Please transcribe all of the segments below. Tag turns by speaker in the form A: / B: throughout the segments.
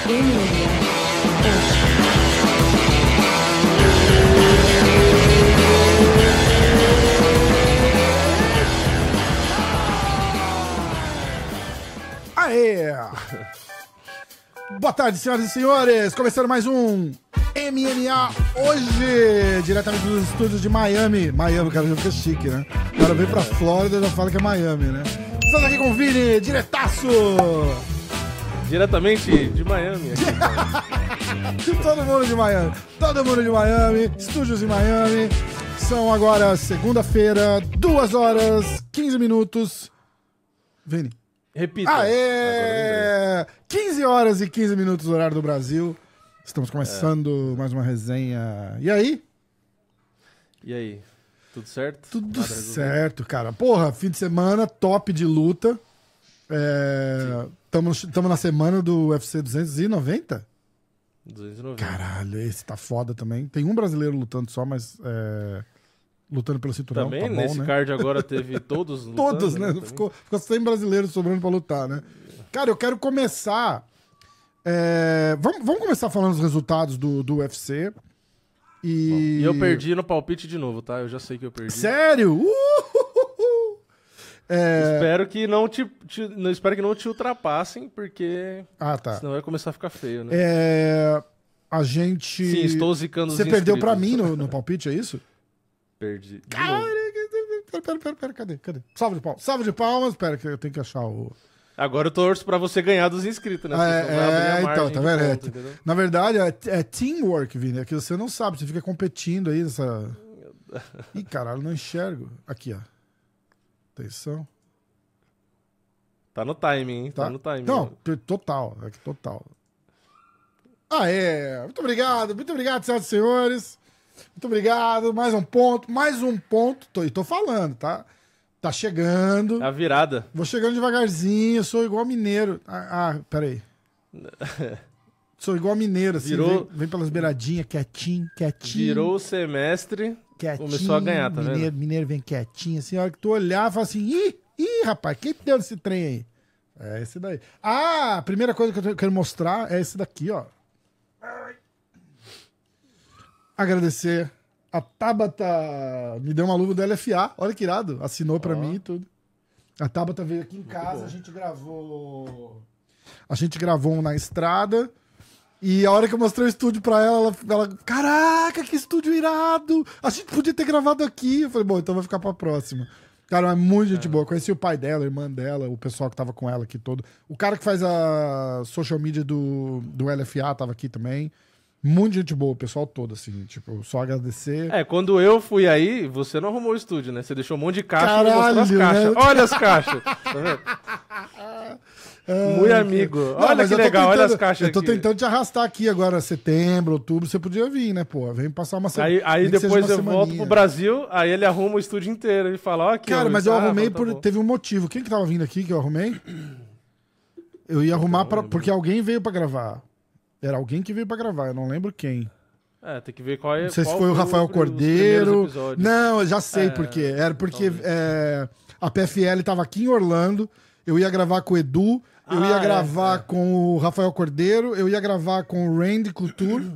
A: Aê! Boa tarde, senhoras e senhores! Começando mais um MMA hoje, diretamente dos estúdios de Miami. Miami, o cara já fica chique, né? O cara vem pra Flórida e já fala que é Miami, né? Estamos aqui com o Vini, diretaço!
B: Diretamente de Miami.
A: Todo mundo de Miami, estúdios em Miami. São agora segunda-feira, 2 horas, 15 minutos. Vini.
B: Repita.
A: Aê! 15 horas e 15 minutos do horário do Brasil. Estamos começando mais uma resenha. E aí?
B: E aí? Tudo certo?
A: Tudo certo, cara. Porra, fim de semana top de luta. Estamos na semana do UFC 290?
B: 290.
A: Caralho, esse tá foda também. Tem um brasileiro lutando só, mas lutando pelo cinturão.
B: Também
A: tá bom,
B: nesse
A: né?
B: card agora teve todos lutando.
A: Todos, né? Ficou 100 brasileiros sobrando pra lutar, né? Cara, eu quero começar... Vamos começar falando os resultados do UFC. E
B: eu perdi no palpite de novo, tá? Eu já sei que eu perdi.
A: Sério?
B: Espero que não te ultrapassem, porque
A: tá.
B: senão vai começar a ficar feio, né?
A: A gente...
B: Sim, estou zicando os
A: Você perdeu
B: inscritos.
A: pra mim no palpite, é isso?
B: Perdi. De
A: Cara,
B: novo.
A: pera, cadê? Salve de palmas, pera que eu tenho que achar o...
B: Agora eu torço pra você ganhar dos inscritos, né?
A: Então, tá vendo?
B: Ponto, entendeu?
A: Na verdade, é teamwork, Vini. É que você não sabe, você fica competindo aí nessa... Ih, caralho, não enxergo. Aqui, ó. Atenção.
B: Tá no timing, hein? Tá no timing.
A: Não, total. Total. Muito obrigado, senhoras e senhores. Muito obrigado. Mais um ponto. Tô falando, tá? Tá chegando.
B: A virada.
A: Vou chegando devagarzinho, sou igual mineiro. Peraí. Sou igual mineiro, assim. Vem pelas beiradinhas, quietinho.
B: Virou o semestre,
A: Quietinho,
B: começou a ganhar, tá vendo?
A: Mineiro vem quietinho, assim, a hora que tu olhar, fala assim, ih, rapaz, quem deu esse trem aí? É esse daí. A primeira coisa que eu quero mostrar é esse daqui, ó. Agradecer. A Tabata me deu uma luva do LFA, olha que irado, assinou pra mim e tudo. A Tabata veio aqui em casa, a gente gravou um na estrada. E a hora que eu mostrei o estúdio pra ela, caraca, que estúdio irado! A gente podia ter gravado aqui. Eu falei, bom, então vai ficar pra próxima. Cara, é muito gente boa. Conheci o pai dela, a irmã dela, o pessoal que tava com ela aqui todo. O cara que faz a social media do LFA tava aqui também. Muito gente boa, o pessoal todo, assim, tipo, só agradecer.
B: Quando eu fui aí, você não arrumou o estúdio, né? Você deixou um monte de caixa
A: Caralho,
B: e mostrou as caixas.
A: né?
B: Olha as caixas! Tá vendo? Muito amigo. Olha que legal, olha as caixas
A: aqui. Eu tô
B: aqui.
A: tentando te arrastar aqui agora, setembro, outubro, você podia vir, né, pô? Vem passar uma semana.
B: Aí depois eu volto pro Brasil, aí ele arruma o estúdio inteiro. Ele fala, ó, aqui.
A: Cara, mas eu arrumei
B: tá
A: teve um motivo. Quem que tava vindo aqui que eu arrumei? Eu ia arrumar porque alguém veio pra gravar. Era alguém que veio pra gravar, eu não lembro quem.
B: Tem que ver qual é.
A: Não sei se foi o Rafael Cordeiro. Não, eu já sei por quê. Era porque a PFL tava aqui em Orlando, eu ia gravar com o Edu, eu ia gravar com o Rafael Cordeiro, eu ia gravar com o Randy Couture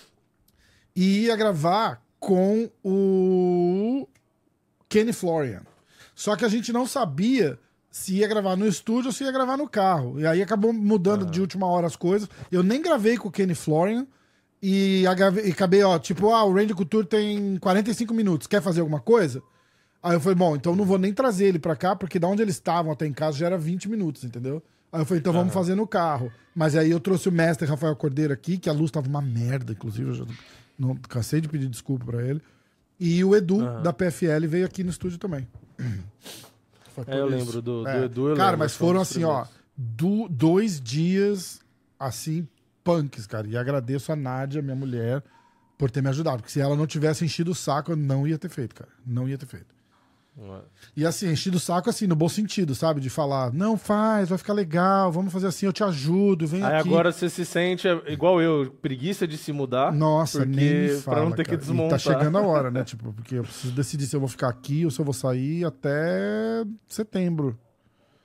A: e ia gravar com o Kenny Florian. Só que a gente não sabia se ia gravar no estúdio ou se ia gravar no carro. E aí acabou mudando de última hora as coisas. Eu nem gravei com o Kenny Florian e acabei, o Randy Couture tem 45 minutos, quer fazer alguma coisa? Aí eu falei, bom, então não vou nem trazer ele pra cá, porque da onde eles estavam até em casa já era 20 minutos, entendeu? Aí eu falei, então vamos fazer no carro. Mas aí eu trouxe o mestre Rafael Cordeiro aqui, que a luz tava uma merda, inclusive, eu já não cansei de pedir desculpa pra ele. E o Edu, da PFL, veio aqui no estúdio também.
B: Eu lembro do Edu.
A: Cara, mas foram assim, ó, 2 dias, assim, punks, cara. E agradeço a Nádia, minha mulher, por ter me ajudado. Porque se ela não tivesse enchido o saco, eu não ia ter feito, cara. Não ia ter feito. E assim, enchido o saco assim, no bom sentido, sabe? De falar, não faz, vai ficar legal, vamos fazer assim, eu te ajudo, vem aqui.
B: Aí agora você se sente igual eu, preguiça de se mudar.
A: Nossa, nem me fala,
B: pra não ter
A: cara.
B: que desmontar.
A: E tá chegando a hora, né? Tipo, porque eu preciso decidir se eu vou ficar aqui ou se eu vou sair até setembro.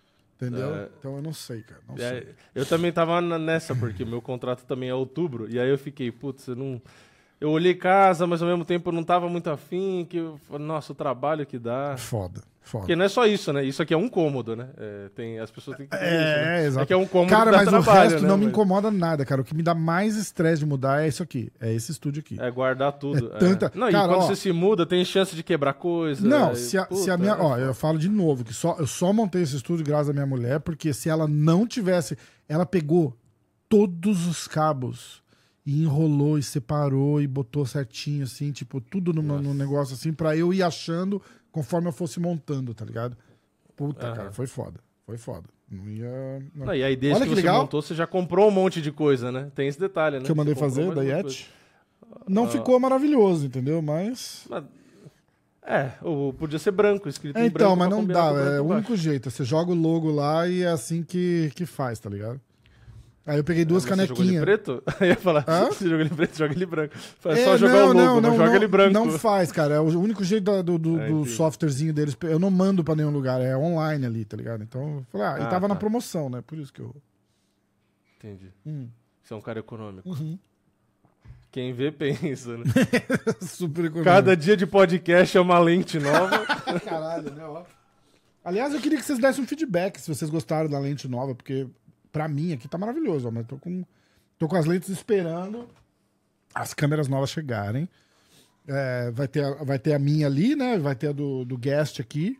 A: Entendeu? Então eu não sei, cara. Não sei.
B: Eu também tava nessa, porque meu contrato também é outubro, e aí eu fiquei, putz, eu olhei casa, mas ao mesmo tempo eu não tava muito afim, nossa, o trabalho que dá.
A: Foda.
B: Porque não é só isso, né? Isso aqui é um cômodo, né? As pessoas têm que entender isso, né?
A: Exato.
B: Aqui é um cômodo
A: cara,
B: que dá
A: mas
B: trabalho,
A: o resto
B: né?
A: não me incomoda nada, cara. O que me dá mais estresse de mudar é isso aqui. É esse estúdio aqui.
B: É guardar tudo. Não,
A: cara,
B: e quando você se muda, tem chance de quebrar coisa.
A: Não, se a minha... eu falo de novo, que eu só montei esse estúdio graças à minha mulher, porque se ela não tivesse... Ela pegou todos os cabos e enrolou e separou e botou certinho, assim, tipo, tudo no negócio, assim, pra eu ir achando conforme eu fosse montando, tá ligado? Puta, cara, foi foda. Foi foda. Não ia... Não.
B: E aí, desde que você montou, você já comprou um monte de coisa, né? Tem esse detalhe, né?
A: Que eu mandei fazer, da Yeti. Não ficou maravilhoso, entendeu? Mas
B: podia ser branco, escrito em branco.
A: Então, mas não dá. É o único jeito. Você joga o logo lá e é assim que faz, tá ligado? Aí eu peguei duas canequinhas. Você jogou
B: ele preto? Eu ia falar, você joga ele preto, joga ele branco. É só jogar o logo, não joga ele branco.
A: Não faz, cara. É o único jeito do softwarezinho deles. Eu não mando pra nenhum lugar, é online ali, tá ligado? Então, eu falei, e tava na promoção, né? Por isso que eu...
B: Entendi. Você é um cara econômico. Quem vê, pensa, né?
A: Super econômico.
B: Cada dia de podcast é uma lente nova.
A: Caralho, né? Ó. Aliás, eu queria que vocês dessem um feedback se vocês gostaram da lente nova, porque... Pra mim aqui tá maravilhoso, ó, mas tô com as lentes esperando as câmeras novas chegarem. Vai ter a minha ali, né? Vai ter a do Guest aqui.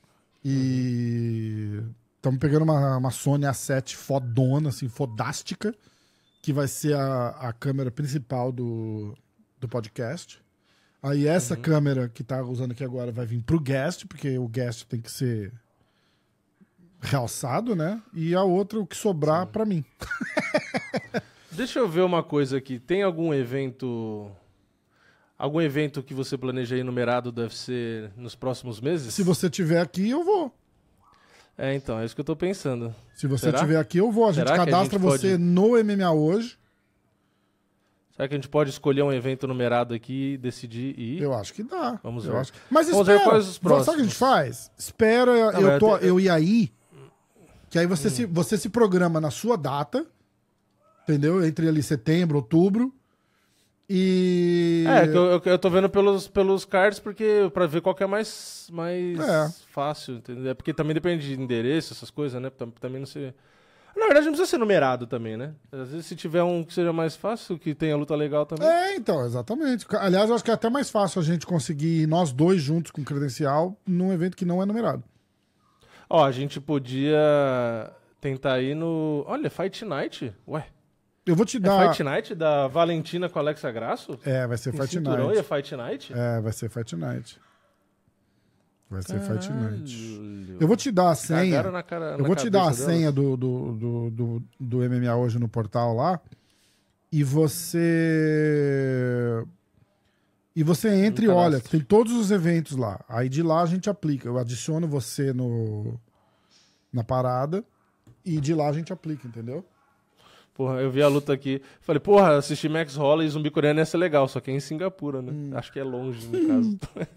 A: E estamos pegando uma Sony A7 fodona, assim, fodástica, que vai ser a câmera principal do podcast. Aí essa câmera que tá usando aqui agora vai vir pro Guest, porque o Guest tem que ser... realçado, né? E a outra, o que sobrar, pra mim.
B: Deixa eu ver uma coisa aqui. Tem algum evento que você planeja aí numerado do UFC nos próximos meses?
A: Se você tiver aqui, eu vou.
B: Então, é isso que eu tô pensando.
A: Se você tiver aqui, eu vou. A gente cadastra você no MMA hoje.
B: Será que a gente pode escolher um evento numerado aqui e decidir ir?
A: Eu acho que dá.
B: Vamos ver.
A: Mas
B: vamos ver quais os próximos.
A: Sabe o que a gente faz? Espera eu ir aí. Que aí você se programa na sua data, entendeu? Entre ali setembro, outubro. E...
B: eu tô vendo pelos cards, porque pra ver qual que é mais fácil, entendeu? É porque também depende de endereço, essas coisas, né? Também não sei... Na verdade, não precisa ser numerado também, né? Às vezes, se tiver um que seja mais fácil, que tenha luta legal também.
A: Então, exatamente. Aliás, eu acho que é até mais fácil a gente conseguir nós dois juntos com credencial num evento que não é numerado.
B: A gente podia tentar ir no... Olha, Fight Night? Ué.
A: Eu vou te dar...
B: Fight Night da Valentina com a Alexa Grasso?
A: Vai ser Fight
B: cinturão
A: Night.
B: E Fight Night?
A: Vai ser Fight Night. Vai ser Fight Night. Eu vou te dar a senha. Eu vou te dar a senha do MMA hoje no portal lá. E você... entra e olha, tem todos os eventos lá. Aí de lá a gente aplica. Eu adiciono você na parada e de lá a gente aplica, entendeu?
B: Porra, eu vi a luta aqui. Falei, assistir Max Holloway e zumbi coreano ia ser legal, só que é em Singapura, né? Acho que é longe, no caso.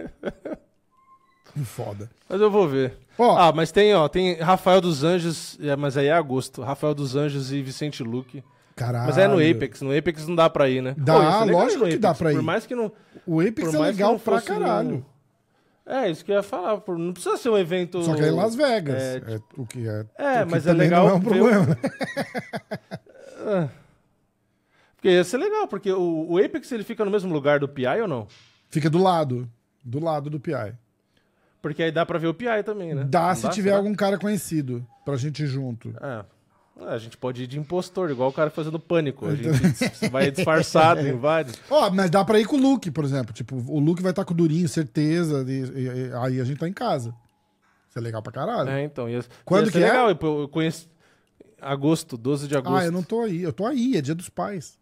A: Foda.
B: Mas eu vou ver. Mas tem Rafael dos Anjos, mas aí é agosto. Rafael dos Anjos e Vicente Luque.
A: Caralho.
B: Mas é no Apex. No Apex não dá pra ir, né?
A: Dá, lógico que
B: Apex,
A: dá pra ir.
B: Por mais que não...
A: O Apex é legal pra caralho.
B: Isso que eu ia falar. Não precisa ser um evento...
A: Só que é em Las Vegas. O que
B: mas é legal...
A: Não é um problema.
B: Porque ia ser legal, porque o Apex ele fica no mesmo lugar do PI ou não?
A: Fica do lado do PI.
B: Porque aí dá pra ver o PI também, né?
A: Dá se tiver algum cara conhecido pra gente ir junto.
B: A gente pode ir de impostor, igual o cara fazendo Pânico. A gente vai disfarçado, invade.
A: Mas dá pra ir com o Luke, por exemplo. Tipo, o Luke vai estar com o Durinho, certeza. Aí a gente tá em casa. Isso é legal pra caralho.
B: Então.
A: Quando que
B: legal. Eu conheço... Agosto, 12 de agosto.
A: Eu não tô aí. Eu tô aí, é dia dos pais.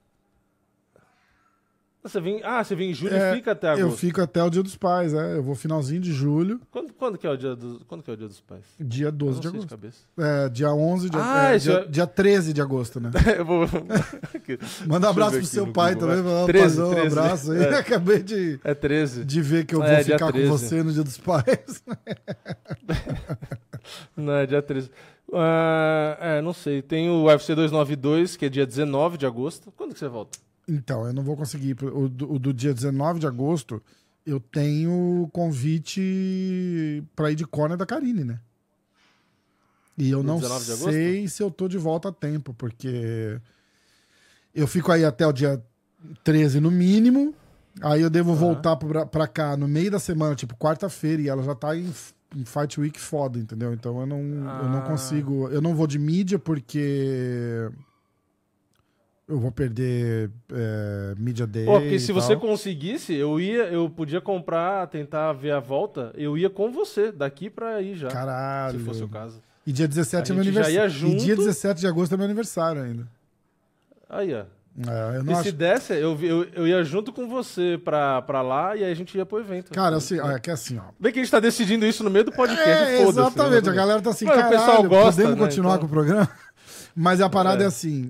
B: Você vem em julho e fica até agosto?
A: Eu fico até o dia dos pais, Eu vou finalzinho de julho.
B: Quando que é o dia dos pais?
A: Dia 12 de agosto.
B: De cabeça.
A: Dia 11 de dia 13 de agosto, né?
B: Eu vou...
A: Manda um abraço pro seu pai também.
B: 13.
A: Um abraço aí. Acabei de...
B: É 13.
A: De ver que eu vou ficar com você no dia dos pais.
B: Não, é dia 13. Não sei. Tem o UFC 292, que é dia 19 de agosto. Quando que você volta?
A: Então, eu não vou conseguir. O do dia 19 de agosto, eu tenho convite pra ir de corner da Karine, né? E eu não sei se eu tô de volta a tempo, porque eu fico aí até o dia 13 no mínimo, aí eu devo voltar pra cá no meio da semana, tipo quarta-feira, e ela já tá em Fight Week foda, entendeu? Então eu não consigo... Eu não vou de mídia porque... Eu vou perder Media Day.
B: Pô, porque se você conseguisse, eu podia comprar, tentar ver a volta, eu ia com você, daqui pra aí já.
A: Caralho.
B: Se fosse o caso.
A: E dia 17 é meu aniversário. E dia 17 de agosto é meu aniversário ainda.
B: Aí, ó.
A: Eu não
B: se desse, eu ia junto com você pra lá e aí a gente ia pro evento.
A: Cara, assim, é que assim, ó.
B: Bem que a gente tá decidindo isso no meio do podcast, foda-se.
A: Exatamente,
B: né?
A: A galera tá assim,
B: Mas
A: caralho,
B: o pessoal gosta,
A: podemos
B: né,
A: continuar
B: então...
A: com o programa? Mas a parada é assim,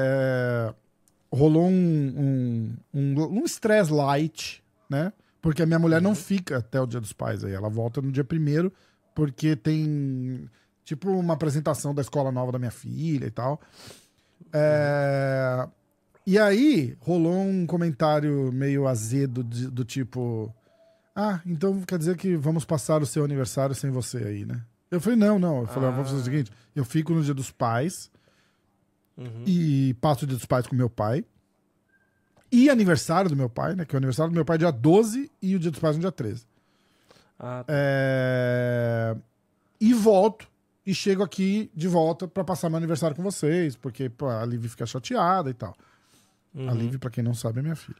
A: rolou um stress light, né? Porque a minha mulher não fica até o Dia dos Pais aí, ela volta no dia 1º, porque tem... Tipo uma apresentação da escola nova da minha filha e tal. E aí rolou um comentário meio azedo do tipo... então quer dizer que vamos passar o seu aniversário sem você aí, né? Eu falei, não. Eu falei, vamos fazer o seguinte, eu fico no Dia dos Pais e passo o Dia dos Pais com meu pai. E aniversário do meu pai, né? Que o aniversário do meu pai é dia 12 e o Dia dos Pais no dia 13. E volto. E chego aqui de volta pra passar meu aniversário com vocês, porque pô, a Liv fica chateada e tal. A Liv, pra quem não sabe, é minha filha.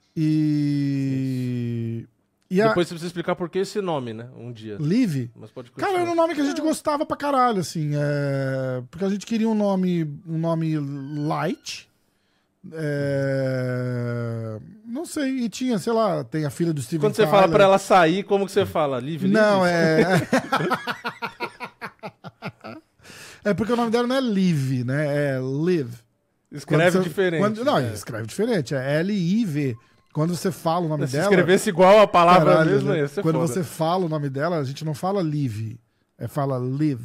A: E
B: depois você precisa explicar por que esse nome, né? Um dia.
A: Liv? Cara, era um nome que a gente gostava pra caralho, assim. Porque a gente queria um nome light. Não sei, e tinha, sei lá, tem a filha do Steven
B: Quando você
A: Tyler.
B: fala pra ela sair, como que você fala? Liv?
A: Não, É porque o nome dela não é Liv, né? É Liv.
B: Escreve diferente.
A: Escreve diferente. É L-I-V. Quando você fala o nome dela...
B: Se escrevesse igual a palavra mesmo,
A: né?
B: ia ser
A: Quando
B: foda.
A: você fala o nome dela, a gente não fala Liv. Fala Liv.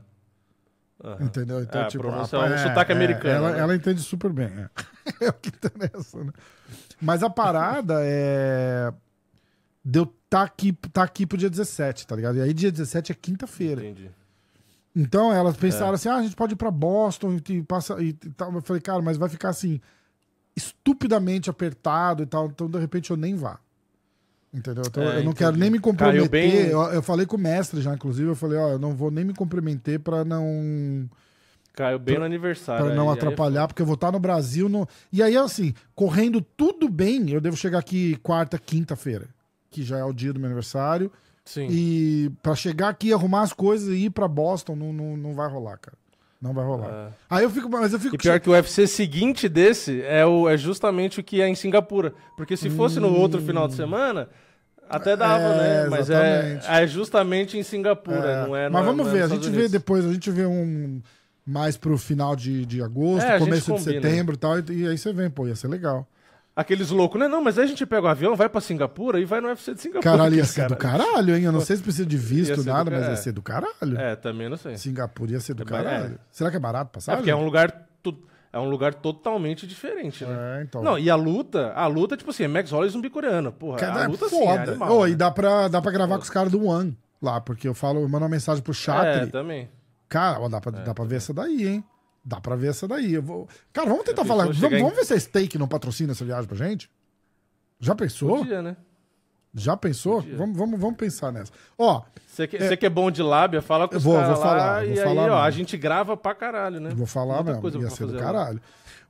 A: Entendeu? Então, tipo...
B: O sotaque americano.
A: Ela entende super bem. É o que interessa, né? Mas a parada é... Deu tá aqui pro dia 17, tá ligado? E aí dia 17 é quinta-feira.
B: Entendi.
A: Então elas pensaram assim, a gente pode ir pra Boston e passa e tal. Eu falei, cara, mas vai ficar assim, estupidamente apertado e tal, então de repente eu nem vá. Entendeu? Então eu não quero nem me comprometer. Eu falei com o mestre já, inclusive, eu falei, eu não vou nem me comprometer pra não...
B: Caiu bem no aniversário.
A: Pra não atrapalhar, porque eu vou estar no Brasil. E aí, assim, correndo tudo bem, eu devo chegar aqui quarta, quinta-feira, que já é o dia do meu aniversário.
B: Sim.
A: E pra chegar aqui, arrumar as coisas e ir pra Boston, não vai rolar, cara. Não vai rolar. Aí eu fico...
B: E pior que o UFC seguinte desse é justamente o que é em Singapura. Porque se fosse no outro final de semana, até dava, né? Mas é justamente em Singapura, não é...
A: Mas vamos ver, a gente vê depois, a gente vê mais pro final de agosto, começo de setembro e tal, e aí você vem, pô, ia ser legal.
B: Aqueles loucos, né? Não, mas aí a gente pega o avião, vai pra Singapura e vai no UFC de Singapura.
A: Caralho, ia ser do caralho, hein? Eu não sei se precisa de visto, nada, mas ia ser do caralho.
B: Também não sei.
A: Singapura ia ser do caralho. Será que é barato passar?
B: Porque é um lugar totalmente diferente, né?
A: Então.
B: Não, e a luta, tipo assim, é Max Holloway zumbi coreano. Porra, a luta
A: foda.
B: Assim, é animal, né?
A: E dá pra gravar com os caras do One lá, porque eu mando uma mensagem pro Chatri.
B: Também.
A: Cara, dá pra ver essa daí, hein? Dá pra ver essa daí. Cara, vamos tentar falar. Vamos ver se a Steak não patrocina essa viagem pra gente? Já pensou?
B: Podia, né?
A: Já pensou? Vamos pensar nessa. Ó,
B: você que é bom de lábia, fala com os caras lá e aí, a gente grava pra caralho, né?
A: Vou falar mesmo, ia ser do caralho.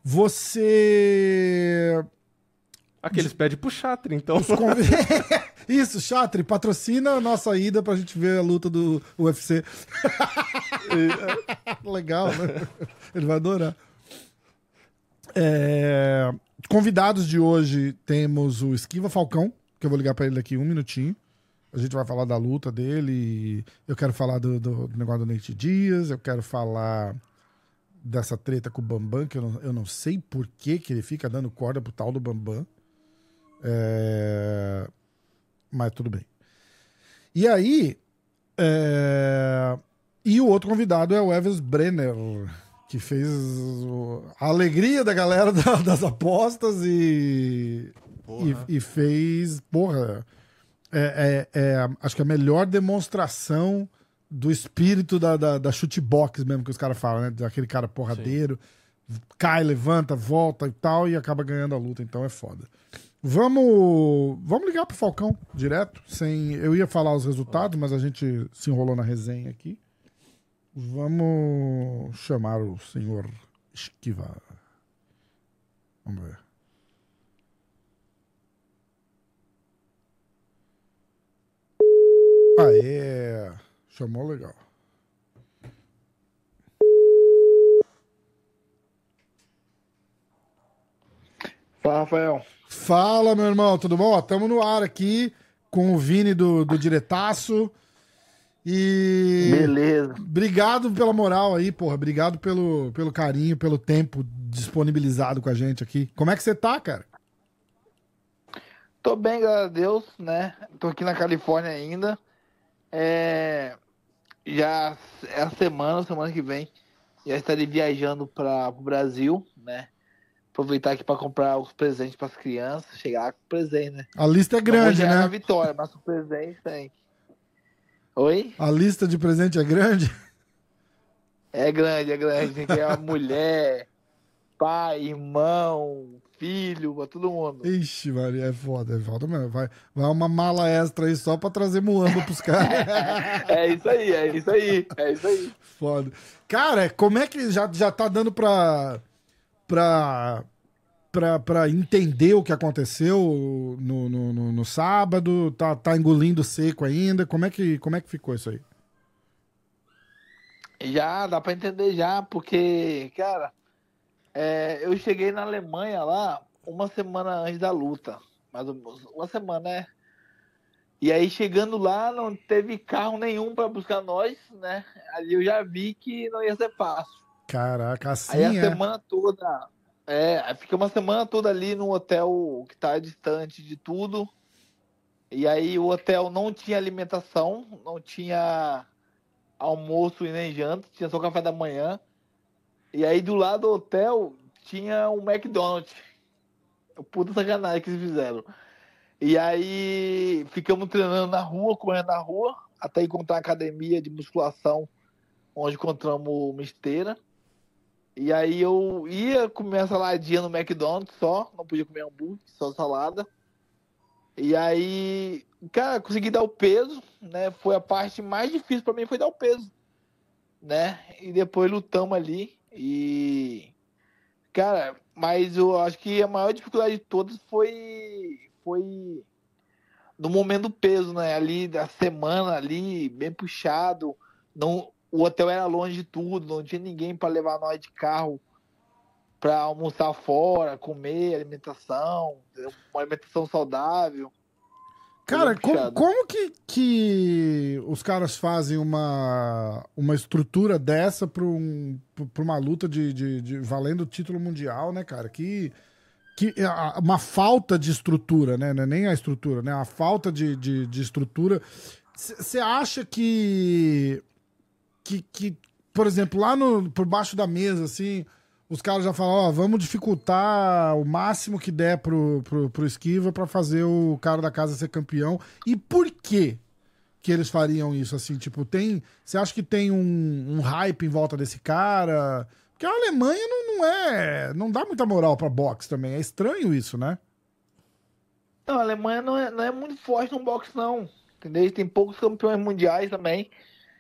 A: Você...
B: Aqueles pedem pro Chatri, então.
A: Isso, Chatri, patrocina a nossa ida pra gente ver a luta do UFC. Legal, né? Ele vai adorar. Convidados de hoje temos o Esquiva Falcão, que eu vou ligar pra ele daqui 1 minutinho. A gente vai falar da luta dele. Eu quero falar do negócio do Nate Diaz. Eu quero falar dessa treta com o Bambam, que eu não sei por que ele fica dando corda pro tal do Bambam. Mas tudo bem. E aí... E o outro convidado é o Eves Brenner, que fez a alegria da galera das apostas e fez, porra, acho que a melhor demonstração do espírito da chutebox mesmo que os caras falam, né? Daquele cara porradeiro, cai, levanta, volta e tal, e acaba ganhando a luta, então é foda. Vamos ligar pro Falcão direto, eu ia falar os resultados, mas a gente se enrolou na resenha aqui. Vamos chamar o senhor Esquiva. Vamos ver. Aê! Chamou legal.
C: Fala, Rafael.
A: Fala, meu irmão, tudo bom? Estamos no ar aqui com o Vini do Diretaço. E.
C: Beleza.
A: Obrigado pela moral aí, porra. Obrigado pelo carinho, pelo tempo disponibilizado com a gente aqui. Como é que você tá, cara?
C: Tô bem, graças a Deus, né? Tô aqui na Califórnia ainda. Já é a semana que vem, já estarei viajando para o Brasil, né? Aproveitar aqui para comprar os presentes para as crianças, chegar com presente, né?
A: A lista é grande, né?
C: É a vitória, mas o presente tem. Oi?
A: A lista de presente é grande?
C: É grande. Tem que ter a mulher, pai, irmão, filho, pra todo mundo.
A: Ixi, Maria, é foda mesmo. Vai uma mala extra aí só pra trazer muamba pros caras.
C: É isso aí.
A: Foda. Cara, como é que já tá dando pra entender o que aconteceu no sábado? Tá engolindo seco ainda? Como é que ficou isso aí?
C: Já, dá pra entender já, porque, cara, eu cheguei na Alemanha lá uma semana antes da luta, mais ou menos, uma semana, né? E aí, chegando lá, não teve carro nenhum pra buscar nós, né? Ali eu já vi que não ia ser fácil.
A: Caraca, assim
C: aí a semana toda, fiquei uma semana toda ali no hotel que tá distante de tudo, e aí o hotel não tinha alimentação, não tinha almoço e nem janta, tinha só café da manhã. E aí do lado do hotel tinha um McDonald's. Puta sacanagem que eles fizeram. E aí ficamos treinando na rua, correndo na rua, até encontrar uma academia de musculação, onde encontramos uma esteira. E aí eu ia comer a saladinha no McDonald's só, não podia comer hambúrguer, só salada. E aí, cara, consegui dar o peso, né? Foi a parte mais difícil pra mim, foi dar o peso, né? E depois lutamos ali e... Cara, mas eu acho que a maior dificuldade de todas foi no momento do peso, né? Ali, da semana ali, bem puxado. Não, o hotel era longe de tudo, não tinha ninguém para levar nós de carro para almoçar fora, comer, uma alimentação saudável.
A: Cara, como que os caras fazem uma estrutura dessa pra uma luta de valendo o título mundial, né, cara? Uma falta de estrutura, né? Não é nem a estrutura, né? A falta de estrutura. Você acha que, por exemplo, lá por baixo da mesa, assim, os caras já falam, ó, vamos dificultar o máximo que der pro Esquiva pra fazer o cara da casa ser campeão. E por quê que eles fariam isso, assim? Tipo, você acha que tem um hype em volta desse cara? Porque a Alemanha não dá muita moral pra boxe também. É estranho isso, né?
C: Não, a Alemanha não é muito forte no boxe, não. Entendeu? Tem poucos campeões mundiais também.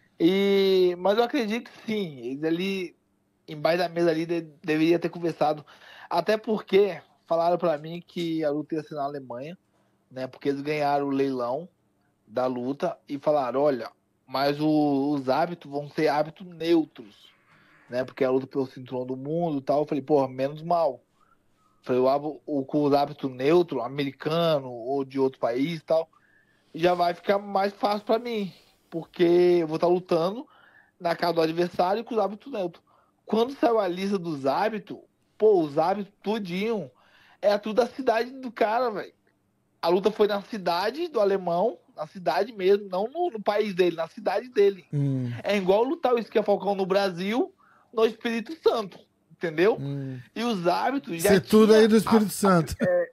C: Mas eu acredito que sim. Eles ali, embaixo da mesa ali, deveria ter conversado. Até porque falaram pra mim que a luta ia ser na Alemanha, né? Porque eles ganharam o leilão da luta e falaram, olha, mas os árbitros vão ser árbitros neutros, né? Porque a luta pelo cinturão do mundo e tal. Eu falei, porra, menos mal. Falei, com os árbitros neutros, americano ou de outro país e tal, já vai ficar mais fácil pra mim. Porque eu vou estar lutando na casa do adversário com os árbitros neutros. Quando saiu a lista dos árbitros, os árbitros tudinho, tudo da cidade do cara, velho. A luta foi na cidade do alemão, Na cidade mesmo, não no país dele, na cidade dele. É igual lutar o Esquia Falcão no Brasil, no Espírito Santo, entendeu? E os hábitos já
A: tudo aí do Espírito Santo.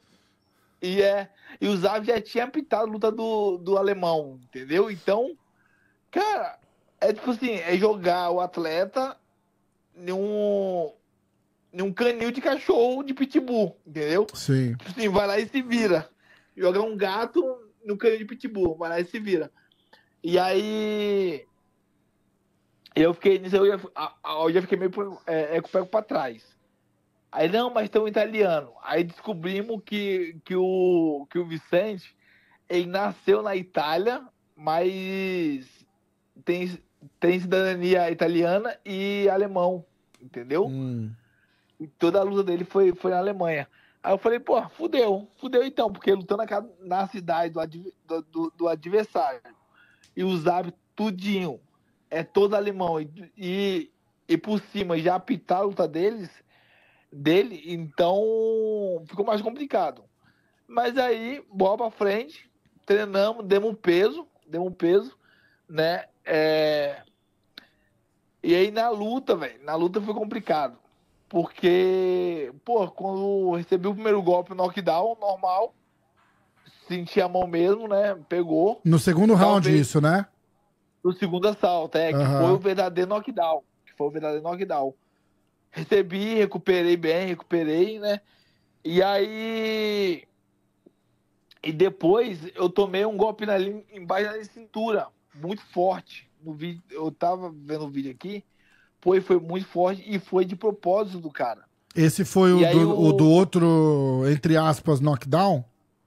C: E os hábitos já tinham apitado a luta do alemão, entendeu? Então, cara, é tipo assim, é jogar o atleta num canil de cachorro de pitbull, entendeu?
A: Sim.
C: Tipo assim, vai lá e se vira. Jogar um gato no canil de pitbull, vai lá e se vira. E aí eu fiquei nisso, eu já fiquei meio com o pé pra trás. Aí, não, mas tem um italiano. Aí descobrimos que o Vicente, ele nasceu na Itália, mas tem cidadania italiana e alemão, entendeu? E toda a luta dele foi na Alemanha. Aí eu falei, pô, fudeu então, porque lutando na cidade do adversário e os hábitos tudinho, é todo alemão, e por cima já apitar a luta dele, então ficou mais complicado. Mas aí, bola pra frente, treinamos, demos um peso, né? E aí na luta foi complicado. Porque, pô, quando recebi o primeiro golpe, o knockdown, normal, senti a mão mesmo, né? Pegou.
A: No segundo round isso, né?
C: No segundo assalto, que foi o verdadeiro knockdown. Recebi, recuperei, né? E aí... E depois eu tomei um golpe embaixo da cintura, muito forte. No vídeo, eu tava vendo o vídeo aqui, foi muito forte e foi de propósito do cara.
A: Esse foi o do outro, entre aspas, knockdown?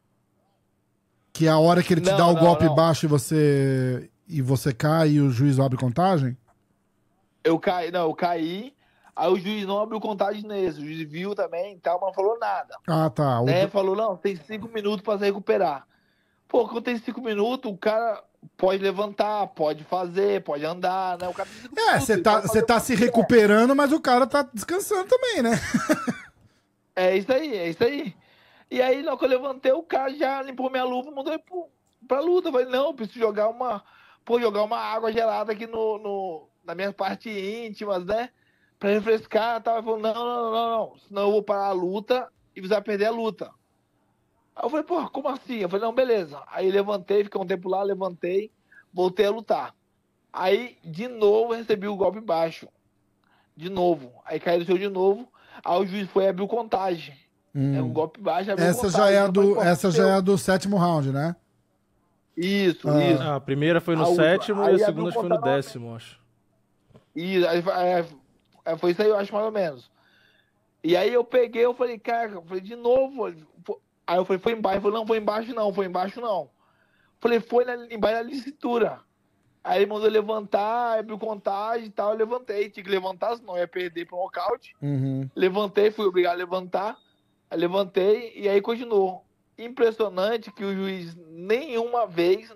A: Que é a hora que ele te dá o golpe baixo e você cai e o juiz abre contagem?
C: Eu caí, aí o juiz não abriu contagem nesse, o juiz viu também e tal, mas não falou nada.
A: Ah, tá.
C: Né? Falou, não, tem 5 minutos pra se recuperar. Pô, quando tem 5 minutos, o cara pode levantar, pode fazer, pode andar, né? O cara tem 5 minutos,
A: você tá se recuperando, mas o cara tá descansando também, né?
C: É isso aí. E aí, na hora que eu levantei, o cara já limpou minha luva e mandou ir pra luta. Eu falei, não, eu preciso jogar uma água gelada aqui nas minhas partes íntimas, né? Pra refrescar e tal. Ele falou, não, senão eu vou parar a luta e você vai perder a luta. Aí eu falei, pô, como assim? Eu falei, não, beleza. Aí levantei, fiquei um tempo lá, voltei a lutar. Aí, de novo, recebi o golpe baixo. De novo. Aí caiu no chão de novo. Aí o juiz foi e abriu contagem. É um golpe baixo, abriu
A: essa
C: contagem.
A: Essa já é a do 7º round, né?
C: Isso.
B: A primeira foi no 7º e a segunda foi no 10º, acho.
C: Isso, foi isso aí, eu acho, mais ou menos. E aí eu falei, cara, de novo. Aí eu falei, foi embaixo. Ele falou, não, foi embaixo não. Falei, foi embaixo da cintura. Aí ele mandou levantar, abriu contagem e tal, eu levantei. Tinha que levantar, senão eu ia perder pro nocaute. Levantei, fui obrigado a levantar. Aí levantei e aí continuou. Impressionante que o juiz nenhuma vez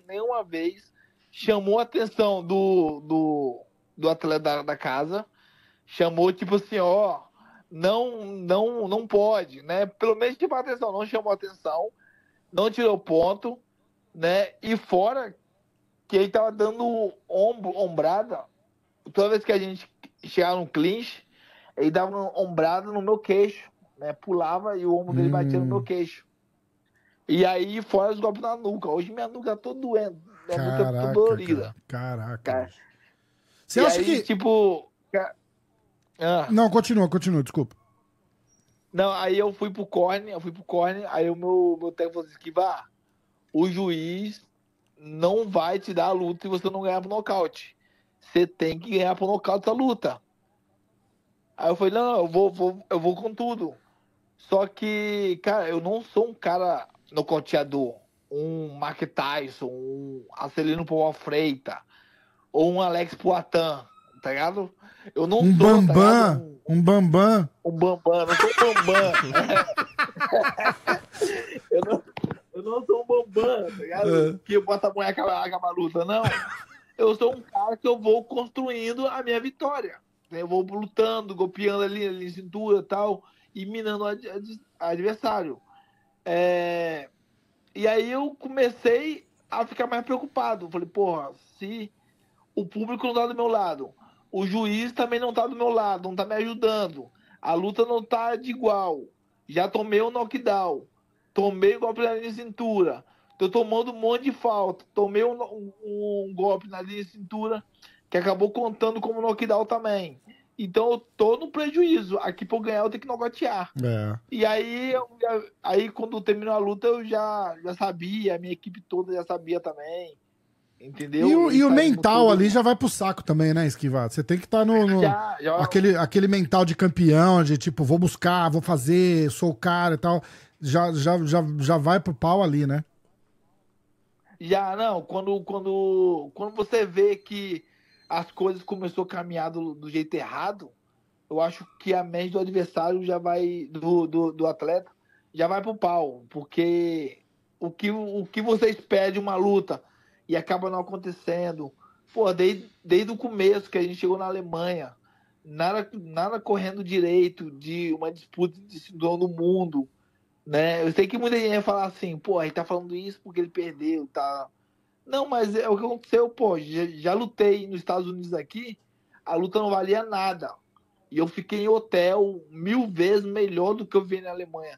C: chamou a atenção do atleta da casa. Chamou, tipo assim, ó... Não pode, né? Pelo menos chamou atenção, não chamou atenção, não tirou ponto, né? E fora que ele tava dando ombrada, toda vez que a gente chegava no clinch, ele dava uma ombrada no meu queixo, né? Pulava e o ombro dele batia no meu queixo. E aí, fora os golpes na nuca. Hoje minha nuca tá toda doendo, minha nuca tá toda dolorida.
A: Caraca. Você acha
C: aí,
A: que...
C: tipo...
A: Não, continua, desculpa.
C: Não, aí eu fui pro corner, aí o meu técnico falou assim, Esquivar, o juiz não vai te dar a luta se você não ganhar pro nocaute. Você tem que ganhar pro nocaute essa luta. Aí eu falei, não, eu vou com tudo. Só que, cara, eu não sou um cara nocauteador, um Mark Tyson, um Acelino Paul Freita, ou um Alex Poitin, tá ligado? Eu não
A: um
C: sou,
A: Bambam,
C: tá
A: um Bambam.
C: Um Bambam, não sou um Bambam. eu não sou um Bambam, tá ligado? Que bota a mulher acaba a luta, não. Eu sou um cara que eu vou construindo a minha vitória. Eu vou lutando, golpeando ali em cintura e tal, e minando o adversário. E aí eu comecei a ficar mais preocupado. Eu falei, porra, se o público não tá do meu lado, o juiz também não tá do meu lado, não tá me ajudando, a luta não tá de igual, já tomei um knockdown, tomei um golpe na linha de cintura, tô tomando um monte de falta, tomei um golpe na linha de cintura que acabou contando como knockdown também. Então eu tô no prejuízo. Aqui pra eu ganhar eu tenho que nocautear.
A: É.
C: E aí, aí quando terminou a luta eu já sabia, a minha equipe toda já sabia também. Entendeu?
A: E o mental ali já vai pro saco também, né, Esquiva? Você tem que estar aquele mental de campeão, de tipo, vou buscar, vou fazer, sou o cara e tal. Já vai pro pau ali, né?
C: Já, não. Quando você vê que as coisas começou a caminhar do jeito errado, eu acho que a mente do adversário já vai, do atleta, já vai pro pau. Porque o que você espera de uma luta e acaba não acontecendo. Pô, desde o começo que a gente chegou na Alemanha, nada correndo direito de uma disputa de cinturão do mundo, né? Eu sei que muita gente vai falar assim, pô, ele tá falando isso porque ele perdeu, tá? Não, mas é o que aconteceu, pô, já lutei nos Estados Unidos aqui, a luta não valia nada. E eu fiquei em hotel 1000 vezes melhor do que eu vi na Alemanha.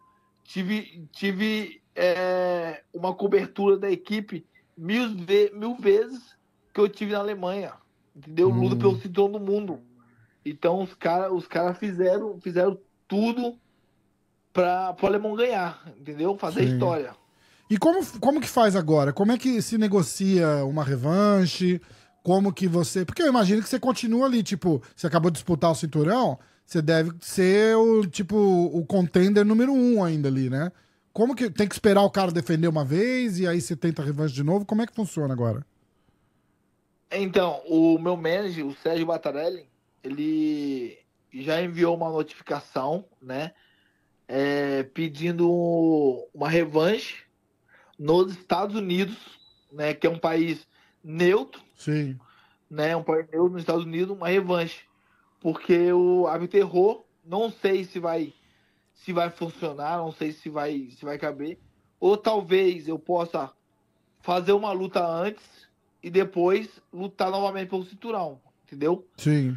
C: Tive uma cobertura da equipe 1000 vezes que eu tive na Alemanha. Entendeu? Luta pelo cinturão do mundo. Então os cara fizeram tudo para o alemão ganhar, entendeu? Fazer história.
A: E como que faz agora? Como é que se negocia uma revanche? Como que você... Porque eu imagino que você continua ali, tipo, você acabou de disputar o cinturão, você deve ser o contender número 1 ainda ali, né? Como que tem que esperar o cara defender uma vez e aí você tenta a revanche de novo? Como é que funciona agora?
C: Então, o meu manager, o Sérgio Battarelli, ele já enviou uma notificação, né? Pedindo uma revanche nos Estados Unidos, né? Que é um país neutro.
A: Sim.
C: Né? Um país neutro nos Estados Unidos, uma revanche. Porque o árbitro errou, não sei se vai funcionar, não sei se vai caber. Ou talvez eu possa fazer uma luta antes e depois lutar novamente pelo cinturão, entendeu?
A: Sim.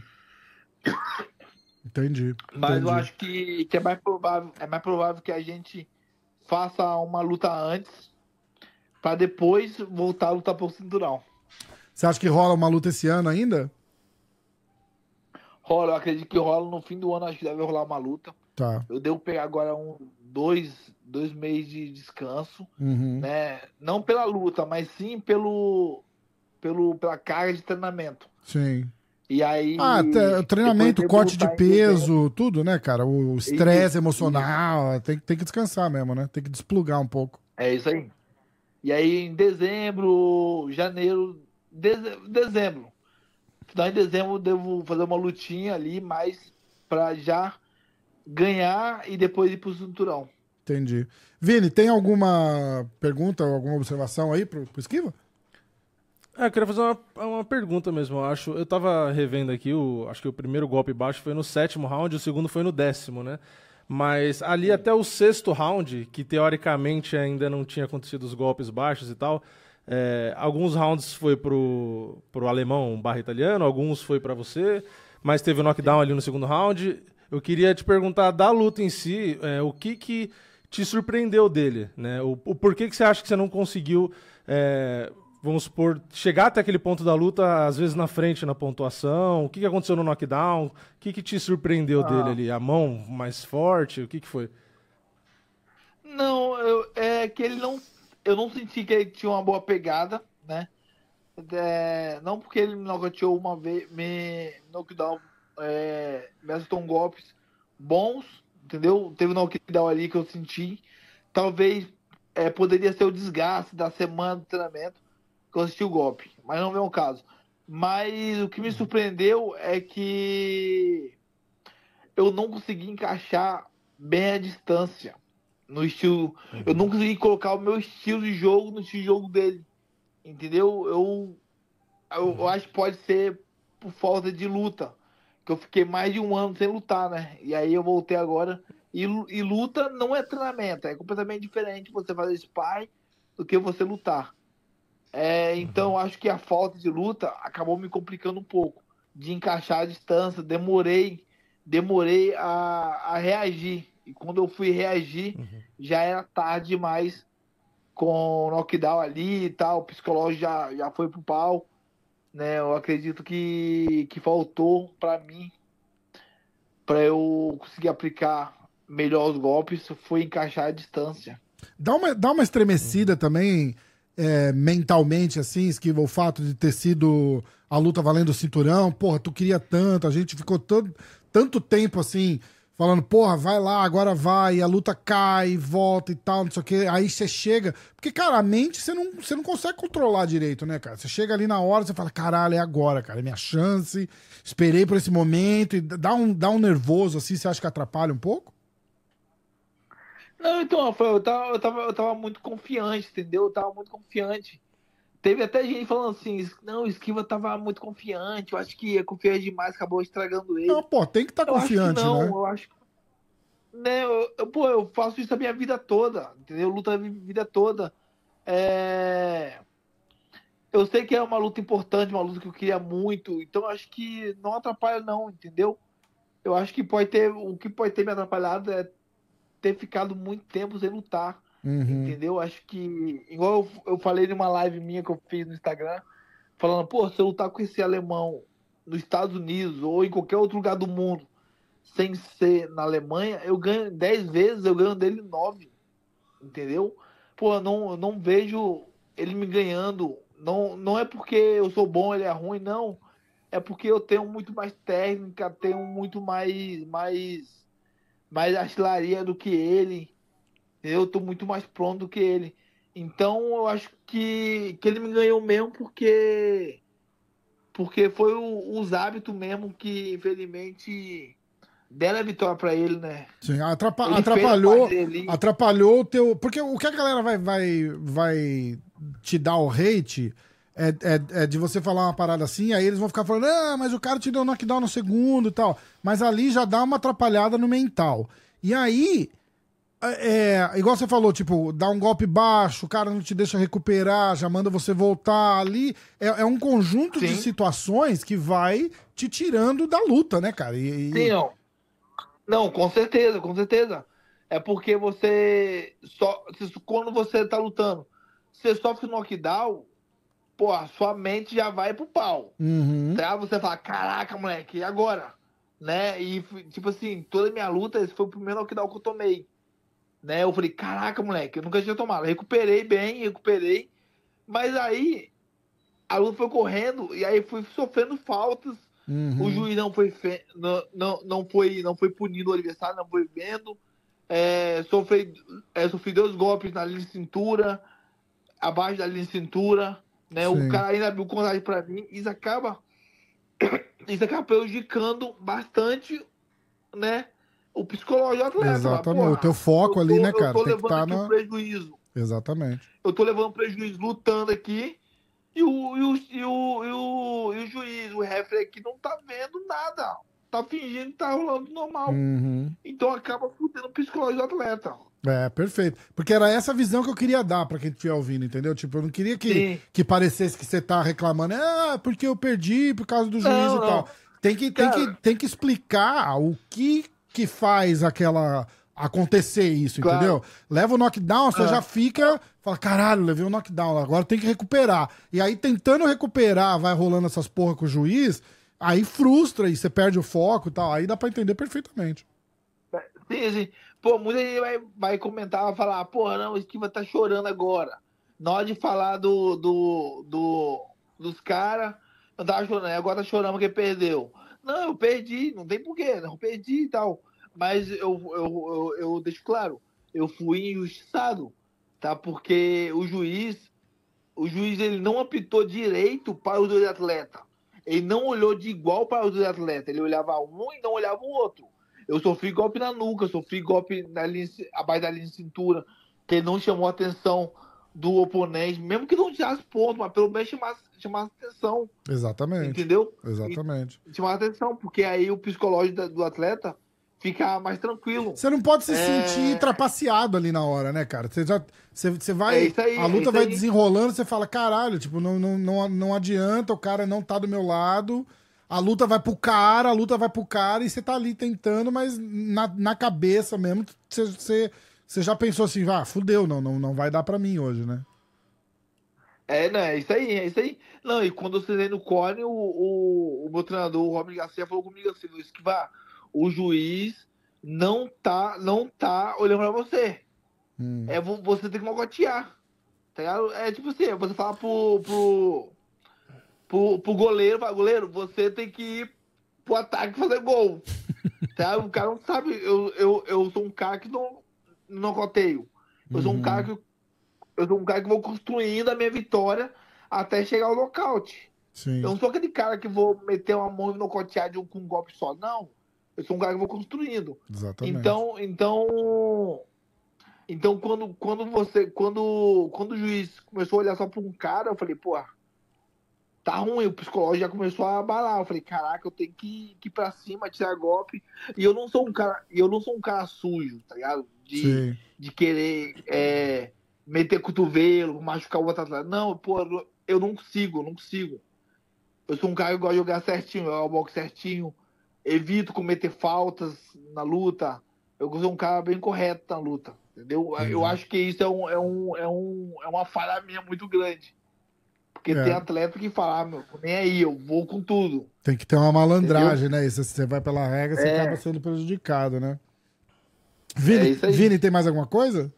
A: Entendi.
C: Mas eu acho que é mais provável que a gente faça uma luta antes para depois voltar a lutar pelo cinturão.
A: Você acha que rola uma luta esse ano ainda?
C: Rola, eu acredito que rola no fim do ano, acho que deve rolar uma luta.
A: Tá.
C: Eu devo pegar agora dois meses de descanso, né? Não pela luta, mas sim pela carga de treinamento.
A: Sim.
C: E aí...
A: treinamento, corte de peso, tudo, né, cara? O estresse emocional, tem que descansar mesmo, né? Tem que desplugar um pouco.
C: É isso aí. E aí em dezembro, janeiro, dezembro. Final de dezembro eu devo fazer uma lutinha ali, mais pra já ganhar e depois ir pro cinturão.
A: Entendi. Vini, tem alguma pergunta, alguma observação aí pro Esquiva?
B: Eu queria fazer uma pergunta mesmo, eu acho. Eu tava revendo aqui, acho que o primeiro golpe baixo foi no 7º round, o segundo foi no 10º, né? Mas ali até o 6º round, que teoricamente ainda não tinha acontecido os golpes baixos e tal, alguns rounds foi pro alemão / italiano, alguns foi pra você, mas teve o knockdown ali no segundo round. Eu queria te perguntar da luta em si, o que te surpreendeu dele, né? O porquê que você acha que você não conseguiu, vamos supor, chegar até aquele ponto da luta, às vezes na frente na pontuação? O que aconteceu no knockdown? O que te surpreendeu dele ali? A mão mais forte? O que foi?
C: Não, que eu não senti que ele tinha uma boa pegada, né? Não porque ele me nocauteou uma vez, me knockdown, me acertou golpes bons, entendeu? Teve um knockdown ali que eu senti. Talvez poderia ser o desgaste da semana do treinamento que eu assisti o golpe, mas não é o caso. Mas o que me surpreendeu é que eu não consegui encaixar bem a distância no estilo. Eu não consegui colocar o meu estilo de jogo no estilo de jogo dele, entendeu? Eu acho que pode ser por falta de luta, que eu fiquei mais de um ano sem lutar, né? E aí eu voltei agora. E luta não é treinamento, é completamente diferente você fazer sparring do que você lutar. Então acho que a falta de luta acabou me complicando um pouco. De encaixar a distância, demorei a reagir. E quando eu fui reagir, já era tarde demais com o knockdown ali e tal. O psicológico já foi pro pau. Né? Eu acredito que faltou para mim, para eu conseguir aplicar melhor os golpes, foi encaixar a distância.
A: Dá uma estremecida também, mentalmente, assim, Esquiva, o fato de ter sido a luta valendo o cinturão. Porra, tu queria tanto, a gente ficou tanto tempo assim, falando, porra, vai lá, agora vai, e a luta cai, volta e tal, não sei o quê. Aí você chega. Porque, cara, a mente você não consegue controlar direito, né, cara? Você chega ali na hora, você fala, caralho, é agora, cara, é minha chance, esperei por esse momento, e dá um nervoso assim, você acha que atrapalha um pouco?
C: Não, então, Rafael, eu tava muito confiante, entendeu? Eu tava muito confiante. Teve até gente falando assim, não, o Esquiva tava muito confiante, eu acho que ia confiar demais, acabou estragando ele.
A: Não, pô, tem que estar confiante,
C: não,
A: né?
C: Eu acho que né, eu faço isso a minha vida toda, entendeu? Eu luto a minha vida toda. Eu sei que é uma luta importante, uma luta que eu queria muito, então eu acho que não atrapalha não, entendeu? Eu acho que o que pode ter me atrapalhado é ter ficado muito tempo sem lutar, entendeu? Acho que, igual eu falei numa live minha que eu fiz no Instagram, falando, pô, se eu lutar com esse alemão nos Estados Unidos ou em qualquer outro lugar do mundo, sem ser na Alemanha, eu ganho 10 vezes, eu ganho dele 9, entendeu? Pô, eu não vejo ele me ganhando, não é porque eu sou bom, ele é ruim, não. É porque eu tenho muito mais técnica, tenho muito mais artilharia do que ele. Eu tô muito mais pronto do que ele. Então eu acho que ele me ganhou mesmo porque foi os hábitos mesmo que infelizmente deram a vitória pra ele, né?
A: Sim,
C: Ele
A: atrapalhou o teu. Porque o que a galera vai te dar o hate é de você falar uma parada assim, aí eles vão ficar falando, mas o cara te deu knockdown no segundo e tal. Mas ali já dá uma atrapalhada no mental. E aí, igual você falou, tipo, dá um golpe baixo, o cara não te deixa recuperar, já manda você voltar ali. É um conjunto de situações que vai te tirando da luta, né, cara?
C: Sim, não, com certeza, com certeza. É porque quando você tá lutando, você sofre knockdown, pô, a sua mente já vai pro pau. Tá? Você fala, caraca, moleque, e agora? Né? E, tipo assim, toda a minha luta, esse foi o primeiro knockdown que eu tomei. Né? Eu falei, caraca, moleque, eu nunca tinha tomado. Recuperei bem, mas aí a luta foi correndo e aí fui sofrendo faltas. O juiz não foi punindo o adversário, não foi vendo. Sofri 2 golpes na linha de cintura, abaixo da linha de cintura. Né? O cara ainda abriu contagem pra mim. Isso acaba prejudicando bastante, né, o psicológico do atleta.
A: Exatamente. O teu foco ali, né, cara?
C: Eu tô levando aqui um prejuízo.
A: Exatamente.
C: Eu tô levando prejuízo lutando aqui. E o juiz, o referee aqui não tá vendo nada. Tá fingindo que tá rolando normal. Então acaba fudendo o psicológico do atleta.
A: Perfeito. Porque era essa visão que eu queria dar pra quem estiver ouvindo, entendeu? Tipo, eu não queria que parecesse que você tá reclamando, porque eu perdi por causa do juiz e tal. Tem que explicar o que faz acontecer isso, entendeu? Leva o knockdown, você já fica, fala, caralho, levei um knockdown, agora tem que recuperar. E aí, tentando recuperar, vai rolando essas porra com o juiz, aí frustra e você perde o foco e tal. Aí dá pra entender perfeitamente.
C: Sim. Pô, muita gente vai comentar, vai falar, porra, não, o Esquiva tá chorando agora. Na hora de falar dos caras, não tava chorando, agora tá chorando porque perdeu. Não, eu perdi, não tem porquê, não, eu perdi e tal. Mas eu deixo claro, eu fui injustiçado, tá? Porque o juiz ele não apitou direito para os 2 atletas. Ele não olhou de igual para os 2 atletas. Ele olhava um e não olhava o outro. Eu sofri golpe na nuca, sofri golpe abaixo da linha de cintura, que ele não chamou a atenção do oponente, mesmo que não tirasse ponto, mas pelo menos chamasse atenção.
A: Exatamente.
C: Entendeu?
A: Exatamente.
C: Chamasse atenção, porque aí o psicológico do atleta ficar mais tranquilo.
A: Você não pode se sentir trapaceado ali na hora, né, cara? Você vai. A luta vai desenrolando, você fala, caralho, tipo, não adianta, o cara não tá do meu lado. A luta vai pro cara, e você tá ali tentando, mas na cabeça mesmo, você já pensou assim, fudeu, não vai dar pra mim hoje, né?
C: Né, é isso aí. Não, e quando eu sentei no corner, o meu treinador, o Robin Garcia, falou comigo assim, Esquivar, o juiz não tá olhando pra você. Você tem que nocautear. Tá ligado? É tipo assim, você fala pro goleiro, você tem que ir pro ataque e fazer gol. Tá? O cara não sabe, eu sou um cara que não nocauteio. Eu sou um cara que vou construindo a minha vitória até chegar ao nocaute.
A: Sim.
C: Eu não sou aquele cara que vou meter uma mão e nocautear com um golpe só, não. Eu sou um cara que vou construindo.
A: Exatamente.
C: Então quando o juiz começou a olhar só para um cara, eu falei, pô, tá ruim, o psicológico já começou a abalar. Eu falei, caraca, eu tenho que ir pra cima, tirar golpe. E eu não sou um cara sujo, tá ligado? De querer meter cotovelo, machucar o outro atleta. Não, pô, eu não consigo. Eu sou um cara que gosta de jogar certinho, jogar o boxe certinho, evito cometer faltas na luta. Eu sou um cara bem correto na luta, entendeu? Eu acho que isso é uma falha minha muito grande. Porque tem atleta que fala, meu, nem aí, eu vou com tudo.
A: Tem que ter uma malandragem, entendeu? Né? E se você vai pela regra, você acaba sendo prejudicado, né? Vini, tem mais alguma coisa?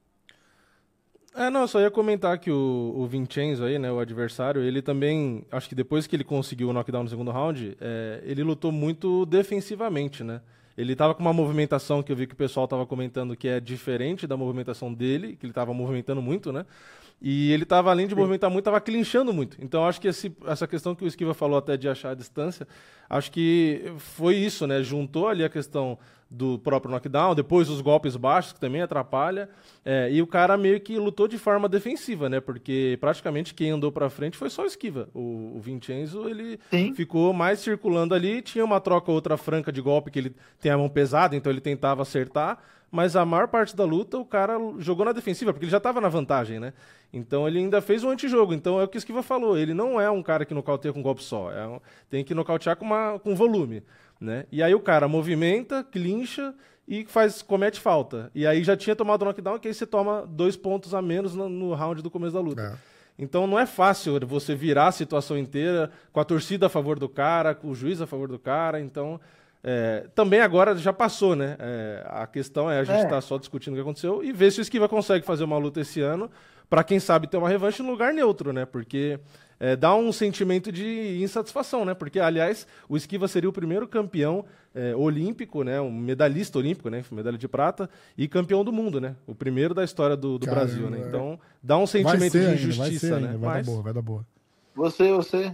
B: Não, eu só ia comentar que o Vincenzo aí, né, o adversário, ele também, acho que depois que ele conseguiu o knockdown no segundo round, ele lutou muito defensivamente, né? Ele tava com uma movimentação que eu vi que o pessoal tava comentando que é diferente da movimentação dele, que ele tava movimentando muito, né? E ele tava, além de movimentar muito, tava clinchando muito. Então, acho que essa questão que o Esquiva falou até de achar a distância, acho que foi isso, né? Juntou ali a questão do próprio knockdown, depois os golpes baixos, que também atrapalha, e o cara meio que lutou de forma defensiva, né? Porque praticamente quem andou pra frente foi só o Esquiva. O Vincenzo, ele ficou mais circulando ali, tinha uma troca ou outra franca de golpe, que ele tem a mão pesada, então ele tentava acertar, mas a maior parte da luta o cara jogou na defensiva, porque ele já estava na vantagem, né? Então ele ainda fez um antijogo. Então é o que o Esquiva falou, ele não é um cara que nocauteia com um golpe só, tem que nocautear com volume, né? E aí o cara movimenta, clincha e comete falta. E aí já tinha tomado knockdown, que aí você toma 2 pontos a menos no round do começo da luta. Então não é fácil você virar a situação inteira com a torcida a favor do cara, com o juiz a favor do cara, então... também agora já passou, né? A questão é a gente estar só discutindo o que aconteceu e ver se o Esquiva consegue fazer uma luta esse ano para quem sabe ter uma revanche em lugar neutro, né? Porque dá um sentimento de insatisfação, né? Porque, aliás, o Esquiva seria o primeiro campeão olímpico, né? Um medalhista olímpico, né? Medalha de prata e campeão do mundo, né? O primeiro da história do Brasil, né? Então dá um sentimento de injustiça, né?
A: Vai dar boa.
C: Você.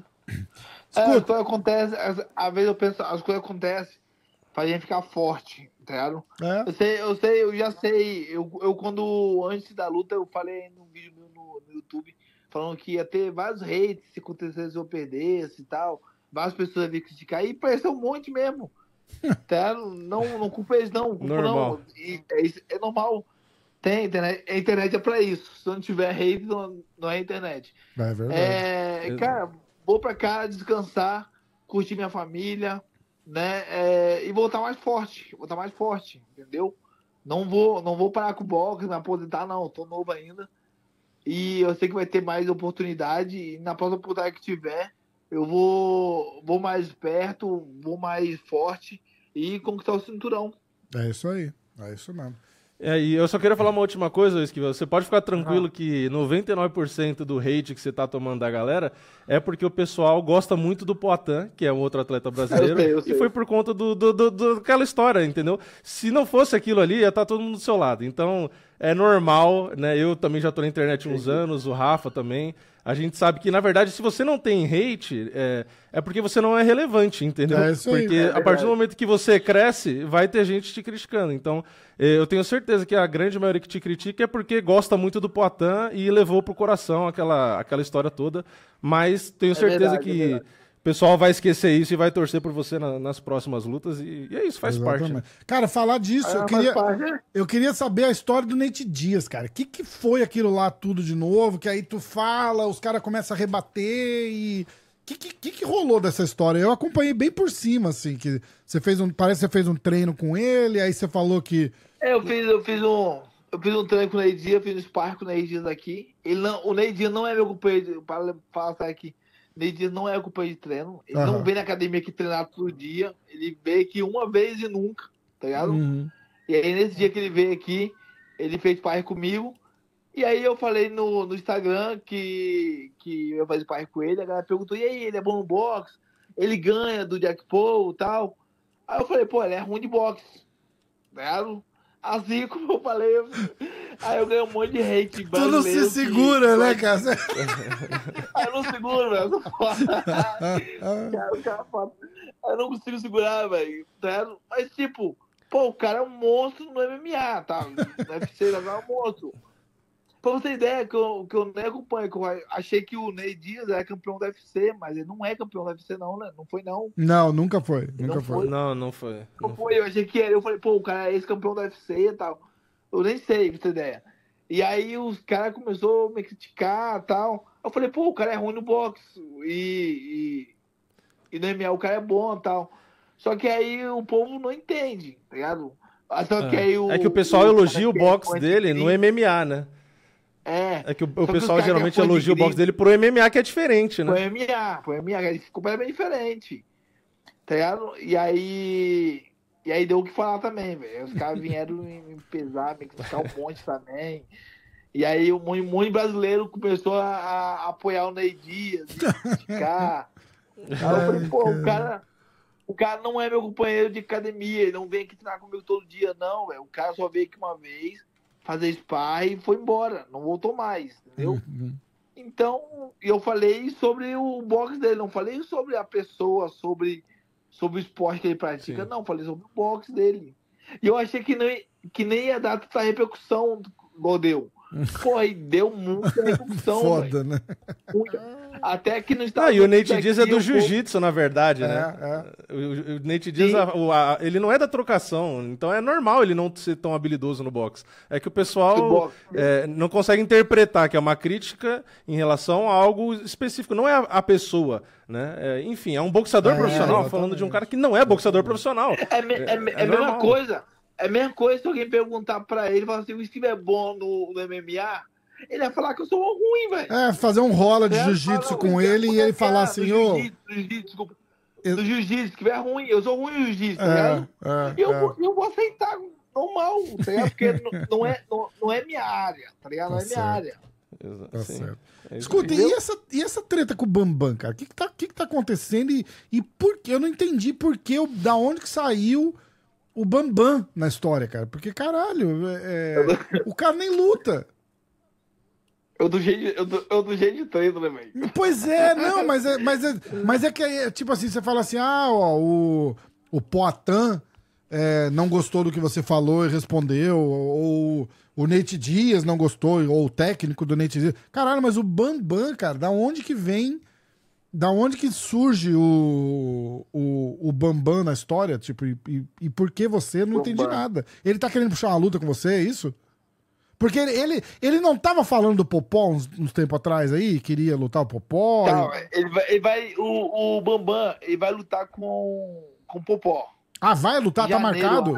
C: As coisas acontecem, às vezes eu penso, as coisas acontecem pra gente ficar forte, entendeu? Eu já sei. Eu quando, antes da luta, eu falei num vídeo meu no YouTube, falando que ia ter vários hates se acontecesse eu perdesse e tal. Várias pessoas iam vir criticar, e pareceu um monte mesmo. Tá? Não culpa eles, não.
B: Normal.
C: Não. É normal. Tem internet. A internet é pra isso. Se não tiver hate, não é internet.
A: É verdade.
C: Cara, vou pra cá descansar, curtir minha família, né? E voltar mais forte. Entendeu? Não vou parar com o boxe, me aposentar, não. Tô novo ainda. E eu sei que vai ter mais oportunidade. E na próxima oportunidade que tiver, eu vou mais perto, vou mais forte e conquistar o cinturão.
A: É isso aí. É isso mesmo.
B: E eu só queria falar uma última coisa, Esquiva. Você pode ficar tranquilo que 99% do hate que você tá tomando da galera é porque o pessoal gosta muito do Poatan, que é um outro atleta brasileiro,
C: eu sei.
B: E foi por conta daquela história, entendeu? Se não fosse aquilo ali, ia estar todo mundo do seu lado. Então, é normal, né? Eu também já tô na internet há uns anos, o Rafa também. A gente sabe que, na verdade, se você não tem hate, é porque você não é relevante, entendeu?
A: É isso aí.
B: Porque a partir do momento que você cresce, vai ter gente te criticando. Então, eu tenho certeza que a grande maioria que te critica é porque gosta muito do Poatan e levou pro coração aquela história toda. Mas tenho certeza que O pessoal vai esquecer isso e vai torcer por você nas próximas lutas. E é isso, faz parte. Né?
A: Cara, falar disso, eu queria saber a história do Nate Diaz, cara. O que foi aquilo lá tudo de novo? Que aí tu fala, os caras começam a rebater e... O que rolou dessa história? Eu acompanhei bem por cima, assim, que você fez parece que você fez um treino com ele, aí você falou que...
C: Eu fiz um treino com o Nate Diaz, fiz um sparring com o Nate Diaz aqui. O Nate Diaz não é meu companheiro, para falar aqui, o Nate Diaz não é o companheiro de treino, ele não vem na academia aqui treinar todo dia, ele veio aqui uma vez e nunca, tá ligado? E aí nesse dia que ele veio aqui, ele fez sparring comigo, e aí eu falei no Instagram que eu ia fazer sparring com ele, a galera perguntou, e aí, ele é bom no boxe? Ele ganha do Jack Paul e tal? Aí eu falei, pô, ele é ruim de boxe, tá ligado? Assim como eu falei, aí eu ganhei um monte de hate brasileiro.
A: Tu não se segura, né, cara?
C: Aí eu não seguro, velho. Eu não consigo segurar, velho. Mas, tipo, pô, o cara é um monstro no MMA, tá? No UFC, ele é um monstro. Pra você ter ideia, que eu nem acompanho, que eu achei que o Nate Diaz era campeão do UFC, mas ele não é campeão do UFC, não, né? Não foi, não.
A: Não, nunca foi. Nunca foi.
B: Não foi.
C: Não foi, eu achei que era. Eu falei, pô, o cara é ex-campeão do UFC e tal. Eu nem sei, pra ter ideia. E aí os caras começaram a me criticar e tal. Eu falei, pô, o cara é ruim no boxe. E no MMA o cara é bom e tal. Só que aí o povo não entende, tá ligado? Só que aí
B: é que o pessoal elogia o boxe dele no MMA, né? É que o pessoal geralmente elogia o boxe dele pro MMA, que é diferente, né?
C: Pro MMA, é completamente diferente. Tá ligado? E aí deu o que falar também, velho. Os caras vieram me pesar, me criticar um monte também. E aí o monte brasileiro começou a apoiar o Nate Diaz, criticar. Aí eu falei, pô, o cara não é meu companheiro de academia, ele não vem aqui treinar comigo todo dia, não, velho. O cara só veio aqui uma vez, fazer sparring e foi embora, não voltou mais, entendeu? Então, eu falei sobre o boxe dele, não falei sobre a pessoa, sobre o esporte que ele pratica, não, falei sobre o boxe dele. E eu achei que nem ia dar tanta repercussão igual deu. Pô, e deu muita repercussão.
A: Foda, né?
C: Até que no Estados
B: Unidos. E o Nate Diaz é do jiu-jitsu, na verdade, né? O Nate Diaz, ele não é da trocação, então é normal ele não ser tão habilidoso no boxe. É que o pessoal não consegue interpretar que é uma crítica em relação a algo específico, não é a pessoa, né? Enfim, é um boxeador profissional, falando de um cara que não é boxeador profissional.
C: É a mesma coisa. É a mesma coisa se alguém perguntar pra ele, falar assim, o Steve é bom no MMA, ele vai falar que eu sou ruim, velho.
A: Fazer um rola de jiu-jitsu com ele e ele falar assim, ô...
C: Do jiu-jitsu, se tiver ruim, eu sou ruim no jiu-jitsu, tá ligado? E eu vou aceitar normal, tá ligado? Porque não é minha área, tá ligado? Não é minha área.
A: Tá certo. Escuta, e essa treta com o Bambam, cara? O que tá acontecendo e por que? Eu não entendi da onde que saiu o Bambam na história, cara. Porque, caralho, o cara nem luta.
C: Eu do jeito de treino, né, velho?
A: Pois é, não, mas é que, tipo assim, você fala assim, o Poatan não gostou do que você falou e respondeu, ou o Nate Diaz não gostou, ou o técnico do Nate Diaz. Caralho, mas o Bambam, cara, da onde que vem... Da onde que surge o Bambam na história? Tipo, e por que você? Não entendi nada. Ele tá querendo puxar uma luta com você, é isso? Porque ele não tava falando do Popó uns tempos atrás aí? Queria lutar o Popó?
C: Não, o Bambam, ele vai lutar com o Popó.
A: Ah, vai lutar? Tá marcado?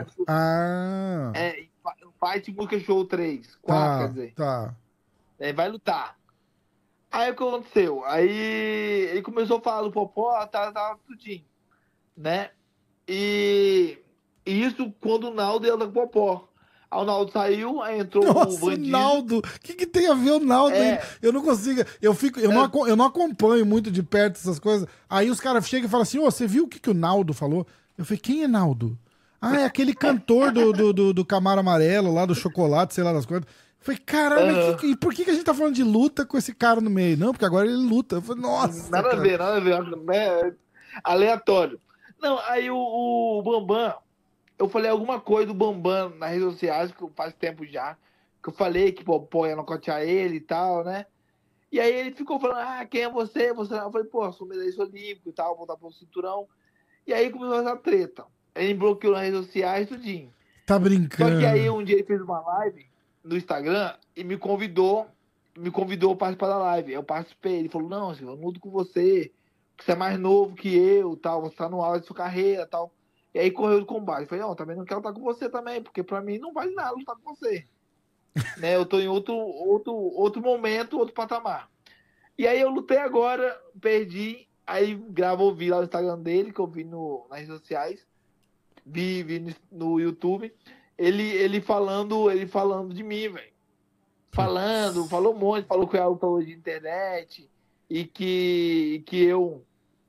C: Fight Book Show 3. 4, quer dizer.
A: Tá.
C: Ele vai lutar. Aí o que aconteceu? Aí ele começou a falar do Popó, tá tudinho, né? E isso quando o Naldo ia com o Popó. Aí o Naldo saiu, aí entrou o bandido.
A: Naldo! O que tem a ver o Naldo? Eu não consigo... Eu não acompanho muito de perto essas coisas. Aí os caras chegam e falam assim, você viu o que o Naldo falou? Eu falei, quem é Naldo? É aquele cantor do Camaro Amarelo, lá do chocolate, sei lá das coisas. Falei, caralho, e por que a gente tá falando de luta com esse cara no meio? Não, porque agora ele luta. Eu falei, nossa.
C: Nada a ver. Né? Aleatório. Não, aí o Bambam, eu falei alguma coisa do Bambam nas redes sociais, que faz tempo já, que eu falei que o Popó ia nocautear ele e tal, né? E aí ele ficou falando, quem é você? Eu falei, pô, sou medalhista olímpico e tal, voltar pro cinturão. E aí começou essa treta. Ele me bloqueou nas redes sociais, tudinho.
A: Tá brincando.
C: Só que aí um dia ele fez uma live no Instagram e me convidou a participar da live. Eu participei, ele falou, não, eu luto com você, você é mais novo que eu, tal, você tá no auge da sua carreira, tal. E aí correu do combate. Eu falei, não, também não quero lutar com você também, porque pra mim não vale nada lutar com você. Né? Eu tô em outro momento, outro patamar. E aí eu lutei agora, perdi, aí ouvi lá no Instagram dele, que eu vi nas redes sociais, vi no YouTube, ele falando de mim, velho. Falou um monte, falou que eu era lutador de internet e que eu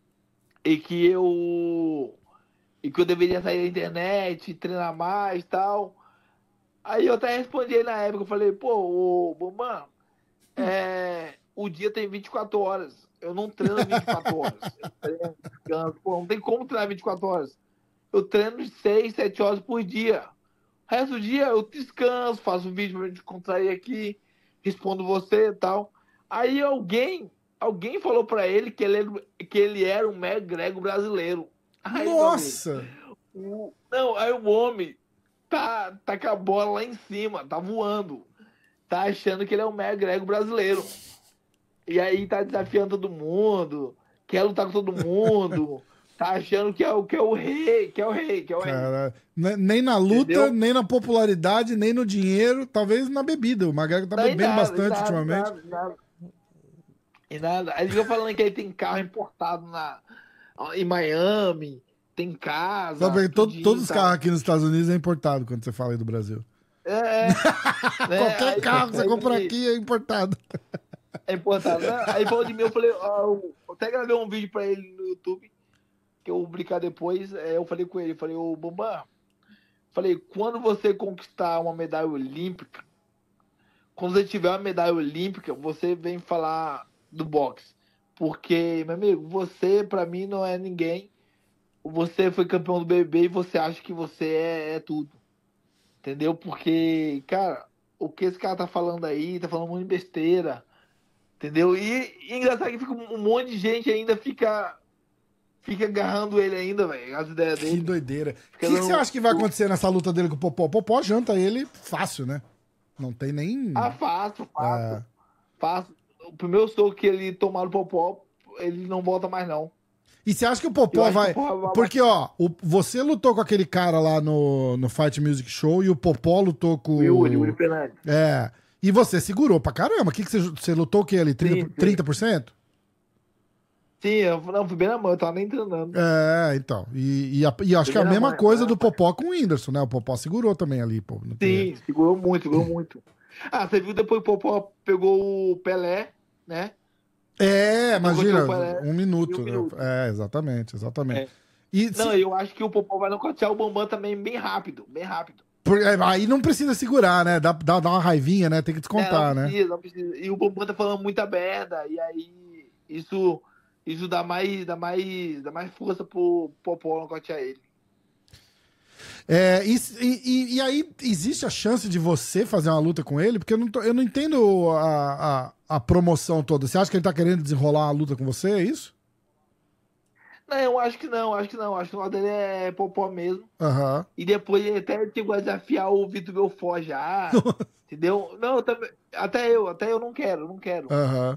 C: deveria sair da internet, treinar mais e tal. Aí eu até respondi ele na época, eu falei, pô, Bambam, o dia tem 24 horas, eu não treino 24 horas, eu treino, descanso, pô, não tem como treinar 24 horas. Eu treino 6, 7 horas por dia. O resto do dia eu descanso, faço um vídeo pra gente contrair aqui, respondo você e tal. Aí alguém falou pra ele que ele era um McGregor brasileiro. Aí,
A: nossa!
C: Aí o homem tá com a bola lá em cima, tá voando. Tá achando que ele é um McGregor brasileiro. E aí tá desafiando todo mundo, quer lutar com todo mundo. Tá achando que é o rei,
A: Cara, nem na luta, entendeu? Nem na popularidade, nem no dinheiro, talvez na bebida. O McGregor tá bebendo bastante ultimamente.
C: E nada. Aí ele fica falando que ele tem carro importado em Miami, tem casa.
A: Sabe, todos os carros aqui nos Estados Unidos é importado quando você fala aí do Brasil. Qualquer carro que você compra aqui é importado.
C: É importado. Aí falou de mim, eu falei, eu até gravei um vídeo pra ele no YouTube, que eu vou publicar depois. Eu falei com ele, falei, ô Bambam, quando você conquistar uma medalha olímpica, quando você tiver uma medalha olímpica, você vem falar do boxe. Porque, meu amigo, você pra mim não é ninguém. Você foi campeão do BBB e você acha que você é tudo. Entendeu? Porque, cara, o que esse cara tá falando aí, tá falando muito besteira. Entendeu? E engraçado que fica um monte de gente ainda fica agarrando ele ainda, velho, as ideias dele.
A: Que doideira. O que você acha que vai acontecer nessa luta dele com o Popó? O Popó janta ele fácil, né? Não tem nem...
C: Fácil. Fácil. O primeiro soco que ele tomar no Popó, ele não volta mais, não.
A: E você acha que o Popó vai... Porque, ó, você lutou com aquele cara lá no Fight Music Show e o Popó lutou com o...
C: Yuri Fernandes.
A: E você segurou pra caramba. O que você lutou o quê ali? 30%?
C: Sim, eu fui bem na mão, eu tava nem treinando.
A: Então. E acho que é a mesma coisa do Popó com o Whindersson, né? O Popó segurou também ali, pô.
C: Sim, segurou muito. Você viu depois que o Popó pegou o Pelé, né?
A: Imagina, um minuto. Né? Exatamente.
C: Eu acho que o Popó vai nocautear o Bambam também bem rápido.
A: Aí não precisa segurar, né? Dá uma raivinha, né? Tem que descontar,
C: não precisa. E o Bambam tá falando muita merda, e aí isso dá mais força pro Popó nocautear ele.
A: E aí, existe a chance de você fazer uma luta com ele? Porque eu não entendo a promoção toda. Você acha que ele tá querendo desenrolar uma luta com você, é isso?
C: Não, eu acho que não. Acho que o lado dele é Popó mesmo.
A: Uhum.
C: E depois ele até chegou a desafiar o Vitor Belfort já. Entendeu? Não, até eu não quero.
A: Uhum.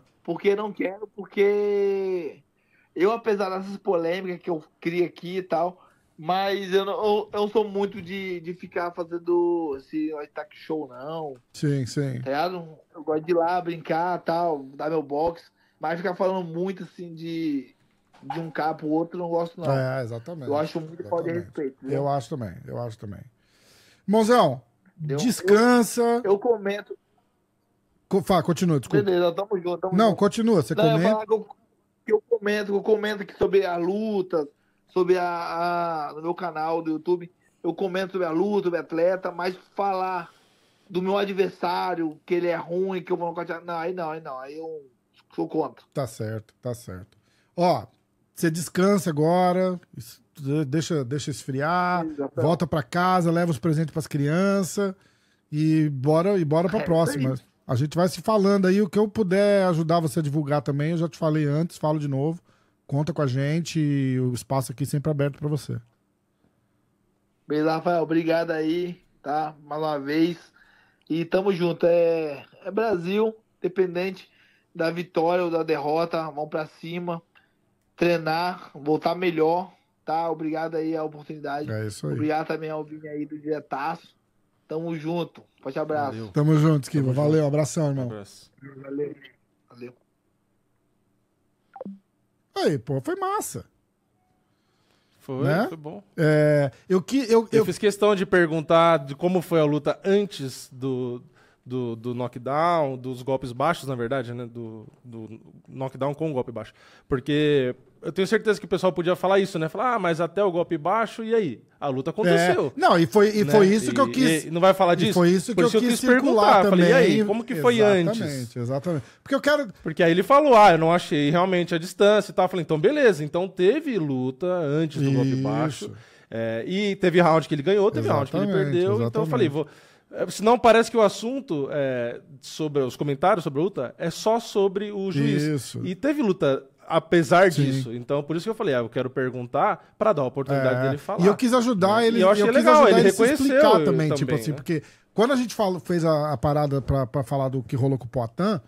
C: Porque eu, apesar dessas polêmicas que eu crio aqui e tal, mas eu não sou muito de ficar fazendo esse talk show, não.
A: Sim.
C: Tá ligado? Eu gosto de ir lá brincar tal, dar meu box, mas ficar falando muito assim de um cara pro outro, não gosto, não.
A: Exatamente.
C: Eu acho muito falta de respeito. Viu?
A: Eu acho também. Mãozão, descansa.
C: Eu comento.
A: Continua, desculpa.
C: Beleza, tamo junto.
A: Continua, você comenta.
C: Eu comento aqui sobre a luta, sobre no meu canal do YouTube, eu comento sobre a luta, sobre atleta, mas falar do meu adversário, que ele é ruim, que eu vou nocautear, aí não, aí eu sou contra.
A: Tá certo. Ó, você descansa agora, deixa esfriar, volta pra casa, leva os presentes pras crianças e bora pra próxima. A gente vai se falando aí, o que eu puder ajudar você a divulgar também, eu já te falei antes, falo de novo. Conta com a gente e o espaço aqui sempre aberto para você.
C: Beleza, Rafael, obrigado aí, tá? Mais uma vez. E tamo junto. É Brasil, independente da vitória ou da derrota, vamos pra cima, treinar, voltar melhor, tá? Obrigado aí a oportunidade.
A: É isso aí.
C: Obrigado também ao Vini aí do Diretaço. Tamo junto. Forte abraço.
B: Valeu.
A: Tamo junto, Esquiva. Valeu, abração, irmão.
B: Abraço.
C: Valeu.
A: Aí, pô, foi massa.
B: Foi,
A: né?
B: Foi bom.
A: Eu
B: fiz questão de perguntar de como foi a luta antes do knockdown, dos golpes baixos, na verdade, né? Do knockdown com o golpe baixo. Porque eu tenho certeza que o pessoal podia falar isso, né? Falar, mas até o golpe baixo, e aí? A luta aconteceu.
A: Não, foi isso que eu quis...
B: E não vai falar disso?
A: Foi isso que eu quis
B: perguntar
A: também.
B: Falei, e aí, como que foi antes?
A: Exatamente. Porque eu quero...
B: Porque aí ele falou, eu não achei realmente a distância e tal. Eu falei, então beleza, então teve luta antes do golpe baixo. E teve round que ele ganhou, teve round que ele perdeu. Então eu falei, senão parece que o assunto sobre os comentários sobre a luta é só sobre o juiz.
A: Isso.
B: E teve luta apesar disso. Então, por isso que eu falei, eu quero perguntar para dar a oportunidade dele falar.
A: E eu quis ajudar ele.
B: E eu achei legal, ele reconheceu
A: se explicar também, tipo
B: né?
A: assim, porque quando a gente fez a parada pra falar do que rolou com o Poatan,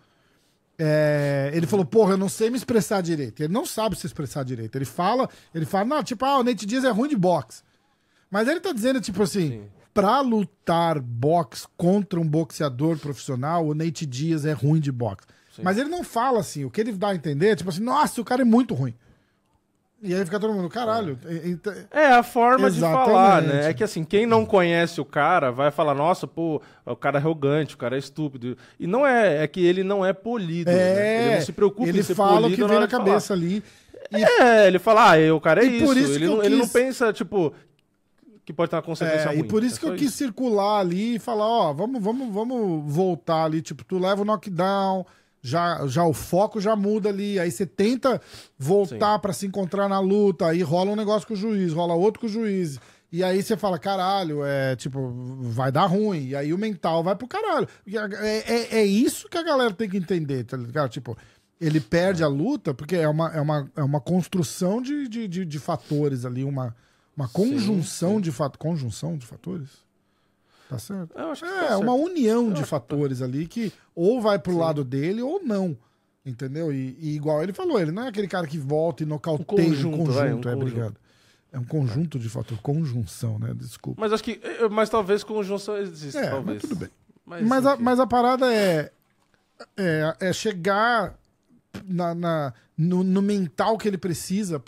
A: ele falou, porra, eu não sei me expressar direito. Ele não sabe se expressar direito. Ele fala, não, tipo, o Nate Diaz é ruim de boxe. Mas ele tá dizendo, tipo assim, pra lutar boxe contra um boxeador profissional, o Nate Diaz é ruim de boxe. Sim. Mas ele não fala assim, o que ele dá a entender é tipo assim, nossa, o cara é muito ruim. E aí fica todo mundo, caralho.
B: A forma de falar, né? É que assim, quem não conhece o cara vai falar, nossa, pô, o cara é arrogante, o cara é estúpido. E não é que ele não é polido. Né? Ele não se preocupa em ser polido.
A: Ele fala o que vem na cabeça ali.
B: Ele fala, o cara é isso. Ele não pensa, tipo, que pode ter uma consequência ruim.
A: E por isso que eu quis circular ali e falar, vamos voltar ali, tipo, tu leva o knockdown, já o foco já muda ali, aí você tenta voltar pra se encontrar na luta, aí rola um negócio com o juiz, rola outro com o juiz, e aí você fala, caralho, tipo, vai dar ruim, e aí o mental vai pro caralho. É isso que a galera tem que entender, tá ligado? Tipo, ele perde a luta porque é uma construção de fatores ali, uma conjunção de fatores. Conjunção de fatores? Tá certo?
B: Eu acho que tá certo.
A: Uma união de fatores ali que ou vai pro lado dele ou não. Entendeu? E igual ele falou, ele não é aquele cara que volta e nocauteia um conjunto. Obrigado. É um conjunto de fatores. Conjunção, né? Desculpa.
B: Mas talvez conjunção exista. Talvez.
A: Mas tudo bem. Mas a parada é chegar no mental que ele precisa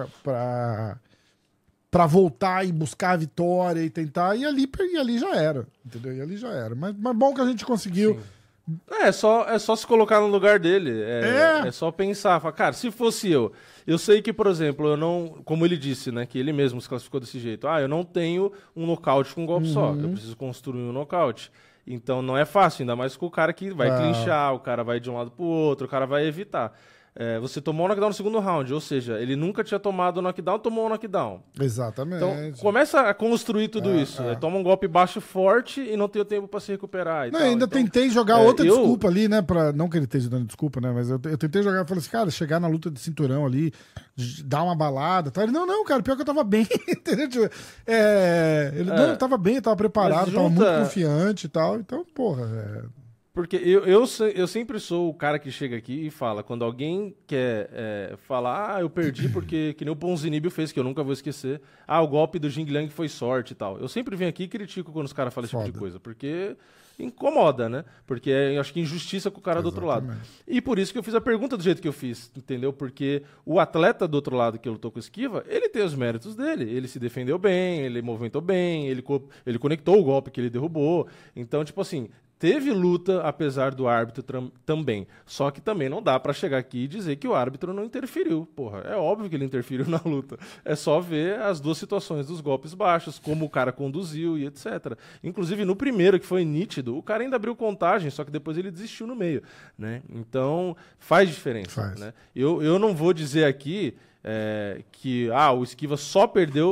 A: pra voltar e buscar a vitória e tentar, e ali já era, entendeu? E ali já era. Mas bom que a gente conseguiu.
B: Sim. É só se colocar no lugar dele. É só pensar. Falar, cara, se fosse eu sei que, por exemplo, eu não... Como ele disse, né? Que ele mesmo se classificou desse jeito. Eu não tenho um nocaute com um golpe só. Eu preciso construir um nocaute. Então não é fácil, ainda mais com o cara que vai clinchar, o cara vai de um lado pro outro, o cara vai evitar. Você tomou um knockdown no segundo round, ou seja, ele nunca tinha tomado o knockdown, tomou um knockdown.
A: Exatamente.
B: Então, começa a construir tudo isso. Toma um golpe baixo forte e não tem o tempo pra se recuperar.
A: Ainda tentei jogar outra desculpa ali, né? Não que ele esteja dando desculpa, né? Mas eu tentei jogar e falei assim, cara, chegar na luta de cinturão ali, dar uma balada e tal. Ele, não, cara, pior que eu tava bem, entendeu? Eu tava bem, eu tava preparado, tava muito confiante e tal. Então, porra,
B: Porque eu sempre sou o cara que chega aqui e fala, quando alguém quer falar, eu perdi porque, que nem o Ponzinibbio fez, que eu nunca vou esquecer, o golpe do Jing Liang foi sorte e tal. Eu sempre venho aqui e critico quando os caras falam esse tipo de coisa, porque incomoda, né? Porque eu acho que injustiça com o cara do outro lado. E por isso que eu fiz a pergunta do jeito que eu fiz, entendeu? Porque o atleta do outro lado que lutou com Esquiva, ele tem os méritos dele. Ele se defendeu bem, ele movimentou bem, ele conectou o golpe que ele derrubou. Então, tipo assim... Teve luta, apesar do árbitro também. Só que também não dá pra chegar aqui e dizer que o árbitro não interferiu. Porra, é óbvio que ele interferiu na luta. É só ver as duas situações dos golpes baixos, como o cara conduziu e etc. Inclusive, no primeiro, que foi nítido, o cara ainda abriu contagem, só que depois ele desistiu no meio. Né? Então, faz diferença. Né? Eu não vou dizer aqui que o Esquiva só perdeu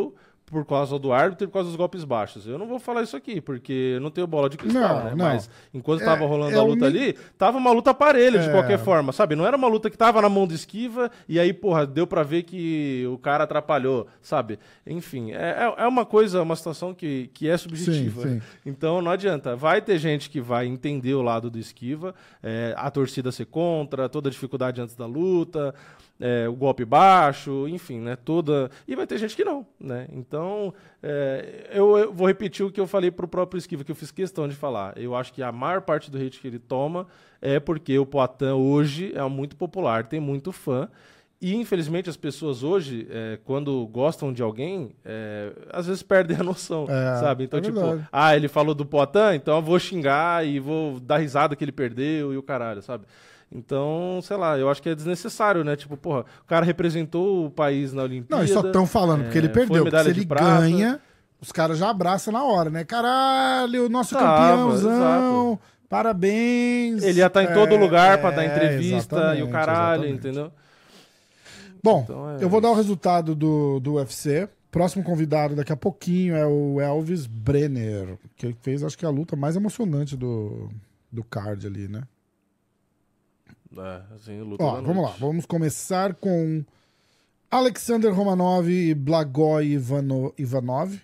B: por causa do árbitro e por causa dos golpes baixos. Eu não vou falar isso aqui, porque eu não tenho bola de cristal, né?
A: Não.
B: Mas enquanto tava rolando a luta ali, tava uma luta parelha de qualquer forma, sabe? Não era uma luta que tava na mão do Esquiva e aí, porra, deu pra ver que o cara atrapalhou, sabe? Enfim, é uma coisa, uma situação que é subjetiva.
A: Sim.
B: Então não adianta. Vai ter gente que vai entender o lado do Esquiva, a torcida ser contra, toda a dificuldade antes da luta, o golpe baixo, enfim, né? E vai ter gente que não, né? Então, eu vou repetir o que eu falei pro próprio Esquiva, que eu fiz questão de falar. Eu acho que a maior parte do hate que ele toma é porque o Poatan hoje é muito popular, tem muito fã. E, infelizmente, as pessoas hoje, quando gostam de alguém, às vezes perdem a noção, sabe? Então,
A: verdade.
B: ele falou do Poatan, então eu vou xingar e vou dar risada que ele perdeu e o caralho, sabe? Então, sei lá, eu acho que é desnecessário, né? Tipo, porra, o cara representou o país na Olimpíada.
A: Não, e só estão falando porque ele perdeu. Porque se ele ganha, os caras já abraçam na hora, né? Caralho, nosso campeãozão, exato. Parabéns.
B: Ele ia estar em todo lugar pra dar entrevista e o caralho, entendeu?
A: Bom, então eu vou dar o resultado do UFC. Próximo convidado daqui a pouquinho é o Elvis Brenner, que fez, acho que, a luta mais emocionante do card ali, né? Vamos lá, vamos começar com Alexander Romanov e Blagoy Ivanov.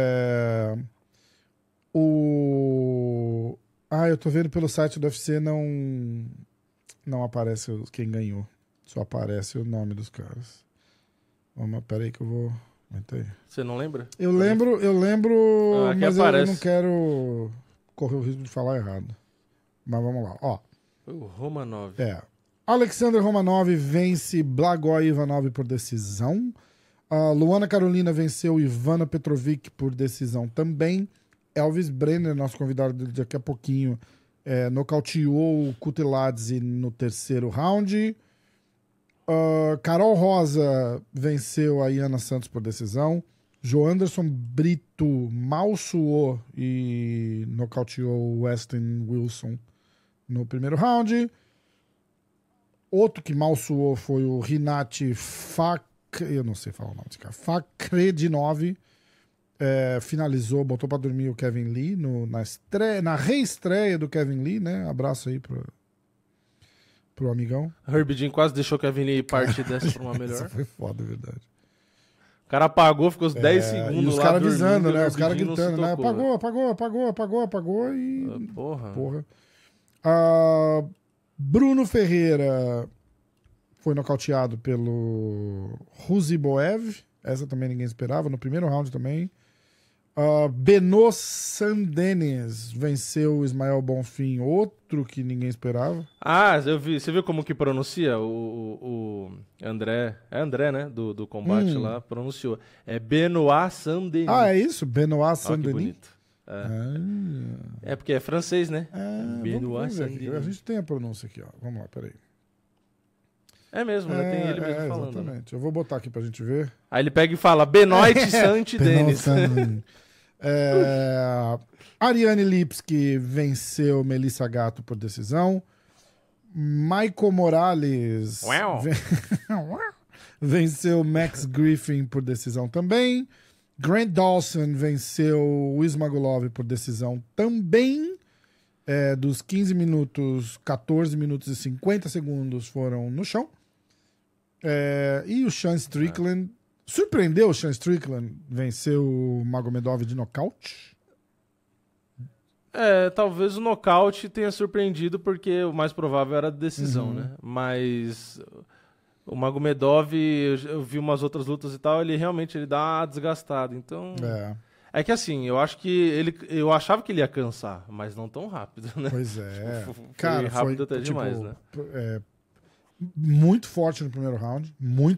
A: Eu tô vendo pelo site do UFC, não aparece quem ganhou, só aparece o nome dos caras. Peraí que eu vou...
B: Você não lembra?
A: Eu lembro, mas eu não quero correr o risco de falar errado. Mas vamos lá, ó.
B: O Romanov.
A: Alexander Romanov vence Blagoy Ivanov por decisão. Luana Carolina venceu Ivana Petrovic por decisão também. Elvis Brenner, nosso convidado daqui a pouquinho, nocauteou o Kutladze no terceiro round. Carol Rosa venceu a Iana Santos por decisão. Joanderson Brito mal suou e nocauteou o Weston Wilson no primeiro round. Outro que mal suou foi o Rinat eu não sei falar o nome desse cara. Fakhretdinov. Finalizou, botou pra dormir o Kevin Lee na reestreia do Kevin Lee, né? Abraço aí pro amigão.
B: Herbie Jean quase deixou o Kevin Lee partir dessa pra uma melhor.
A: Essa foi foda, é verdade.
B: O cara apagou, ficou uns 10 segundos
A: e os
B: lá
A: caras avisando, né? Os caras
B: Jean
A: gritando, né? Apagou e...
B: Porra.
A: Bruno Ferreira foi nocauteado pelo Ruziboev. Essa também ninguém esperava. No primeiro round também. Beno Sandenes venceu o Ismael Bonfim. Outro que ninguém esperava.
B: Eu vi. Você viu como que pronuncia? O André... É André, né? Do combate lá. Pronunciou. É Benoit Sandenis.
A: É isso? Benoit Sandenis.
B: Que bonito. É porque é francês, né?
A: Benoit Sandenis. A gente tem a pronúncia aqui, ó. Vamos lá, peraí.
B: É mesmo, né? Tem ele mesmo falando.
A: Exatamente. Eu vou botar aqui pra gente ver.
B: Aí ele pega e fala Benoit Sandenis.
A: Ariane Lipski venceu Melissa Gatto por decisão. Michael Morales venceu Max Griffin por decisão também. Grant Dawson venceu o Ismagulov por decisão também. Dos 15 minutos, 14 minutos e 50 segundos foram no chão. E o Sean Strickland surpreendeu. O Sean Strickland venceu o Magomedov de nocaute.
B: Talvez o nocaute tenha surpreendido porque o mais provável era a decisão, né? Mas o Magomedov, eu vi umas outras lutas e tal, ele realmente dá uma desgastada. Então... É que assim, eu acho que eu achava que ele ia cansar, mas não tão rápido, né?
A: Pois é.
B: Cara, rápido até demais, né?
A: Muito forte no primeiro round.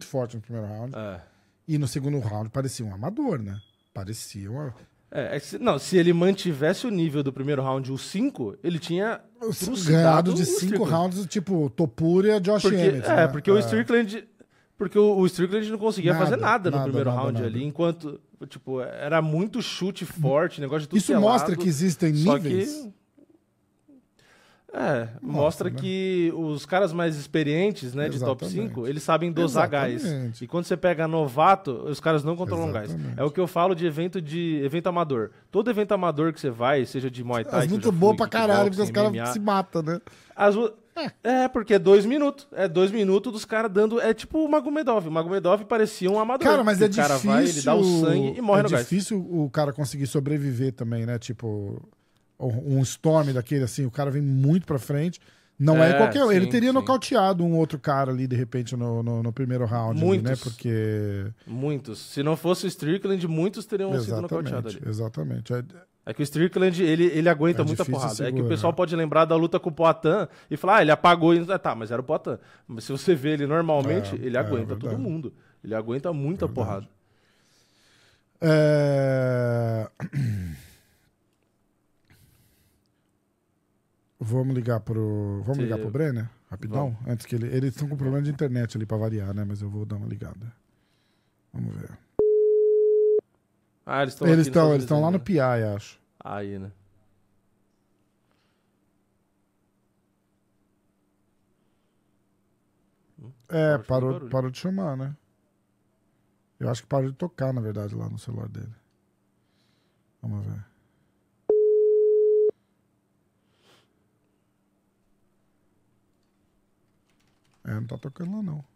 A: E no segundo round parecia um amador, né? Parecia uma...
B: se ele mantivesse o nível do primeiro round, o 5, ele tinha
A: ganhado de 5 rounds, tipo Topuria, Josh Emmett. Né?
B: Porque o Strickland... Porque o Strickland não conseguia fazer nada no primeiro round ali, enquanto, tipo, era muito chute forte, negócio de tudo
A: Isso mostra que existem níveis?
B: Mostra que os caras mais experientes, né, de top 5, eles sabem dosar gás. E quando você pega novato, os caras não controlam gás. É o que eu falo de evento amador. Todo evento amador que você vai, seja de Muay Thai...
A: É muito bom pra caralho, porque os caras se matam, né?
B: Porque é 2 minutos. É 2 minutos dos caras dando... É tipo o Magomedov. O Magomedov parecia um amador.
A: Cara, mas é difícil...
B: O cara vai, ele dá o sangue e morre no gás.
A: É difícil o cara conseguir sobreviver também, né? Tipo... Um Storm daquele, assim, o cara vem muito pra frente. Não é qualquer um. Ele teria nocauteado um outro cara ali, de repente, no primeiro round.
B: Muitos.
A: Ali, né? Porque...
B: Muitos. Se não fosse o Strickland, muitos teriam sido nocauteados ali.
A: Exatamente.
B: É que o Strickland, ele aguenta muita porrada.
A: Segurar.
B: É que o pessoal pode lembrar da luta com o Poatan e falar, ele apagou. Tá, mas era o Poatan. Mas se você vê ele normalmente, ele aguenta todo mundo. Ele aguenta muita porrada.
A: Vamos ligar pro Brenner, rapidão? Vamos. Antes que eles estão com problema de internet ali pra variar, né? Mas eu vou dar uma ligada. Vamos ver. Eles estão lá no PI, acho.
B: Aí, né?
A: Parou de chamar, né? Eu acho que parou de tocar, na verdade, lá no celular dele. Vamos ver. Não tá tocando lá, não.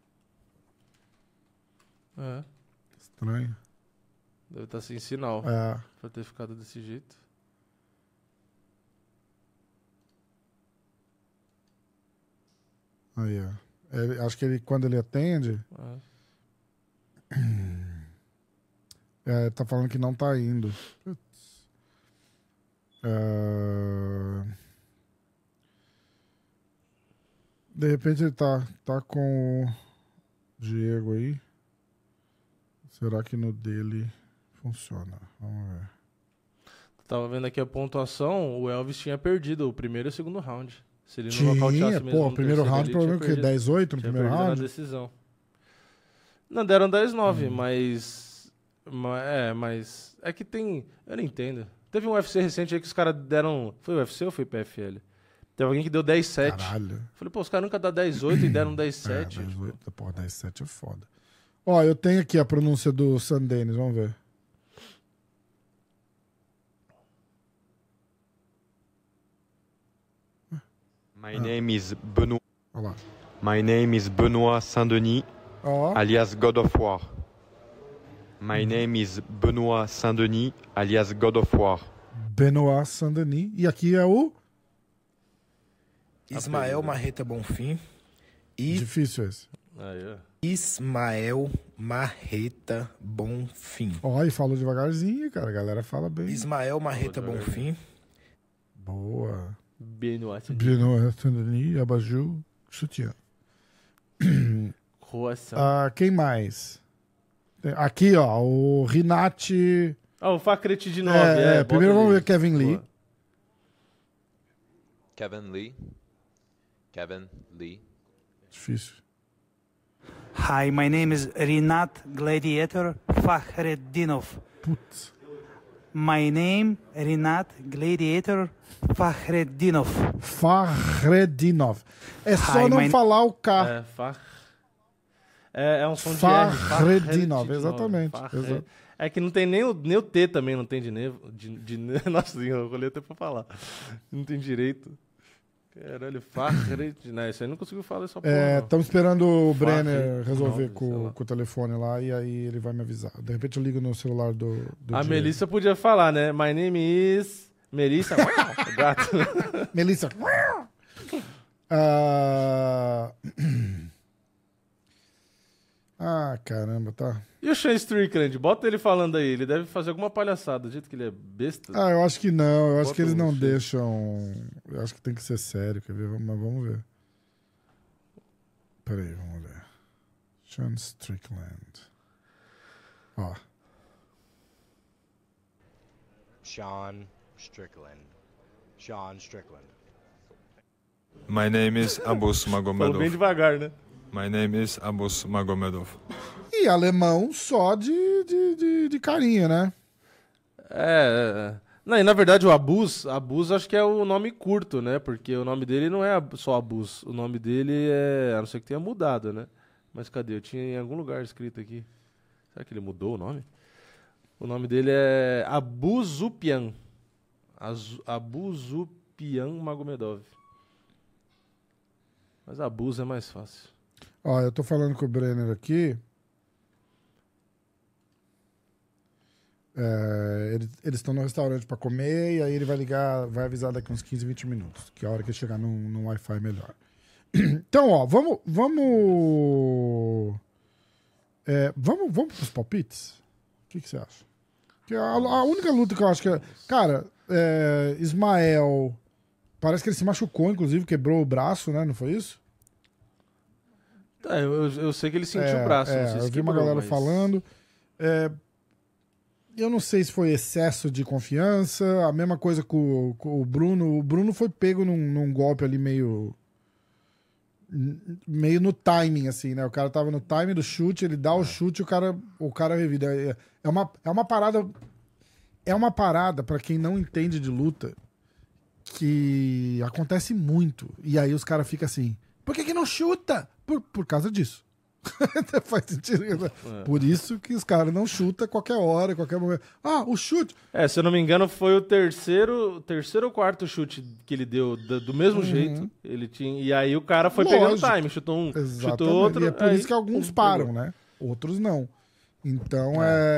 A: Estranho.
B: Deve estar sem sinal. Pra ter ficado desse jeito.
A: Aí, ó. Acho que quando ele atende... tá falando que não tá indo. De repente ele tá com o Diego aí. Será que no dele funciona? Vamos ver.
B: Tava vendo aqui a pontuação, o Elvis tinha perdido o primeiro e o segundo round. Se ele não nocauteasse mesmo
A: o primeiro round, problema o quê? 10-8 no primeiro round?
B: Na decisão. Não, deram 10-9, mas é que tem... Eu não entendo. Teve um UFC recente aí que os caras deram... Foi o UFC ou foi PFL? Teve alguém que deu 10-7.
A: Caralho.
B: Falei, os caras nunca dão 10-8 e deram 10-7.
A: 10-7 é foda. Ó, eu tenho aqui a pronúncia do Sandenis, vamos ver.
D: My name is Benoît. My name is Benoît Saint-Denis, alias God of War. My name is Benoît Saint-Denis, alias God of War.
A: Benoît Saint-Denis. E aqui é o...
E: Ismael Marreta Bonfim.
A: Difícil esse.
E: Ismael Marreta Bonfim.
A: Ó, e falou devagarzinho, cara. A galera fala bem.
E: Ismael Marreta Bonfim.
A: Boa.
B: Benoît
A: Saint-Denis, Abaju, sutiã. Quem mais? Aqui, ó, o Rinati...
B: o Fakreti de 9.
A: Primeiro vamos ver Kevin Lee.
D: Kevin Lee.
A: Difícil.
F: Hi, my name is Rinat Gladiator Fakhreddinov.
A: Putz.
F: My name Rinat Gladiator Fakhreddinov.
A: Fakhreddinov. É só não falar o K.
B: É um som de
A: R. Fakhreddinov, exatamente.
B: É que não tem nem o T também, não tem de nossa, eu rolei até pra falar. Não tem direito. Caralho, Fakhreddinov. Isso aí não conseguiu falar essa porra.
A: Estamos esperando o Brenner resolver com o telefone lá e aí ele vai me avisar. De repente eu ligo no celular do
B: A Diego. Melissa podia falar, né? My name is... Melissa. Gato.
A: Melissa. Caramba, tá.
B: E o Sean Strickland? Bota ele falando aí. Ele deve fazer alguma palhaçada, do jeito que ele é besta.
A: Eu acho que não. Eu acho que eles não deixam... Eu acho que tem que ser sério, quer ver? Mas vamos ver. Peraí, vamos ver. Sean Strickland. Ó.
G: Sean Strickland.
H: My name is Abus Magomedov.
B: Falou bem devagar, né?
H: My name is Abus Magomedov.
A: E alemão só de carinha, né?
B: Não, e na verdade o Abus acho que é o nome curto, né? Porque o nome dele não é só Abus. O nome dele é... A não ser que tenha mudado, né? Mas cadê? Eu tinha em algum lugar escrito aqui. Será que ele mudou o nome? O nome dele é Abuzupian. Abuzupian Magomedov. Mas Abus é mais fácil.
A: Ó, eu tô falando com o Brenner aqui. Eles estão no restaurante para comer e aí ele vai ligar, vai avisar daqui uns 15, 20 minutos, que é a hora que ele chegar num Wi-Fi melhor. Então, ó, vamos pros palpites? O que você acha? Que a única luta que eu acho que é... Cara, Ismael, parece que ele se machucou, inclusive, quebrou o braço, né? Não foi isso?
B: Eu sei que ele sentiu o braço. Não sei se
A: eu vi uma galera falando. Eu não sei se foi excesso de confiança. A mesma coisa com o Bruno. O Bruno foi pego num golpe ali meio no timing, assim, né? O cara tava no timing do chute, ele dá o chute e o cara revida. É uma parada. É uma parada, pra quem não entende de luta, que acontece muito. E aí os caras ficam assim, por que não chuta? Por causa disso. Faz sentido. Por isso que os caras não chutam qualquer hora, qualquer momento. Ah, o chute.
B: Se eu não me engano, foi o terceiro ou quarto chute que ele deu do mesmo jeito. Ele tinha, e aí o cara foi pegando time, chutou um,
A: exatamente.
B: Chutou outro.
A: E é por isso que alguns param, né? Outros não. Então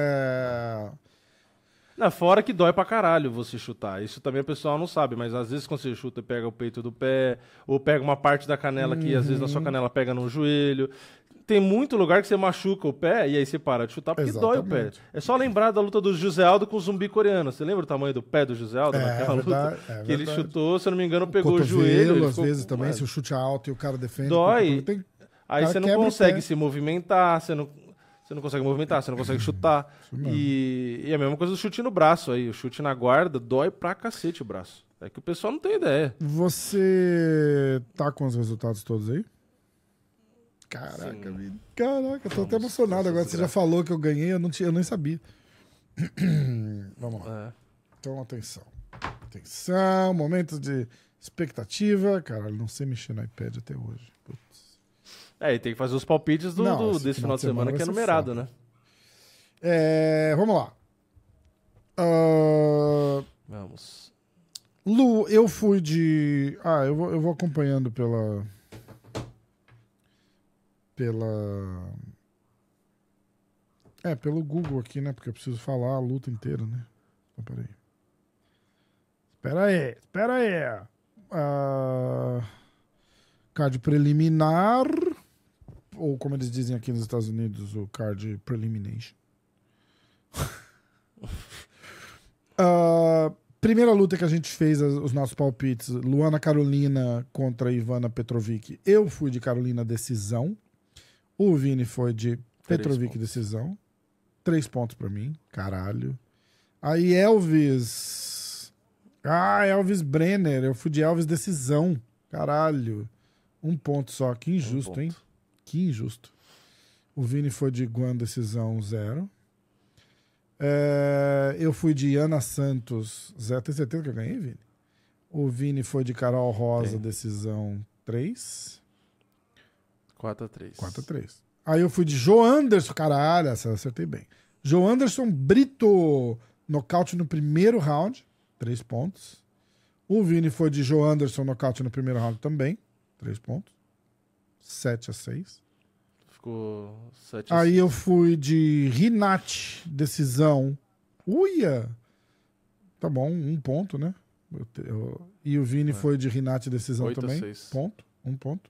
B: Fora que dói pra caralho você chutar. Isso também o pessoal não sabe, mas às vezes quando você chuta e pega o peito do pé, ou pega uma parte da canela que às vezes na sua canela pega no joelho. Tem muito lugar que você machuca o pé e aí você para de chutar porque dói o pé. É só lembrar da luta do José Aldo com o zumbi coreano. Você lembra o tamanho do pé do José Aldo naquela luta? Que ele chutou, se eu não me engano, pegou o joelho.
A: Às vezes também, se o chute é alto e o cara defende.
B: Dói. Aí você não consegue se movimentar, você não consegue movimentar, você não consegue chutar. E a mesma coisa do chute no braço aí. O chute na guarda dói pra cacete o braço. É que o pessoal não tem ideia.
A: Você tá com os resultados todos aí? Caraca, vida. Caraca, tô até emocionado agora. Você já falou que eu ganhei, eu nem sabia. Vamos lá. Então, atenção. Atenção, momentos de expectativa. Caralho, não sei mexer no iPad até hoje. Putz.
B: E tem que fazer os palpites desse final de semana que é numerado, né?
A: Vamos lá.
B: Vamos.
A: Lu, eu fui de... eu vou acompanhando pelo Google aqui, né? Porque eu preciso falar a luta inteira, né? Então, Espera aí. Card preliminar, ou como eles dizem aqui nos Estados Unidos, o card prelimination. Primeira luta que a gente fez, os nossos palpites, Luana Carolina contra Ivana Petrovic. Eu fui de Carolina decisão. O Vini foi de Petrovic decisão. 3 pontos pra mim. Caralho. Aí Elvis. Elvis Brenner. Eu fui de Elvis decisão. Caralho. 1 ponto só. Que injusto, hein? Que injusto. O Vini foi de Guan decisão 0. Eu fui de Ana Santos 0. Tem certeza que eu ganhei, Vini? O Vini foi de Carol Rosa decisão 3.
B: 4-3.
A: 4-3. Aí eu fui de Joe Anderson. Caralho, essa eu acertei bem. Joe Anderson Brito. Nocaute no primeiro round. 3 pontos. O Vini foi de Joe Anderson. Nocaute no primeiro round também. 3 pontos. 7-6.
B: Ficou 7-6.
A: Aí eu fui de Rinat. Decisão. Uia! Tá bom, 1 ponto, né? E o Vini foi de Rinat decisão também. 1 ponto.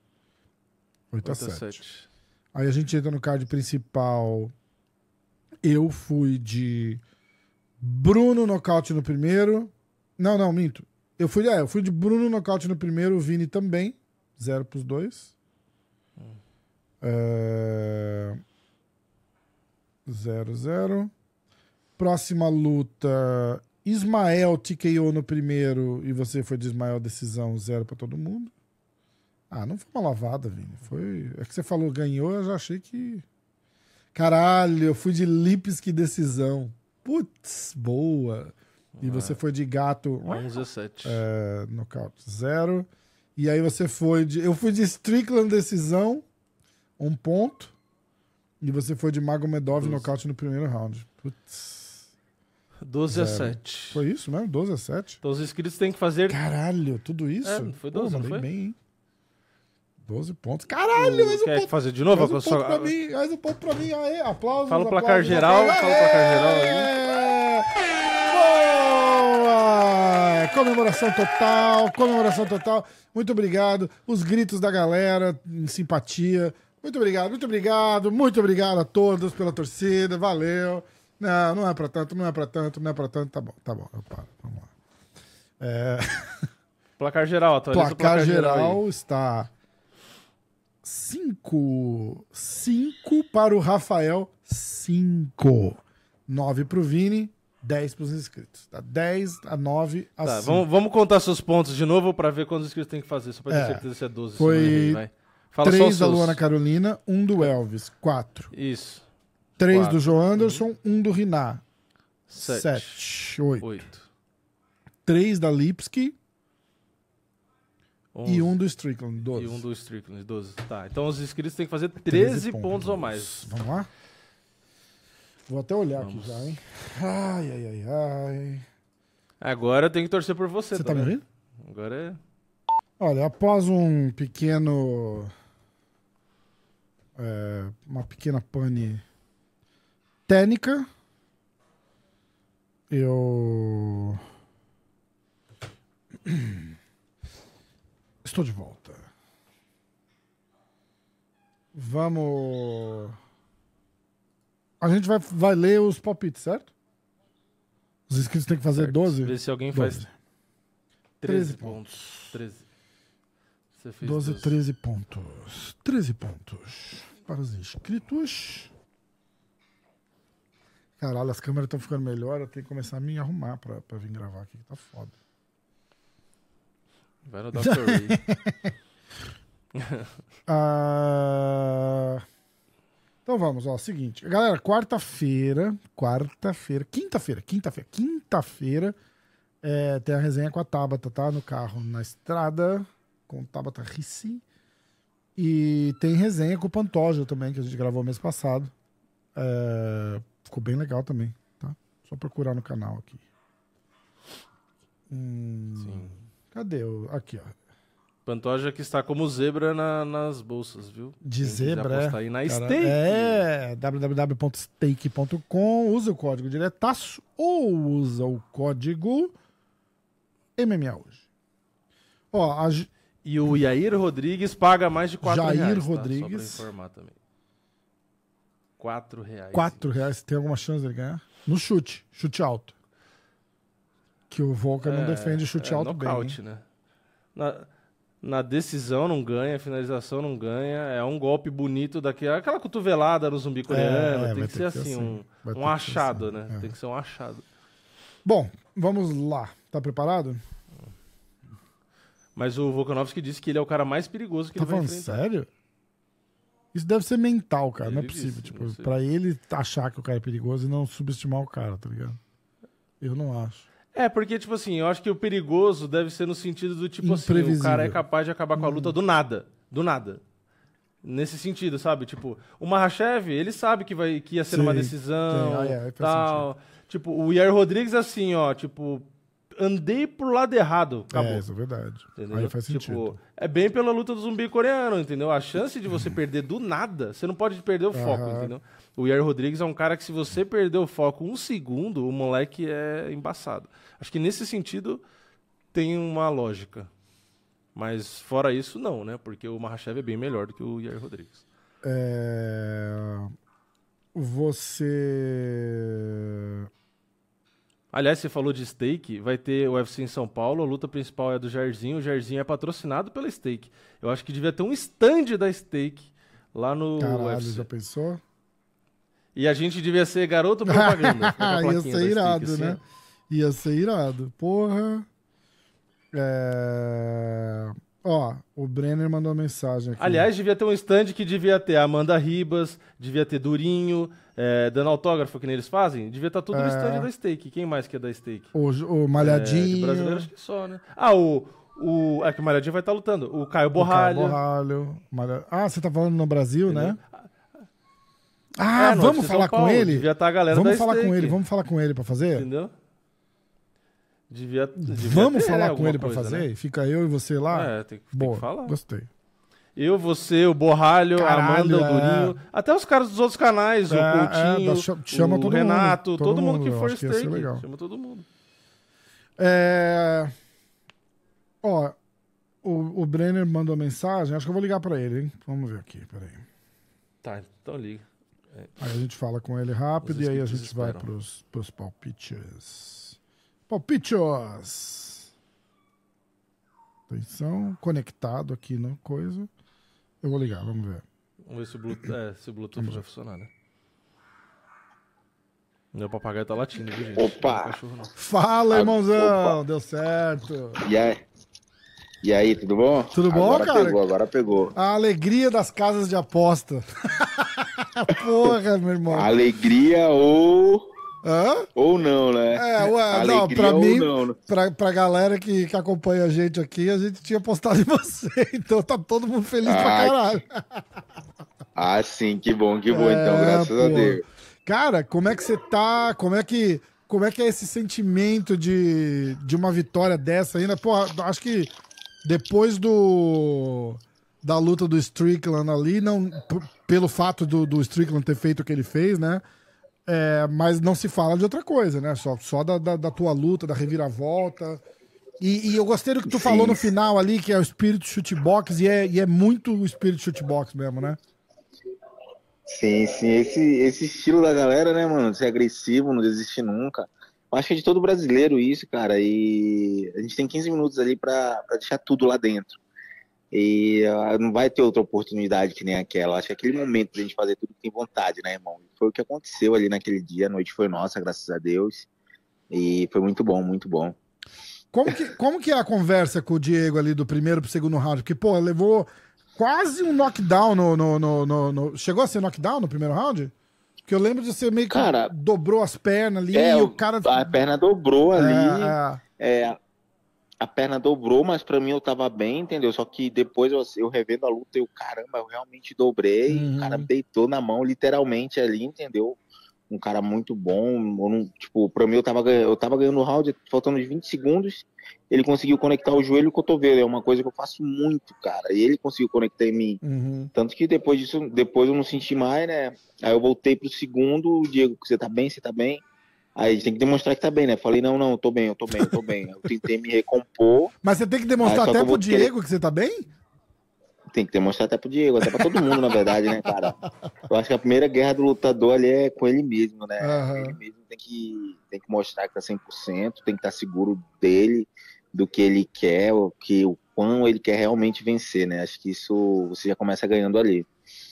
A: 8-7. Aí a gente entra no card principal. Eu fui de Bruno nocaute no primeiro. Não, minto. Eu fui de Bruno nocaute no primeiro, o Vini também. 0 pros dois. 0-0. Próxima luta. Ismael TKO no primeiro e você foi de Ismael decisão 0 pra todo mundo. Não foi uma lavada, Vini. É que você falou ganhou, eu já achei que... Caralho, eu fui de Lipski decisão. Putz, boa. E você foi de gato...
B: 11-17.
A: Nocaute 0. E aí você foi de... Eu fui de Strickland decisão, 1 ponto. E você foi de Magomedov nocaute no primeiro round. Putz.
B: 12-7.
A: Foi isso mesmo? 12-7?
B: Então os inscritos têm que fazer...
A: Caralho, tudo isso?
B: Foi 12, não foi?
A: Bem, hein? 12 pontos. Caralho, mais um
B: Quer
A: ponto.
B: fazer de novo?
A: Mais um ponto pra mim. Aê, aplausos.
B: Fala o placar geral. Fala o placar geral aí.
A: Boa! Comemoração total. Muito obrigado. Os gritos da galera em simpatia. Muito obrigado a todos pela torcida. Valeu. Não é pra tanto. Tá bom, eu paro. Vamos lá.
B: Placar geral, atualiza
A: placar geral está 5 para o Rafael, 5. 9 pro Vini, 10 pros inscritos. Tá 10-9 a 5.
B: Vamos contar seus pontos de novo pra ver quantos inscritos tem que fazer, só pra ter certeza se é 12.
A: Foi
B: vai. Fala
A: 3 da Luana Carolina, 1 do Elvis, 4.
B: Isso.
A: 3
B: 4.
A: do João Anderson, 1 do Riná,
B: 7.
A: 8. 3 da Lipski
B: 11.
A: e 1 do Strickland, 12.
B: E 1 do Strickland, 12. Tá, então os inscritos têm que fazer 13 pontos ou mais.
A: Vamos lá? Vou até olhar aqui já, hein? Ai.
B: Agora eu tenho que torcer por você.
A: Você tá me ouvindo?
B: Agora é...
A: Olha, após um pequeno... uma pequena pane técnica, eu... Estou de volta. Vamos... A gente vai ler os palpites, certo? Os inscritos têm que fazer
B: certo.
A: 12?
B: Ver se alguém
A: 12.
B: faz 13 pontos. 13. Você fez
A: 12, 13 pontos. 13 pontos para os inscritos. Caralho, as câmeras estão ficando melhor. Eu tenho que começar a me arrumar pra vir gravar aqui, que tá foda.
B: Vai no Dr. Ray.
A: Então vamos, ó, seguinte. Galera, quinta-feira, tem a resenha com a Tabata, tá? No carro, na estrada, com Tabata Rissi. E tem resenha com o Pantoja também, que a gente gravou mês passado. Ficou bem legal também, tá? Só procurar no canal aqui.
B: Sim.
A: Cadê? Aqui, ó.
B: Pantoja que está como zebra nas bolsas, viu?
A: De zebra,
B: aí na Stake.
A: www.stake.com. Usa o código diretaço ou usa o código MMA hoje. Ó,
B: e o Yair Rodrigues paga mais de R$4.
A: Jair
B: Rodrigues.
A: Rodrigues.
B: Só pra informar também. R$4.
A: R$4. Tem alguma chance de ganhar? No chute alto. Que o Volker não defende chute alto
B: nocaute,
A: bem.
B: Né? Na decisão não ganha, finalização não ganha. É um golpe bonito aquela cotovelada no zumbi coreano. Tem que ser assim, um achado, né? Tem que ser um achado.
A: Bom, vamos lá. Tá preparado?
B: Mas o Volkanovski disse que ele é o cara mais perigoso que ele vai enfrentar.
A: Tá falando sério? Isso deve ser mental, cara. Não é possível. Tipo, pra ele achar que o cara é perigoso e não subestimar o cara, tá ligado? Eu não acho.
B: Porque, tipo assim, eu acho que o perigoso deve ser no sentido do tipo assim, o cara é capaz de acabar com a luta do nada. Do nada. Nesse sentido, sabe? Tipo, o Makhachev, ele sabe que ia ser uma decisão, tal. Tipo, o Yair Rodrigues, assim, ó, tipo, andei pro lado errado. Acabou.
A: Isso é verdade.
B: Entendeu?
A: Aí faz sentido.
B: Tipo, é bem pela luta do zumbi coreano, entendeu? A chance de você perder do nada, você não pode perder o foco, entendeu? O Yair Rodrigues é um cara que, se você perder o foco 1 segundo, o moleque é embaçado. Acho que nesse sentido tem uma lógica. Mas fora isso, não, né? Porque o Makhachev é bem melhor do que o Yair Rodrigues. Aliás, você falou de Stake, vai ter o UFC em São Paulo, a luta principal é do Jairzinho, o Jairzinho é patrocinado pela Stake. Eu acho que devia ter um stand da Stake lá no UFC.
A: Já pensou?
B: E a gente devia ser garoto propaganda.
A: Ia ser irado, Stake, né? Assim. Ia ser irado. Porra. Ó, o Brenner mandou uma mensagem aqui.
B: Aliás, devia ter um stand que devia ter Amanda Ribas, devia ter Durinho, dando autógrafo que nem eles fazem. Devia estar tudo no stand da Steak. Quem mais que é da Steak?
A: O Malhadinho.
B: De brasileiro, acho que só, né? É que o Malhadinho vai estar lutando. O Caio Borralho.
A: Você tá falando no Brasil, entendeu? Né? Vamos falar com ele?
B: Devia estar a galera
A: vamos falar com ele pra fazer?
B: Entendeu? Devia
A: vamos falar com ele pra fazer? Né? Fica eu e você lá?
B: Tem que falar.
A: Gostei.
B: Eu, você, o Borralho, a Amanda, o Durinho. Até os caras dos outros canais, o Coutinho,
A: chama
B: o Renato, todo mundo que for
A: Steak.
B: Chama todo mundo.
A: O Brenner mandou mensagem. Acho que eu vou ligar pra ele, hein? Vamos ver aqui, peraí.
B: Tá, então liga.
A: Aí a gente fala com ele rápido e aí a gente vai pros palpites. Palpites! Atenção, conectado aqui na coisa. Eu vou ligar, vamos ver.
B: Vamos ver se o Bluetooth vai funcionar, né? Meu papagaio tá latindo, viu, gente?
I: Opa!
A: Fala, irmãozão! Opa. Deu certo!
I: E aí, tudo bom?
A: Tudo bom, cara?
I: Agora pegou.
A: A alegria das casas de aposta. Porra, meu irmão.
I: Alegria ou não, né?
A: Não, pra mim, não. Pra galera que acompanha a gente aqui, a gente tinha postado em você, então tá todo mundo feliz pra caralho.
I: Sim, que bom então, graças a Deus.
A: Cara, como é que você tá? Como é que é esse sentimento de uma vitória dessa ainda? Porra, acho que depois da luta do Strickland ali, não, pelo fato do Strickland ter feito o que ele fez, né? Mas não se fala de outra coisa, né? Só da tua luta, da reviravolta. E eu gostei do que tu falou no final ali, que é o espírito shootbox, e é muito o espírito shootbox mesmo, né?
I: Sim. Esse estilo da galera, né, mano? Ser agressivo, não desistir nunca. Eu acho que é de todo brasileiro isso, cara. E a gente tem 15 minutos ali pra deixar tudo lá dentro. E não vai ter outra oportunidade que nem aquela. Acho que aquele momento pra gente fazer tudo que tem vontade, né, irmão? Foi o que aconteceu ali naquele dia. A noite foi nossa, graças a Deus. E foi muito bom, muito bom.
A: Como que é a conversa com o Diego ali do primeiro pro segundo round? Porque, pô, levou quase um knockdown no... Chegou a ser knockdown no primeiro round? Porque eu lembro de você meio que dobrou as pernas ali e o cara...
I: A perna dobrou ali. A perna dobrou, mas pra mim eu tava bem, entendeu? Só que depois eu revendo a luta e caramba, eu realmente dobrei. O cara me deitou na mão, literalmente, ali, entendeu? Um cara muito bom. Pra mim, eu tava ganhando o round, faltando uns 20 segundos. Ele conseguiu conectar o joelho e o cotovelo. É uma coisa que eu faço muito, cara. E ele conseguiu conectar em mim. Tanto que depois disso, eu não senti mais, né? Aí eu voltei pro segundo. Diego, você tá bem? Você tá bem? Aí a gente tem que demonstrar que tá bem, né? Falei, não, eu tô bem. Eu tentei me recompor.
A: Mas você tem que demonstrar até pro Diego que você tá bem?
I: Tem que demonstrar até pro Diego, até pra todo mundo, na verdade, né, cara? Eu acho que a primeira guerra do lutador ali é com ele mesmo, né? Ele mesmo tem que mostrar que tá 100%, tem que estar seguro dele, do que ele quer, o quão ele quer realmente vencer, né? Acho que isso você já começa ganhando ali.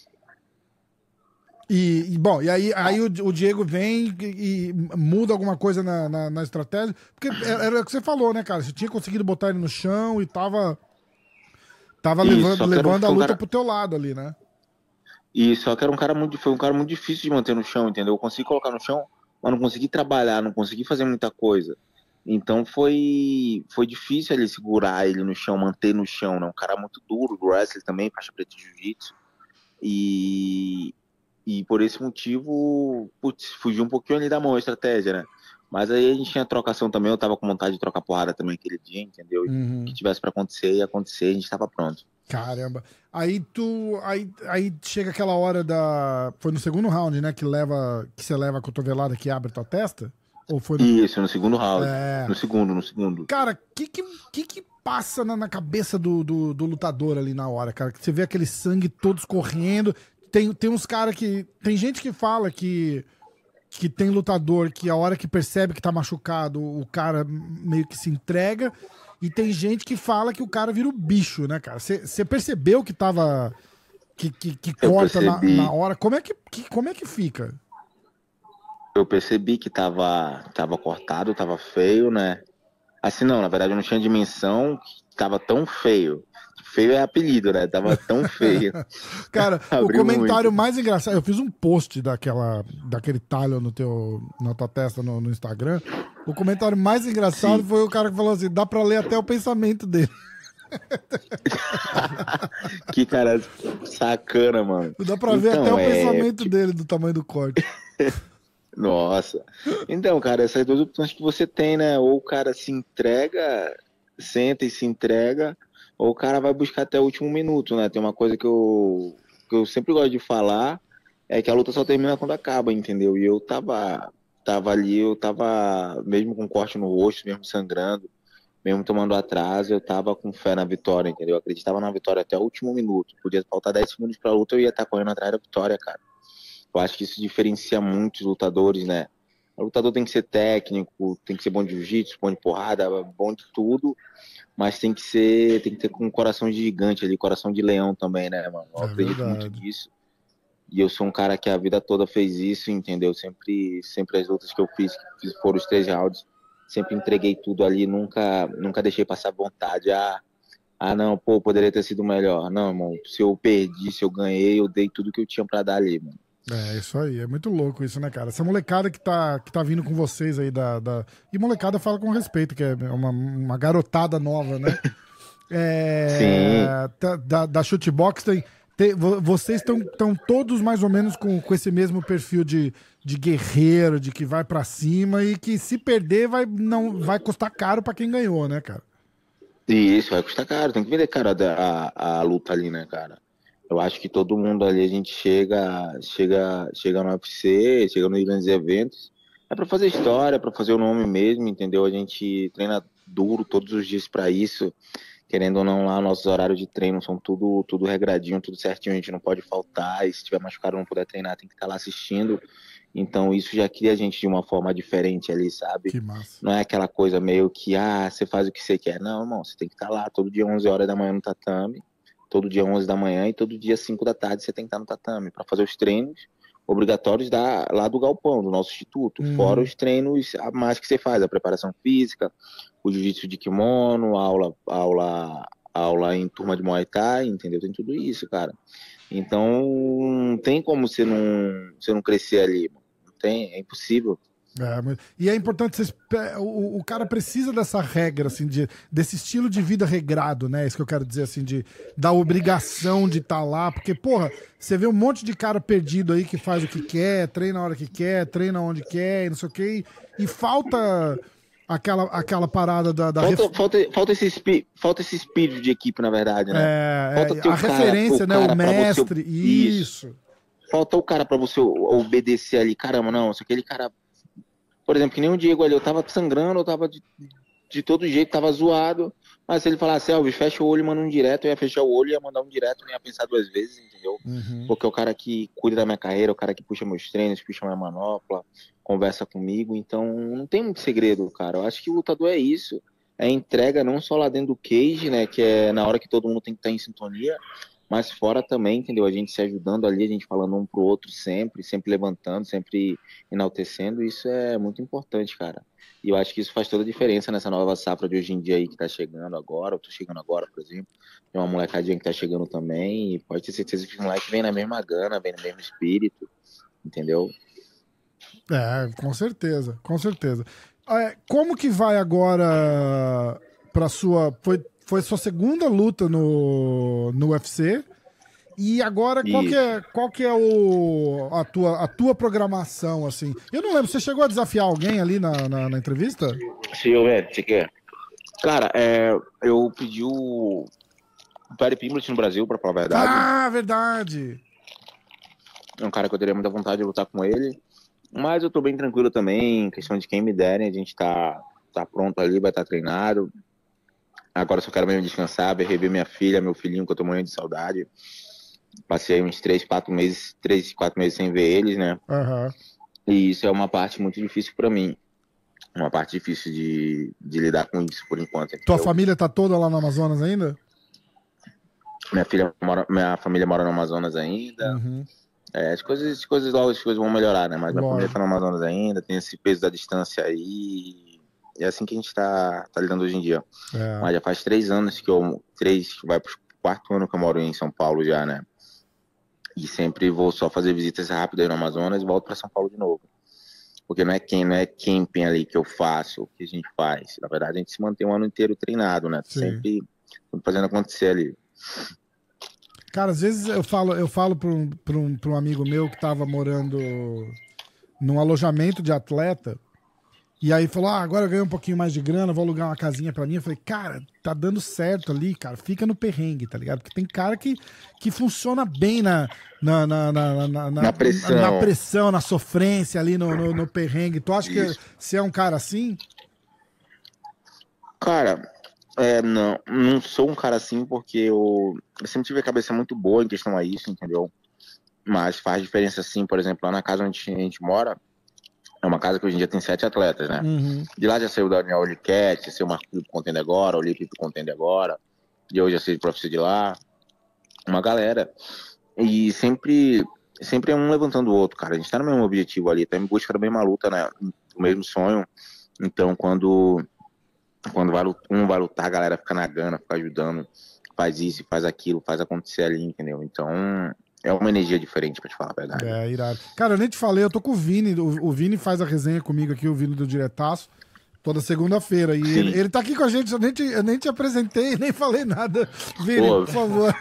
A: Bom, e aí o Diego vem e muda alguma coisa na estratégia, porque era o que você falou, né, cara? Você tinha conseguido botar ele no chão e tava levando a luta pro teu lado ali, né?
I: Isso, só que foi um cara muito difícil de manter no chão, entendeu? Eu consegui colocar no chão, mas não consegui trabalhar, não consegui fazer muita coisa. Então foi difícil ali segurar ele no chão, manter no chão, né? Um cara muito duro, do wrestling também, faixa preta de jiu-jitsu. E por esse motivo, fugiu um pouquinho ali da mão a estratégia, né? Mas aí a gente tinha trocação também, eu tava com vontade de trocar porrada também aquele dia, entendeu? O que tivesse pra acontecer, ia acontecer, a gente tava pronto.
A: Caramba. Aí chega aquela hora foi no segundo round, né? Que você leva a cotovelada que abre tua testa? Ou foi
I: Isso, no segundo round. No segundo.
A: Cara, que passa na cabeça do lutador ali na hora, cara? Que você vê aquele sangue todos correndo. Tem uns caras que... Tem gente que fala que tem lutador que a hora que percebe que tá machucado, o cara meio que se entrega, e tem gente que fala que o cara vira o bicho, né, cara? Você percebeu que tava... Que corta na hora? Como é que fica?
I: Eu percebi que tava cortado, tava feio, né? Assim, não, na verdade eu não tinha dimensão que tava tão feio. Feio é apelido, né? Tava tão feio.
A: Cara, o comentário mais engraçado... Eu fiz um post daquele talho na tua testa no Instagram. O comentário mais engraçado foi o cara que falou assim, dá pra ler até o pensamento dele.
I: Que cara sacana, mano.
A: Dá pra ver até o pensamento dele, do tamanho do corte.
I: Nossa. Então, cara, essas duas opções que você tem, né? Ou o cara se entrega, senta e se entrega, ou o cara vai buscar até o último minuto, né? Tem uma coisa que eu sempre gosto de falar, é que a luta só termina quando acaba, entendeu? E eu tava ali, eu tava mesmo com corte no rosto, mesmo sangrando, mesmo tomando atraso, eu tava com fé na vitória, entendeu? Eu acreditava na vitória até o último minuto. Podia faltar 10 segundos pra luta, eu ia estar correndo atrás da vitória, cara. Eu acho que isso diferencia muito os lutadores, né? O lutador tem que ser técnico, tem que ser bom de jiu-jitsu, bom de porrada, bom de tudo, mas tem que ter um coração gigante ali, coração de leão também, né, mano? Eu acredito muito nisso. E eu sou um cara que a vida toda fez isso, entendeu? Sempre as lutas que eu fiz foram os 3 rounds, sempre entreguei tudo ali, nunca deixei passar vontade. Não, pô, poderia ter sido melhor. Não, irmão, se eu perdi, se eu ganhei, eu dei tudo que eu tinha pra dar ali, mano.
A: É, isso aí, é muito louco isso, né, cara? Essa molecada que tá vindo com vocês aí E molecada fala com respeito, que é uma garotada nova, né? Da Chutebox vocês estão todos mais ou menos com esse mesmo perfil de guerreiro, de que vai pra cima e que se perder vai custar caro pra quem ganhou, né, cara?
I: Isso, vai custar caro, tem que vender caro a luta ali, né, cara? Eu acho que todo mundo ali, a gente chega no UFC, chega nos grandes eventos, é pra fazer história, é pra fazer o nome mesmo, entendeu? A gente treina duro todos os dias pra isso, querendo ou não, lá nossos horários de treino são tudo regradinho, tudo certinho, a gente não pode faltar, e se tiver machucado não puder treinar, tem que estar lá assistindo. Então isso já cria a gente de uma forma diferente ali, sabe?
A: Que massa.
I: Não é aquela coisa meio que, você faz o que você quer. Não, irmão, você tem que estar lá todo dia 11 horas da manhã no tatame, todo dia 11 da manhã e todo dia 5 da tarde você tem que estar no tatame para fazer os treinos obrigatórios lá do galpão, do nosso instituto, fora os treinos a mais que você faz, a preparação física, o jiu-jitsu de kimono, aula em turma de Muay Thai, entendeu? Tem tudo isso, cara. Então, não tem como você não crescer ali, não tem, é impossível.
A: E é importante, o cara precisa dessa regra, assim, desse estilo de vida regrado, né? Isso que eu quero dizer, assim, da obrigação de estar lá, porque, porra, você vê um monte de cara perdido aí que faz o que quer, treina a hora que quer, treina onde quer, e não sei o quê, e falta aquela parada
I: falta esse espírito de equipe, na verdade, né? Falta
A: a referência, né? O mestre, isso.
I: Falta o cara pra você obedecer ali, caramba, não, se aquele cara... Por exemplo, que nem o Diego ali, eu tava sangrando, eu tava de todo jeito, tava zoado, mas se ele falasse, Elvis, fecha o olho e manda um direto, eu ia fechar o olho e ia mandar um direto, não ia pensar 2 vezes, entendeu? Porque é o cara que cuida da minha carreira, o cara que puxa meus treinos, puxa minha manopla, conversa comigo, então não tem muito segredo, cara. Eu acho que o lutador é isso, é entrega não só lá dentro do cage, né, que é na hora que todo mundo tem que estar em sintonia, mas fora também, entendeu? A gente se ajudando ali, a gente falando um pro outro sempre levantando, sempre enaltecendo, isso é muito importante, cara. E eu acho que isso faz toda a diferença nessa nova safra de hoje em dia aí que tá chegando agora, eu tô chegando agora, por exemplo, tem uma molecadinha que tá chegando também, e pode ter certeza que os moleques vêm na mesma gana, vêm no mesmo espírito, entendeu?
A: Com certeza, com certeza. Como que vai agora pra sua... Foi sua segunda luta no UFC. E agora, qual que é a tua programação, assim? Eu não lembro, você chegou a desafiar alguém ali na entrevista?
I: Sim, você quer. Cara, eu pedi o Perry Pimblett no Brasil, pra falar a verdade.
A: Verdade.
I: É um cara que eu teria muita vontade de lutar com ele. Mas eu tô bem tranquilo também, em questão de quem me derem, a gente tá pronto ali, vai estar treinado. Agora só quero mesmo descansar, rever minha filha, meu filhinho, que eu tô morrendo de saudade. Passei uns 3, 4 meses sem ver eles, né? E isso é uma parte muito difícil pra mim. Uma parte difícil de lidar com isso por enquanto.
A: Tua família tá toda lá no Amazonas ainda?
I: Minha família mora no Amazonas ainda. As coisas logo vão melhorar, né? Mas minha família tá no Amazonas ainda, tem esse peso da distância aí. é assim que a gente tá lidando hoje em dia. Mas já faz 3 anos vai pro 4º ano que eu moro em São Paulo já, né? E sempre vou só fazer visitas rápidas no Amazonas e volto para São Paulo de novo. Porque não é camping ali que eu faço, o que a gente faz. Na verdade, a gente se mantém um ano inteiro treinado, né? Sempre fazendo acontecer ali.
A: Cara, às vezes eu falo para um amigo meu que tava morando num alojamento de atleta, e aí falou, agora eu ganhei um pouquinho mais de grana, vou alugar uma casinha pra mim. Eu falei, cara, tá dando certo ali, cara, fica no perrengue, tá ligado? Porque tem cara que funciona bem na pressão, na sofrência ali, no perrengue. Tu acha que você é um cara assim?
I: Cara, não sou um cara assim, porque eu sempre tive a cabeça muito boa em questão a isso, entendeu? Mas faz diferença sim, por exemplo, lá na casa onde a gente mora, é uma casa que hoje em dia tem 7 atletas, né? De lá já saiu o Daniel Oliquete, já saiu o Marco Filipe Contende agora, o Lipe Contende agora, e hoje já saiu o professor de lá, uma galera. E sempre é um levantando o outro, cara. A gente tá no mesmo objetivo ali, tá em busca da mesma luta, né? O mesmo sonho. Então, quando um vai lutar, a galera fica na gana, fica ajudando, faz isso, faz aquilo, faz acontecer ali, entendeu? Então, é uma energia diferente, pra te falar a verdade.
A: É, irado. Cara, eu nem te falei, eu tô com o Vini, o Vini faz a resenha comigo aqui, o Vini do Diretaço, toda segunda-feira, e ele tá aqui com a gente, eu nem te apresentei, nem falei nada. Vini, por favor.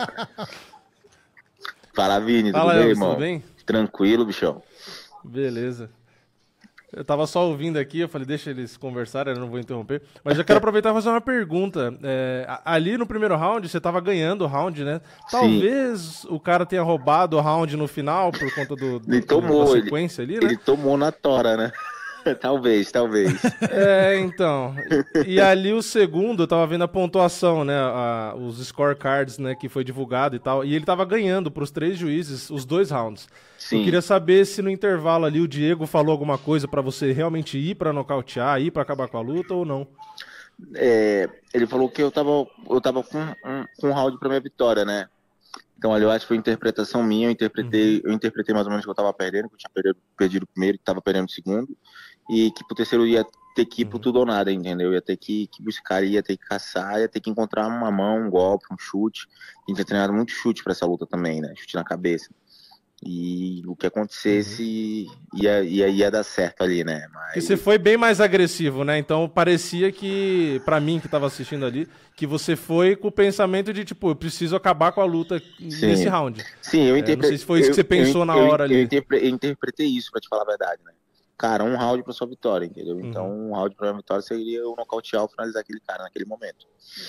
I: Fala, Vini, tudo bem, irmão? Tudo bem? Tranquilo, bichão.
B: Beleza. Eu tava só ouvindo aqui, eu falei, deixa eles conversarem, eu não vou interromper. Mas já quero aproveitar e fazer uma pergunta. Ali no primeiro round, você tava ganhando o round, né? Talvez o cara tenha roubado o round no final, por conta da sequência ali, né?
I: Ele tomou na tora, né? Talvez.
B: Então. E ali o segundo, eu tava vendo a pontuação, né? Os scorecards, né? Que foi divulgado e tal. E ele tava ganhando pros 3 juízes os 2 rounds. Sim. Eu queria saber se no intervalo ali o Diego falou alguma coisa pra você realmente ir pra nocautear, ir pra acabar com a luta ou não.
I: Ele falou que eu tava com um round pra minha vitória, né? Então ali eu acho que foi interpretação minha, eu interpretei mais ou menos que eu tava perdendo, que eu tinha perdido o primeiro, que tava perdendo o segundo, e que pro terceiro ia ter que ir pro tudo ou nada, entendeu? Ia ter que buscar, ia ter que caçar, ia ter que encontrar uma mão, um golpe, um chute. A gente tinha treinado muito chute pra essa luta também, né? Chute na cabeça. E o que acontecesse ia dar certo ali, né?
B: Porque você foi bem mais agressivo, né? Então parecia que, pra mim que tava assistindo ali, que você foi com o pensamento de, tipo, eu preciso acabar com a luta nesse round.
I: Sim, eu interpretei.
B: Não sei se foi isso que você pensou na hora ali.
I: Eu interpretei isso, pra te falar a verdade, né? Cara, um round pra sua vitória, entendeu? Então, um round pra minha vitória seria eu nocautear ou finalizar aquele cara naquele momento.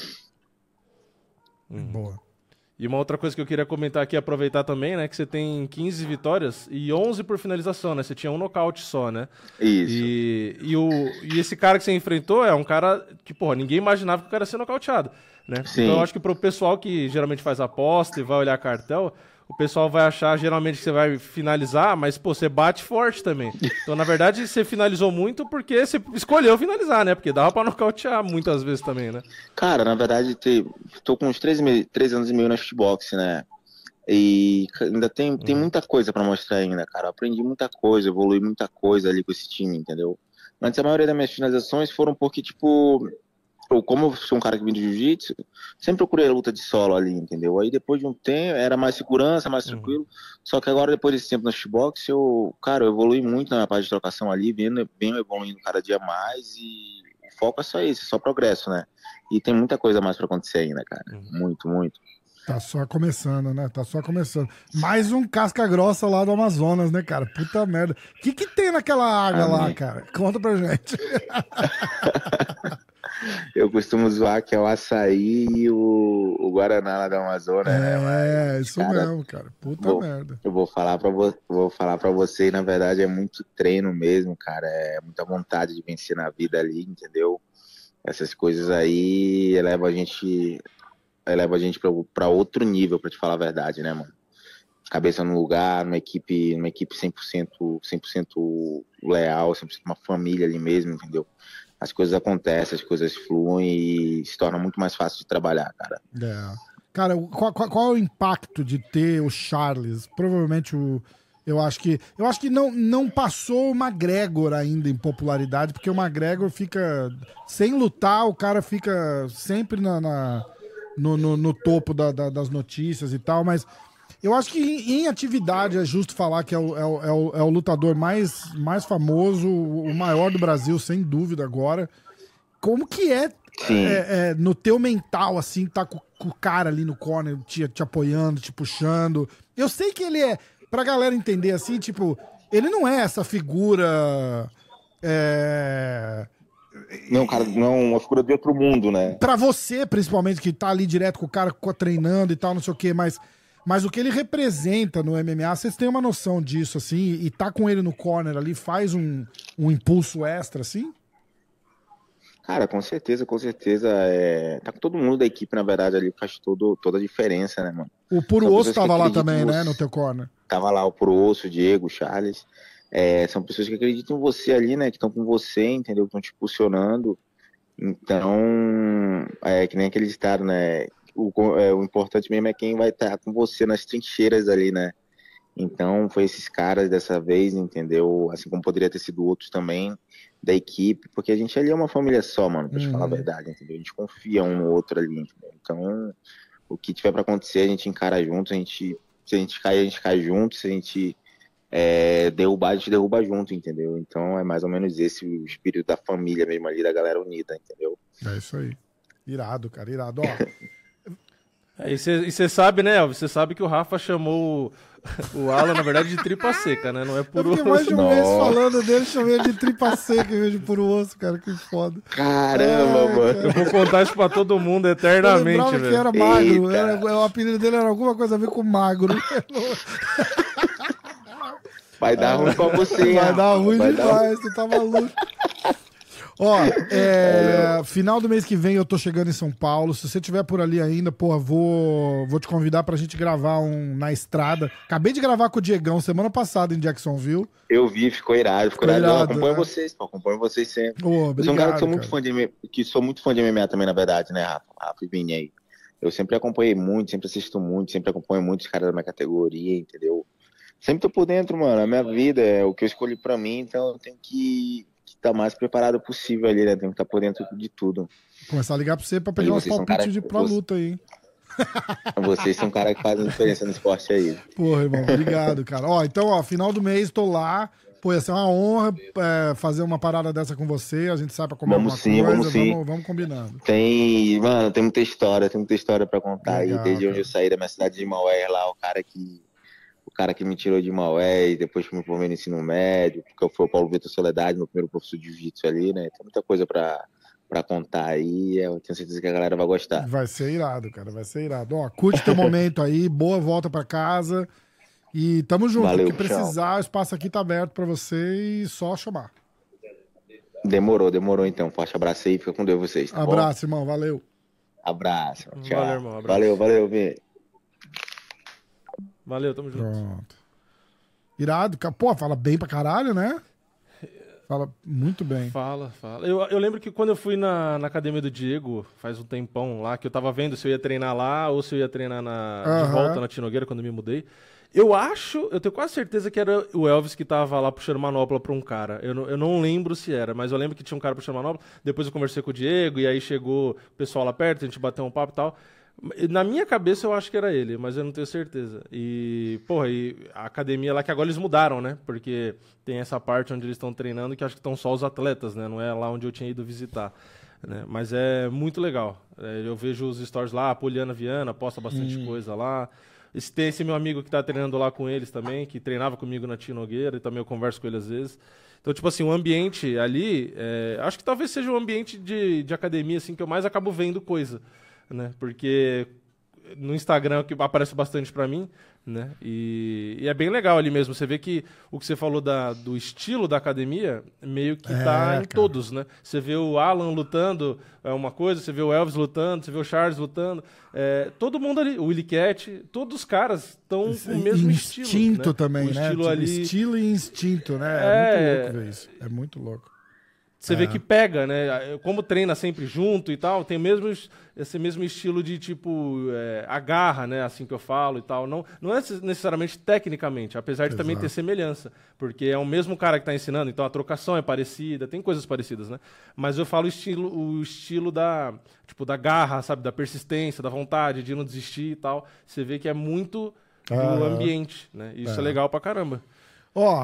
A: Boa.
B: E uma outra coisa que eu queria comentar aqui, aproveitar também, né? Que você tem 15 vitórias e 11 por finalização, né? Você tinha um nocaute só, né?
I: Isso.
B: E esse cara que você enfrentou é um cara que, porra, ninguém imaginava que o cara ia ser nocauteado, né?
I: Sim.
B: Então eu acho que pro pessoal que geralmente faz aposta e vai olhar cartel, o pessoal vai achar geralmente que você vai finalizar, mas, pô, você bate forte também. Então, na verdade, você finalizou muito porque você escolheu finalizar, né? Porque dava pra nocautear muitas vezes também, né?
I: Cara, na verdade, tô com uns 3 anos e meio na shootbox, né? E ainda tem muita coisa pra mostrar ainda, cara. Eu aprendi muita coisa, evolui muita coisa ali com esse time, entendeu? Mas a maioria das minhas finalizações foram porque, tipo... Como eu sou um cara que vem do jiu-jitsu, sempre procurei a luta de solo ali, entendeu? Aí depois de um tempo, era mais segurança, mais tranquilo. Só que agora, depois desse tempo no shootbox, eu evolui muito na minha parte de trocação ali, venho evoluindo cada dia mais e o foco é só isso, é só progresso, né? E tem muita coisa mais pra acontecer ainda, cara. Muito, muito.
A: Tá só começando, né? Tá só começando. Mais um casca grossa lá do Amazonas, né, cara? Puta merda. O que tem naquela água lá, cara? Conta pra gente.
I: Eu costumo zoar que é o açaí e o Guaraná lá da Amazônia, né?
A: Mas, isso cara, mesmo, cara. Puta merda.
I: Eu vou falar pra você, e na verdade é muito treino mesmo, cara. É muita vontade de vencer na vida ali, entendeu? Essas coisas aí eleva a gente pra outro nível, pra te falar a verdade, né, mano? Cabeça no lugar, numa equipe 100% leal, 100% uma família ali mesmo, entendeu? As coisas acontecem, as coisas fluem e se torna muito mais fácil de trabalhar, cara.
A: Cara, qual é o impacto de ter o Charles? Provavelmente Eu acho que não passou o McGregor ainda em popularidade, porque o McGregor fica... Sem lutar, o cara fica sempre no topo das notícias e tal, mas eu acho que em atividade é justo falar que é o lutador mais famoso, o maior do Brasil, sem dúvida agora. Como que no teu mental, assim, tá com o cara ali no corner, te apoiando, te puxando? Eu sei que ele é... Pra galera entender, assim, tipo, ele não é essa figura...
I: Não, cara, não, uma figura de outro mundo, né?
A: Pra você, principalmente, que tá ali direto com o cara treinando e tal, não sei o quê, mas o que ele representa no MMA, vocês têm uma noção disso, assim, e tá com ele no corner ali, faz um impulso extra, assim?
I: Cara, com certeza. Tá com todo mundo da equipe, na verdade, ali faz toda a diferença, né, mano?
A: O Puro Osso tava lá também, né, no teu corner?
I: Tava lá o Puro Osso, o Diego, o Charles. São pessoas que acreditam em você ali, né, que estão com você, entendeu? Que estão te impulsionando. Então, que nem aquele ditado, né? O importante mesmo é quem vai estar com você nas trincheiras ali, né? Então, foi esses caras dessa vez, entendeu? Assim como poderia ter sido outros também da equipe, porque a gente ali é uma família só, mano, pra te falar a verdade, entendeu? A gente confia um no outro ali, entendeu? Então, o que tiver pra acontecer, a gente encara junto, se a gente cai, a gente cai junto, se a gente derrubar, a gente derruba junto, entendeu? Então, é mais ou menos esse o espírito da família mesmo ali, da galera unida, entendeu?
A: É isso aí. Irado, cara, irado. Ó.
B: E você sabe, né, Elvis? Você sabe que o Rafa chamou o Alan, na verdade, de tripa seca, né? Não é puro osso.
A: Eu fiquei mais de um mês falando dele, chamei ele de tripa seca em vez de puro osso, cara. Que foda.
I: Caramba, mano.
B: Cara. Eu vou contar isso pra todo mundo eternamente, velho.
A: Que era magro. O apelido dele era alguma coisa a ver com magro.
I: Vai dar ruim pra você,
A: Vai dar ruim demais, tu tá maluco. Ó, final do mês que vem eu tô chegando em São Paulo. Se você estiver por ali ainda, porra, vou te convidar pra gente gravar na estrada. Acabei de gravar com o Diegão semana passada em Jacksonville.
I: Eu vi, ficou irado. Eu acompanho vocês, pô. Acompanho vocês sempre.
A: Obrigado,
I: eu sou um cara que sou muito fã de MMA também, na verdade, né, Rafa e Vini aí. Eu sempre acompanhei muito, sempre assisto muito, sempre acompanho muitos caras da minha categoria, entendeu? Sempre tô por dentro, mano. A minha vida é o que eu escolhi pra mim, então eu tenho que estar mais preparado possível ali, né? Tenho que estar por dentro de tudo.
A: Começar a ligar pra você pra pegar uns palpites pra luta aí, hein?
I: Vocês são caras que fazem diferença no esporte aí.
A: Porra, irmão, obrigado, cara. Então, final do mês, tô lá. Pô, ia ser uma honra fazer uma parada dessa com você. A gente sai pra comer alguma coisa.
I: Vamos sim.
A: Vamos combinando.
I: Tem muita história pra contar. Legal, aí. Desde onde eu saí da minha cidade de Maué, lá, o cara que me tirou de Maué e depois que me formei no ensino médio, porque foi o Paulo Vitor Soledade, meu primeiro professor de jiu-jitsu ali, né? Tem muita coisa pra contar aí, eu tenho certeza que a galera vai gostar.
A: Vai ser irado, cara, vai ser irado. Ó, curte teu momento aí, boa volta pra casa e tamo junto.
I: Valeu,
A: o que precisar, o espaço aqui tá aberto pra você e só chamar.
I: Demorou então. Forte abraço aí, fica com Deus vocês. Tá
A: abraço, irmão, valeu.
I: Abraço, tchau.
B: Valeu, irmão, abraço.
I: Valeu, Vê.
B: Valeu, tamo junto.
A: Pronto. Irado. Pô, fala bem pra caralho, né? Fala muito bem.
B: Fala. Eu lembro que quando eu fui na academia do Diego, faz um tempão lá, que eu tava vendo se eu ia treinar lá ou se eu ia treinar de volta na Tinogueira quando eu me mudei. Eu tenho quase certeza que era o Elvis que tava lá puxando manopla pra um cara. Eu não lembro se era, mas eu lembro que tinha um cara puxando manopla. Depois eu conversei com o Diego e aí chegou o pessoal lá perto, a gente bateu um papo e tal. Na minha cabeça eu acho que era ele, mas eu não tenho certeza. E, porra, a academia lá que agora eles mudaram, né? Porque tem essa parte onde eles estão treinando que acho que estão só os atletas, né? Não é lá onde eu tinha ido visitar. Né? Mas é muito legal. Eu vejo os stories lá, a Poliana Viana posta bastante coisa lá. Tem esse meu amigo que tá treinando lá com eles também, que treinava comigo na Tia Nogueira, e também eu converso com ele às vezes. Então, tipo assim, o ambiente ali, acho que talvez seja o ambiente de academia assim, que eu mais acabo vendo coisa. Né? Porque no Instagram que aparece bastante pra mim, né? E é bem legal ali mesmo. Você vê que o que você falou do estilo da academia meio que tá em todos, né? Você vê o Alan lutando, é uma coisa, você vê o Elvis lutando, você vê o Charles lutando, todo mundo ali, o Willy Cat, todos os caras estão com o mesmo estilo.
A: Instinto, né? Também,
B: o
A: né?
B: Estilo ali...
A: Estilo e instinto, né? É muito louco ver isso. É muito louco.
B: Você vê que pega, né? Como treina sempre junto e tal, tem esse mesmo estilo de, tipo, agarra, né? Assim que eu falo e tal. Não é necessariamente tecnicamente, apesar de também ter semelhança. Porque é o mesmo cara que tá ensinando, então a trocação é parecida, tem coisas parecidas, né? Mas eu falo o estilo da garra, sabe? Da persistência, da vontade de não desistir e tal. Você vê que é muito do ambiente, né? Isso é legal pra caramba.
A: Ó,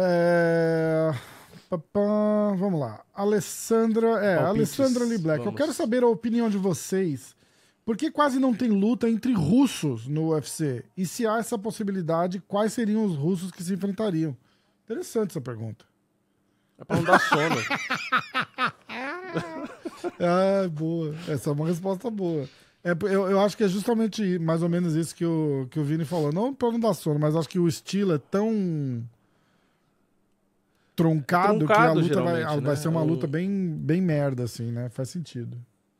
A: vamos lá. Alessandra Lee Black. Eu quero saber a opinião de vocês. Por que quase não tem luta entre russos no UFC? E se há essa possibilidade, quais seriam os russos que se enfrentariam? Interessante essa pergunta.
B: É pra não dar sono.
A: Boa. Essa é uma resposta boa. Eu acho que é justamente mais ou menos isso que o Vini falou. Não pra não dar sono, mas acho que o estilo é tão truncado que a luta vai ser uma luta bem merda, assim, né? Faz sentido.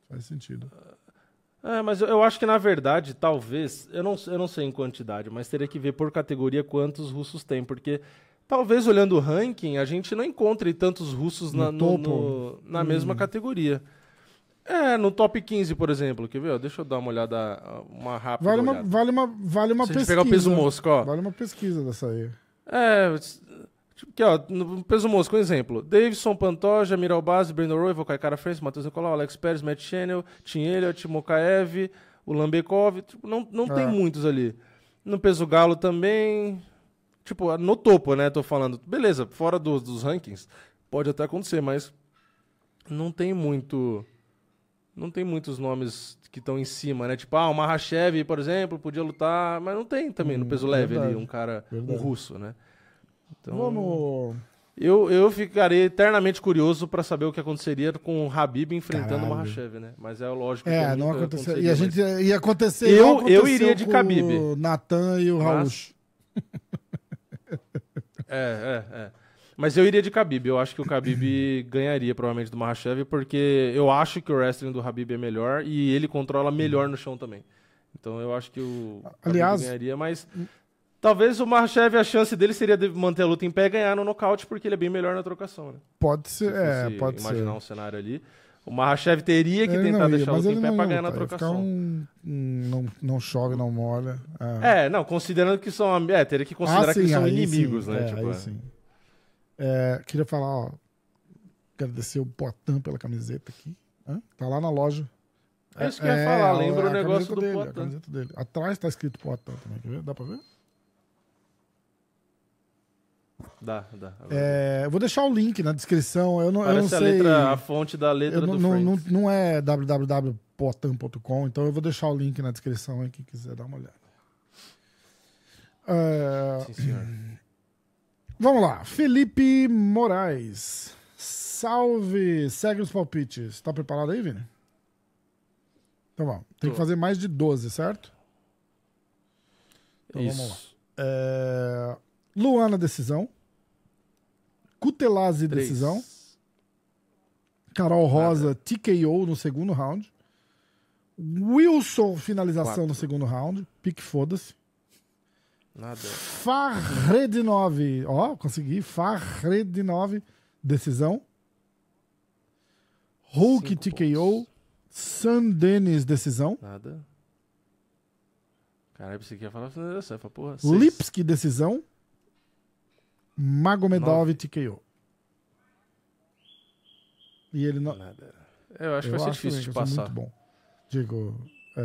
B: Mas eu acho que, na verdade, talvez... Eu não sei em quantidade, mas teria que ver por categoria quantos russos tem, porque talvez, olhando o ranking, a gente não encontre tantos russos na mesma categoria. No top 15, por exemplo. Quer ver? Deixa eu dar uma olhada, uma rápida olhada.
A: Vale uma pesquisa.
B: Se a gente pegar o peso mosca, ó.
A: Vale uma pesquisa dessa aí.
B: Aqui, ó, no peso mosca, um exemplo. Davidson, Pantoja, Miral Base, Brandon Roy, Volkai Kara-France, Matheus Nicolau, Alex Pérez, Matt Channel, Tim Elliott, Mokaev, o Lambekov. Tipo, não tem muitos ali. No peso galo também. Tipo, no topo, né? Tô falando. Beleza, fora dos rankings, pode até acontecer, mas não tem muito... Não tem muitos nomes que estão em cima, né? Tipo, o Makhachev, por exemplo, podia lutar, mas não tem também no peso leve ali, um cara, um russo, né? Então,
A: vamos...
B: Eu ficarei eternamente curioso para saber o que aconteceria com o Habib enfrentando o Makhachev, né? Mas é lógico que
A: não aconteceria. E a gente ia acontecer
B: eu iria de Khabib.
A: O Natan e o Raúcho.
B: Mas eu iria de Khabib. Eu acho que o Khabib ganharia provavelmente do Makhachev, porque eu acho que o wrestling do Khabib é melhor e ele controla melhor no chão também. Então eu acho que o Khabib ganharia, mas talvez o Makhachev, a chance dele seria de manter a luta em pé e ganhar no nocaute, porque ele é bem melhor na trocação, né?
A: Pode ser, pode ser.
B: Imaginar um cenário ali. O Makhachev teria que tentar deixar a luta em pé pra ganhar na trocação.
A: Não chove, não molha.
B: Considerando que são... teria que considerar que são inimigos, né?
A: Aí sim. Queria falar, agradecer o Poitin pela camiseta aqui. Tá lá na loja.
B: É isso que eu ia falar, lembra o negócio do Poitin.
A: A camiseta dele. Atrás tá escrito Poitin também, quer ver? Dá pra ver?
B: Dá.
A: Eu vou deixar o link na descrição. Eu não sei.
B: A fonte da letra do Friends.
A: Não é www.poitin.com, então eu vou deixar o link na descrição aí, quem quiser dar uma olhada.
B: Sim, senhor.
A: Vamos lá, Felipe Moraes. Salve, segue os palpites. Tá preparado aí, Vini? Então vamos. Tem que fazer mais de 12, certo? Então
B: Isso.
A: Vamos lá. Luana, decisão. Kutelazzi, decisão. Carol Rosa, TKO no segundo round. Wilson, finalização no segundo round. Pique, foda-se.
B: Nada.
A: Fakhretdinov, consegui. Fakhretdinov, decisão. Hulk, TKO. Sam Dennis, decisão.
B: Nada. Caralho, pensei que ia falar finalização. Porra,
A: Lipski, decisão. Magomedov, TKO. E ele não...
B: Nada. Eu acho que vai ser difícil de passar.
A: Muito bom. Digo...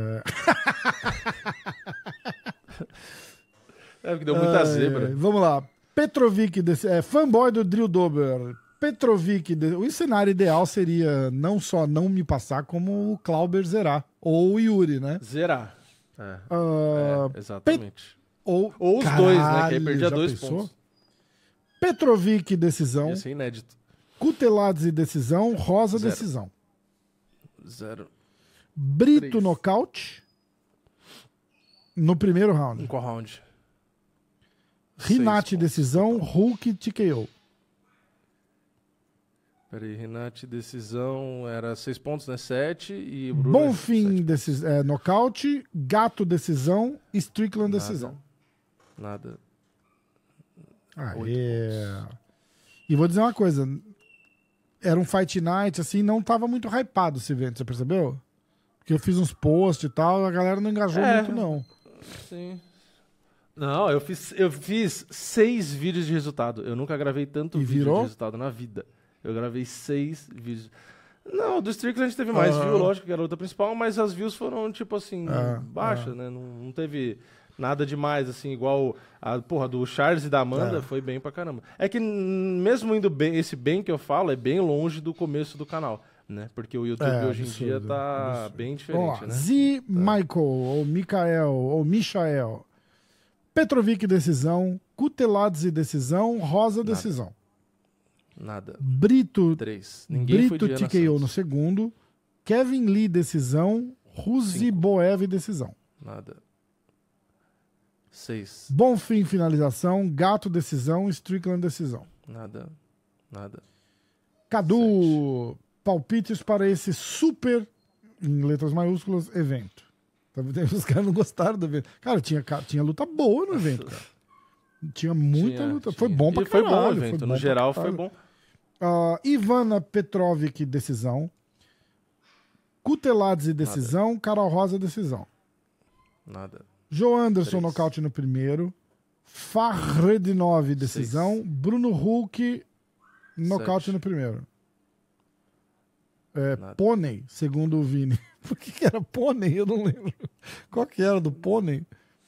B: porque deu muita zebra.
A: Vamos lá. Petrovic, fanboy do Drew Dober. Petrovic, o cenário ideal seria não só não me passar, como o Klauber zerar. Ou o Yuri, né?
B: Zerar. Exatamente.
A: Ou
B: os dois, né? Que aí perdia 2 pontos.
A: Petrovic, decisão.
B: Isso é inédito.
A: Kutelazzi, decisão. Rosa, decisão.
B: 0.
A: Brito,
B: 3.
A: nocaute. No primeiro round.
B: Em qual round?
A: Rinati, decisão. Hulk, TKO.
B: Peraí, Rinati, decisão, era 6 pontos, né? 7. E Bruno,
A: Bonfim, nocaute. Gato, decisão. Strickland, decisão.
B: Nada.
A: E vou dizer uma coisa. era um Fight Night, assim, não tava muito hypado esse evento, você percebeu? Porque eu fiz uns posts e tal, a galera não engajou muito, não.
B: Sim. Não, eu fiz 6 vídeos de resultado. Eu nunca gravei tanto vídeo de resultado na vida. Eu gravei 6 vídeos. Não, do Strickland a gente teve mais views, lógico, que era a luta principal, mas as views foram, tipo assim, baixas, né? Não teve nada demais, assim, igual a porra do Charles e da Amanda, foi bem pra caramba. É que mesmo indo bem, esse bem que eu falo, é bem longe do começo do canal, né? Porque o YouTube hoje em dia tá bem diferente, né?
A: Z. Michael, ou Mikael, ou Michael. Petrovic, decisão. Kuteladze, decisão. Rosa, decisão.
B: Nada.
A: Brito,
B: 3. Ninguém
A: Brito
B: foi de
A: TKO no segundo. Kevin Lee, decisão. Ruziboev, decisão.
B: Nada. 6.
A: Bonfim, finalização. Gato, decisão. Strickland, decisão.
B: Nada.
A: Cadu, 7. Palpites para esse super, em letras maiúsculas, evento. Os caras não gostaram do evento. Cara, tinha luta boa no evento, cara. Tinha muita luta. Foi bom pra caralho.
B: Foi bom o evento. No geral, foi bom.
A: Ivana Petrovic, decisão. Kuteladze, decisão. Nada. Carol Rosa, decisão.
B: Nada.
A: Joe Anderson, nocaute no primeiro. Fakhretdinov, decisão.
B: 6.
A: Bruno Hulk, nocaute
B: 7.
A: no primeiro. Pônei, segundo o Vini. Por que era pônei? Eu não lembro. Qual que era do pônei?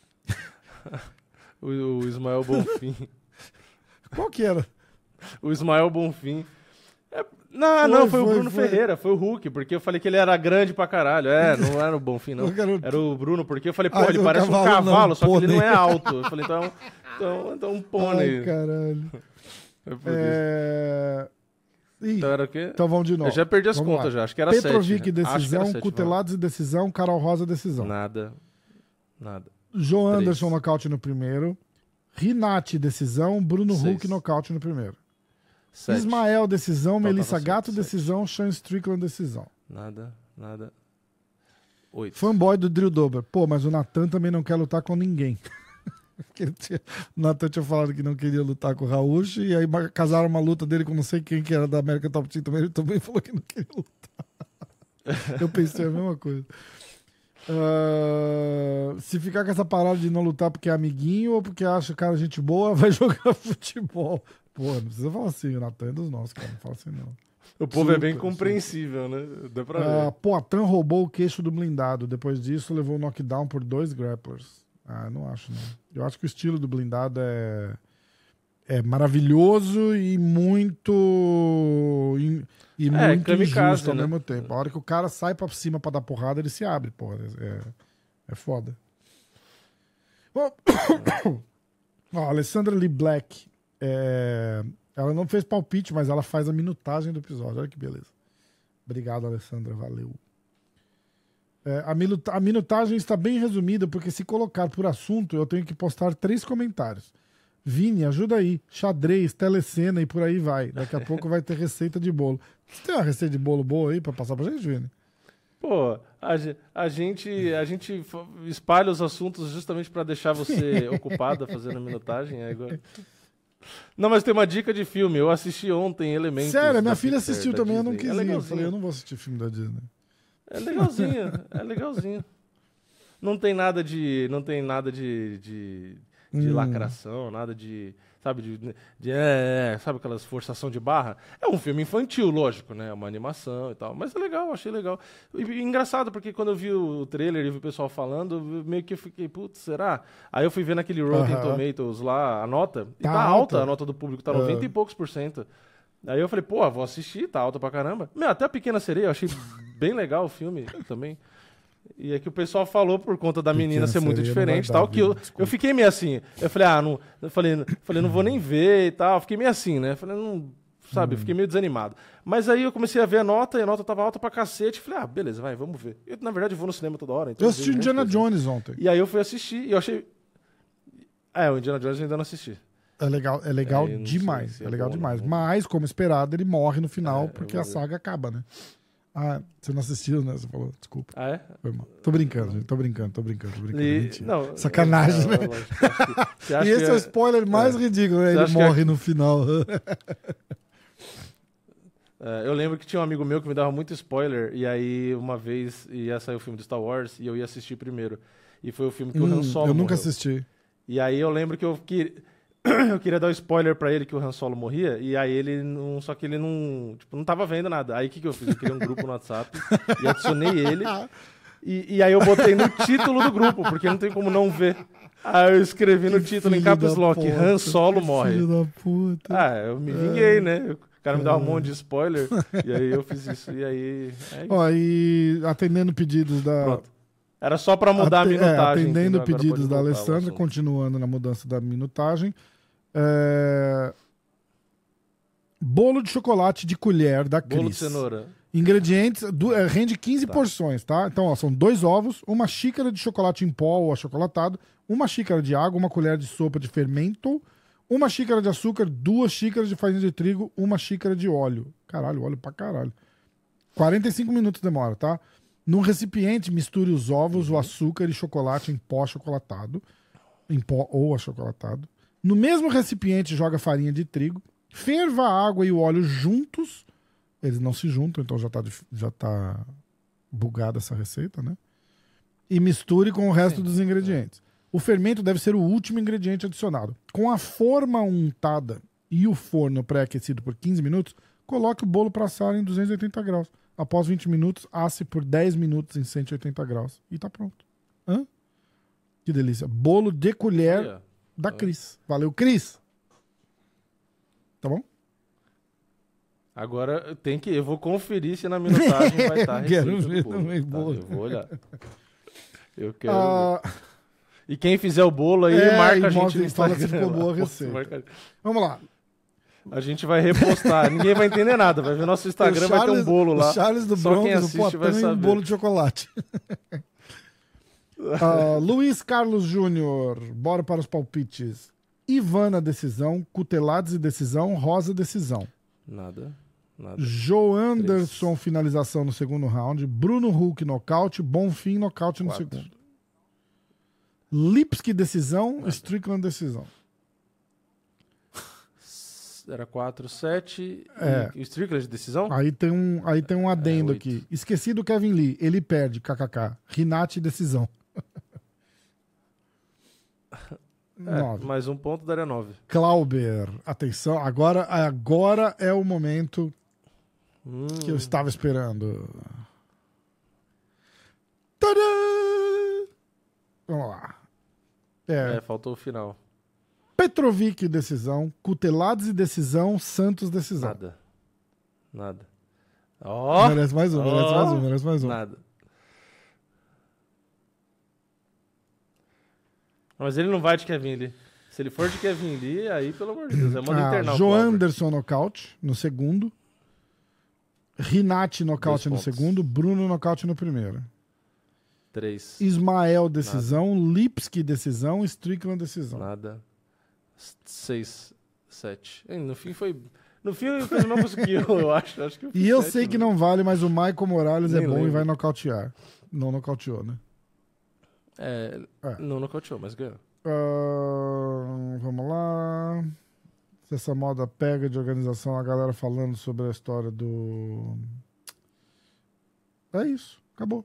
B: O Ismael Bonfim.
A: Qual que era?
B: O Ismael Bonfim. Foi o Bruno Ferreira, foi o Hulk, porque eu falei que ele era grande pra caralho. Não era o Bonfim, não. Era o Bruno, porque eu falei, ele parece um cavalo, só que ele não é alto. Eu falei, então um pônei.
A: Ai, caralho.
B: Então era o quê?
A: Então vamos de novo.
B: Eu já perdi as contas já, acho que era 7.
A: Petrovic, decisão. Kuteladze, decisão. Carol Rosa, decisão.
B: Nada.
A: Joe Anderson, nocaute no primeiro. Rinati, decisão. Bruno Hulk, nocaute no primeiro.
B: 7.
A: Ismael, decisão. Melissa Gato, decisão. Sean Strickland, decisão.
B: Nada. 8.
A: Fanboy do Drew Dober. Pô, mas o Natan também não quer lutar com ninguém. O Natan tinha falado que não queria lutar com o Rauch, e aí casaram uma luta dele com não sei quem que era da American Top Team também. Ele também falou que não queria lutar. Eu pensei a mesma coisa. Se ficar com essa parada de não lutar porque é amiguinho ou porque acha o cara gente boa, vai jogar futebol. Pô, não precisa falar assim, o Natan é dos nossos, cara. Não fala assim, não.
B: O povo é bem compreensível, né? Dá pra ver.
A: Poatan roubou o queixo do blindado. Depois disso, levou o knockdown por 2 grapplers. Não acho, não. Eu acho que o estilo do blindado é maravilhoso e muito muito injusto ao mesmo tempo. A hora que o cara sai pra cima pra dar porrada, ele se abre, porra. É foda. Bom, a Alessandra Lee Black, ela não fez palpite, mas ela faz a minutagem do episódio. Olha que beleza. Obrigado, Alessandra. Valeu. A minutagem está bem resumida, porque se colocar por assunto, eu tenho que postar 3 comentários. Vini, ajuda aí. Xadrez, telecena e por aí vai. Daqui a pouco vai ter receita de bolo. Você tem uma receita de bolo boa aí pra passar pra gente, Vini?
B: Pô, a gente espalha os assuntos justamente pra deixar você ocupada fazendo a minutagem. Agora. Não, mas tem uma dica de filme. Eu assisti ontem Elementos.
A: Sério, minha filha assistiu também, eu não quis ir. Eu falei, eu não vou assistir filme da Disney.
B: É legalzinho. Não tem nada de lacração, nada de, sabe, sabe aquelas forçação de barra? É um filme infantil, lógico, né? É uma animação e tal, mas é legal, achei legal. E engraçado, porque quando eu vi o trailer e vi o pessoal falando, meio que eu fiquei, putz, será? Aí eu fui ver naquele Rotten Tomatoes lá, a nota, e tá alta a nota do público, tá 90 e poucos %. Aí eu falei, pô, vou assistir, tá alta pra caramba. Até a Pequena Sereia, eu achei bem legal o filme também. E é que o pessoal falou por conta da menina ser muito diferente e tal, que eu fiquei meio assim. Eu falei, não vou nem ver e tal. Fiquei meio assim, né? Falei, não, sabe, fiquei meio desanimado. Mas aí eu comecei a ver a nota e a nota tava alta pra cacete. Falei, beleza, vai, vamos ver. Eu, na verdade, vou no cinema toda hora. Então
A: eu assisti Indiana Jones ontem.
B: E aí eu fui assistir e eu achei... o Indiana Jones eu ainda não assisti.
A: É legal demais. É legal demais. Mas, como esperado, ele morre no final porque a saga acaba, né? Você não assistiu, né? Você falou, desculpa. Foi mal. Tô brincando, gente. Tô brincando. Não, sacanagem, né? E esse é o spoiler mais ridículo, né? Ele morre no final.
B: Eu lembro que tinha um amigo meu que me dava muito spoiler, e aí uma vez ia sair o filme do Star Wars e eu ia assistir primeiro. E foi o filme que o Han Solo
A: Eu nunca
B: morreu.
A: assisti.
B: E aí eu lembro que eu queria dar um spoiler pra ele que o Han Solo morria, e aí ele não... Só que ele não tava vendo nada. Aí o que eu fiz? Eu criei um grupo no WhatsApp e adicionei ele. E aí eu botei no título do grupo, porque não tem como não ver. Aí eu escrevi no título em caps lock, Han Solo morre.
A: Filho da puta.
B: Eu me vinguei, né? O cara me dava um monte de spoiler, e aí eu fiz isso, e aí...
A: Ó, e atendendo pedidos da...
B: Pronto. Era só pra mudar a minutagem.
A: Atendendo pedidos da Alessandra, continuando na mudança da minutagem. Bolo de chocolate de colher da Cris.
B: Bolo de cenoura.
A: Ingredientes, rende 15 porções, tá? Então, ó, são 2 ovos, uma xícara de chocolate em pó ou achocolatado, uma xícara de água, uma colher de sopa de fermento, uma xícara de açúcar, 2 xícaras de farinha de trigo, uma xícara de óleo. Caralho, óleo pra caralho. 45 minutos demora, tá? Num recipiente, misture os ovos, o açúcar e chocolate em pó achocolatado. Em pó ou achocolatado. No mesmo recipiente, joga farinha de trigo. Ferva a água e o óleo juntos. Eles não se juntam, então já tá bugada essa receita, né? E misture com o resto dos ingredientes. O fermento deve ser o último ingrediente adicionado. Com a forma untada e o forno pré-aquecido por 15 minutos, coloque o bolo para assar em 280 graus. Após 20 minutos, asse por 10 minutos em 180 graus. E tá pronto. Hã? Que delícia. Bolo de colher da Cris. Valeu, Cris. Tá bom?
B: Agora eu vou conferir se na minutagem vai estar a receita
A: Quero ver
B: do bolo.
A: também,
B: Tá,
A: bolo.
B: eu vou olhar. Eu quero ver. E quem fizer o bolo aí, marca a gente no
A: fala
B: Instagram.
A: se ficou boa a
B: Lá.
A: receita. Vamos lá.
B: A gente vai repostar. Ninguém vai entender nada. Vai ver nosso Instagram, vai ter um bolo lá.
A: O Charles do
B: Só quem
A: Broncos,
B: assiste
A: o Potão
B: vai
A: e um
B: saber.
A: bolo de chocolate. Luiz Carlos Júnior, bora para os palpites. Ivana, decisão. Cutelados e decisão. Rosa, decisão.
B: Nada.
A: Joe Anderson, finalização no segundo round. Bruno Huck, nocaute. Bonfim, nocaute no
B: 4.
A: segundo. Lipski, decisão. Strickland, decisão.
B: Era 4, 7. E o Strickland, decisão?
A: Aí tem um adendo aqui. Esqueci do Kevin Lee. Ele perde, kkk. Rinati, decisão. 9.
B: Mais um ponto daria 9.
A: Clauber, atenção. Agora é o momento que eu estava esperando. Tadã! Vamos lá.
B: Faltou o final.
A: Petrovic, decisão. Cutelados e decisão. Santos, decisão.
B: Nada. Ó!
A: Merece mais um.
B: Nada. Mas ele não vai de Kevin Lee. Se ele for de Kevin Lee, aí, pelo amor de Deus, manda internar o
A: Joe
B: Cláudio.
A: Anderson, nocaute no segundo. Rinati, nocaute no segundo. Bruno, nocaute no primeiro.
B: 3.
A: Ismael, decisão. Lipski, decisão. Strickland, decisão.
B: Nada. 6, 7. No fim foi... No fim eu fiz o mesmo que eu acho. Acho que eu fiz
A: E eu
B: 7,
A: sei que não vale, mas o Michael Morales é bom e vai nocautear. Não nocauteou, né?
B: Não nocauteou, mas ganhou.
A: Vamos lá. Se essa moda pega de organização, a galera falando sobre a história do... É isso. Acabou.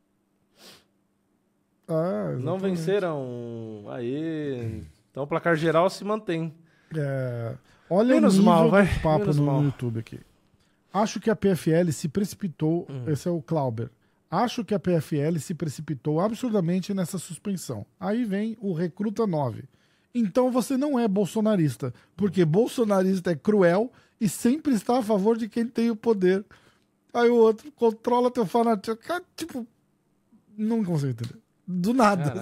B: Não venceram. Aê. Então o placar geral se mantém.
A: Olha
B: menos
A: o nível
B: mal, vai.
A: do papo
B: Menos
A: no
B: mal.
A: YouTube aqui. Acho que a PFL se precipitou. Esse é o Clauber. Acho que a PFL se precipitou absurdamente nessa suspensão. Aí vem o Recruta 9. Então você não é bolsonarista, porque bolsonarista é cruel e sempre está a favor de quem tem o poder. Aí o outro controla teu fanatismo. Cara, tipo, não consigo entender. Do nada.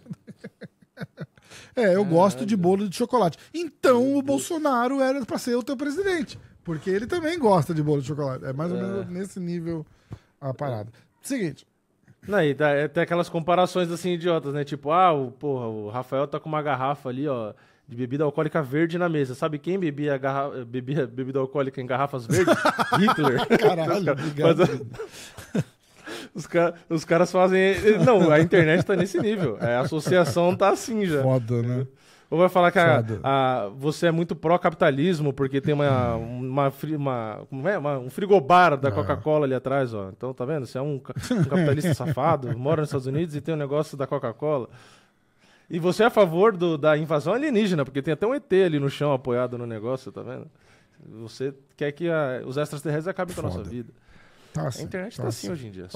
A: Eu gosto de bolo de chocolate. Então o Bolsonaro era pra ser o teu presidente, porque ele também gosta de bolo de chocolate. É mais ou menos nesse nível a parada. Seguinte.
B: Não, e tem aquelas comparações assim idiotas, né? Tipo, o Rafael tá com uma garrafa ali, ó, de bebida alcoólica verde na mesa. Sabe quem bebia bebida alcoólica em garrafas verdes? Hitler.
A: Caralho, obrigado.
B: Os caras fazem... Não, a internet tá nesse nível. A associação tá assim já.
A: Foda, né?
B: Ou vai falar que você é muito pró-capitalismo porque tem um frigobar da Coca-Cola ali atrás, ó. Então, tá vendo? Você é um capitalista safado, mora nos Estados Unidos e tem um negócio da Coca-Cola. E você é a favor da invasão alienígena, porque tem até um ET ali no chão apoiado no negócio, tá vendo? Você quer que os extraterrestres acabem com a nossa vida.
A: Tá
B: a internet tá assim hoje em dia.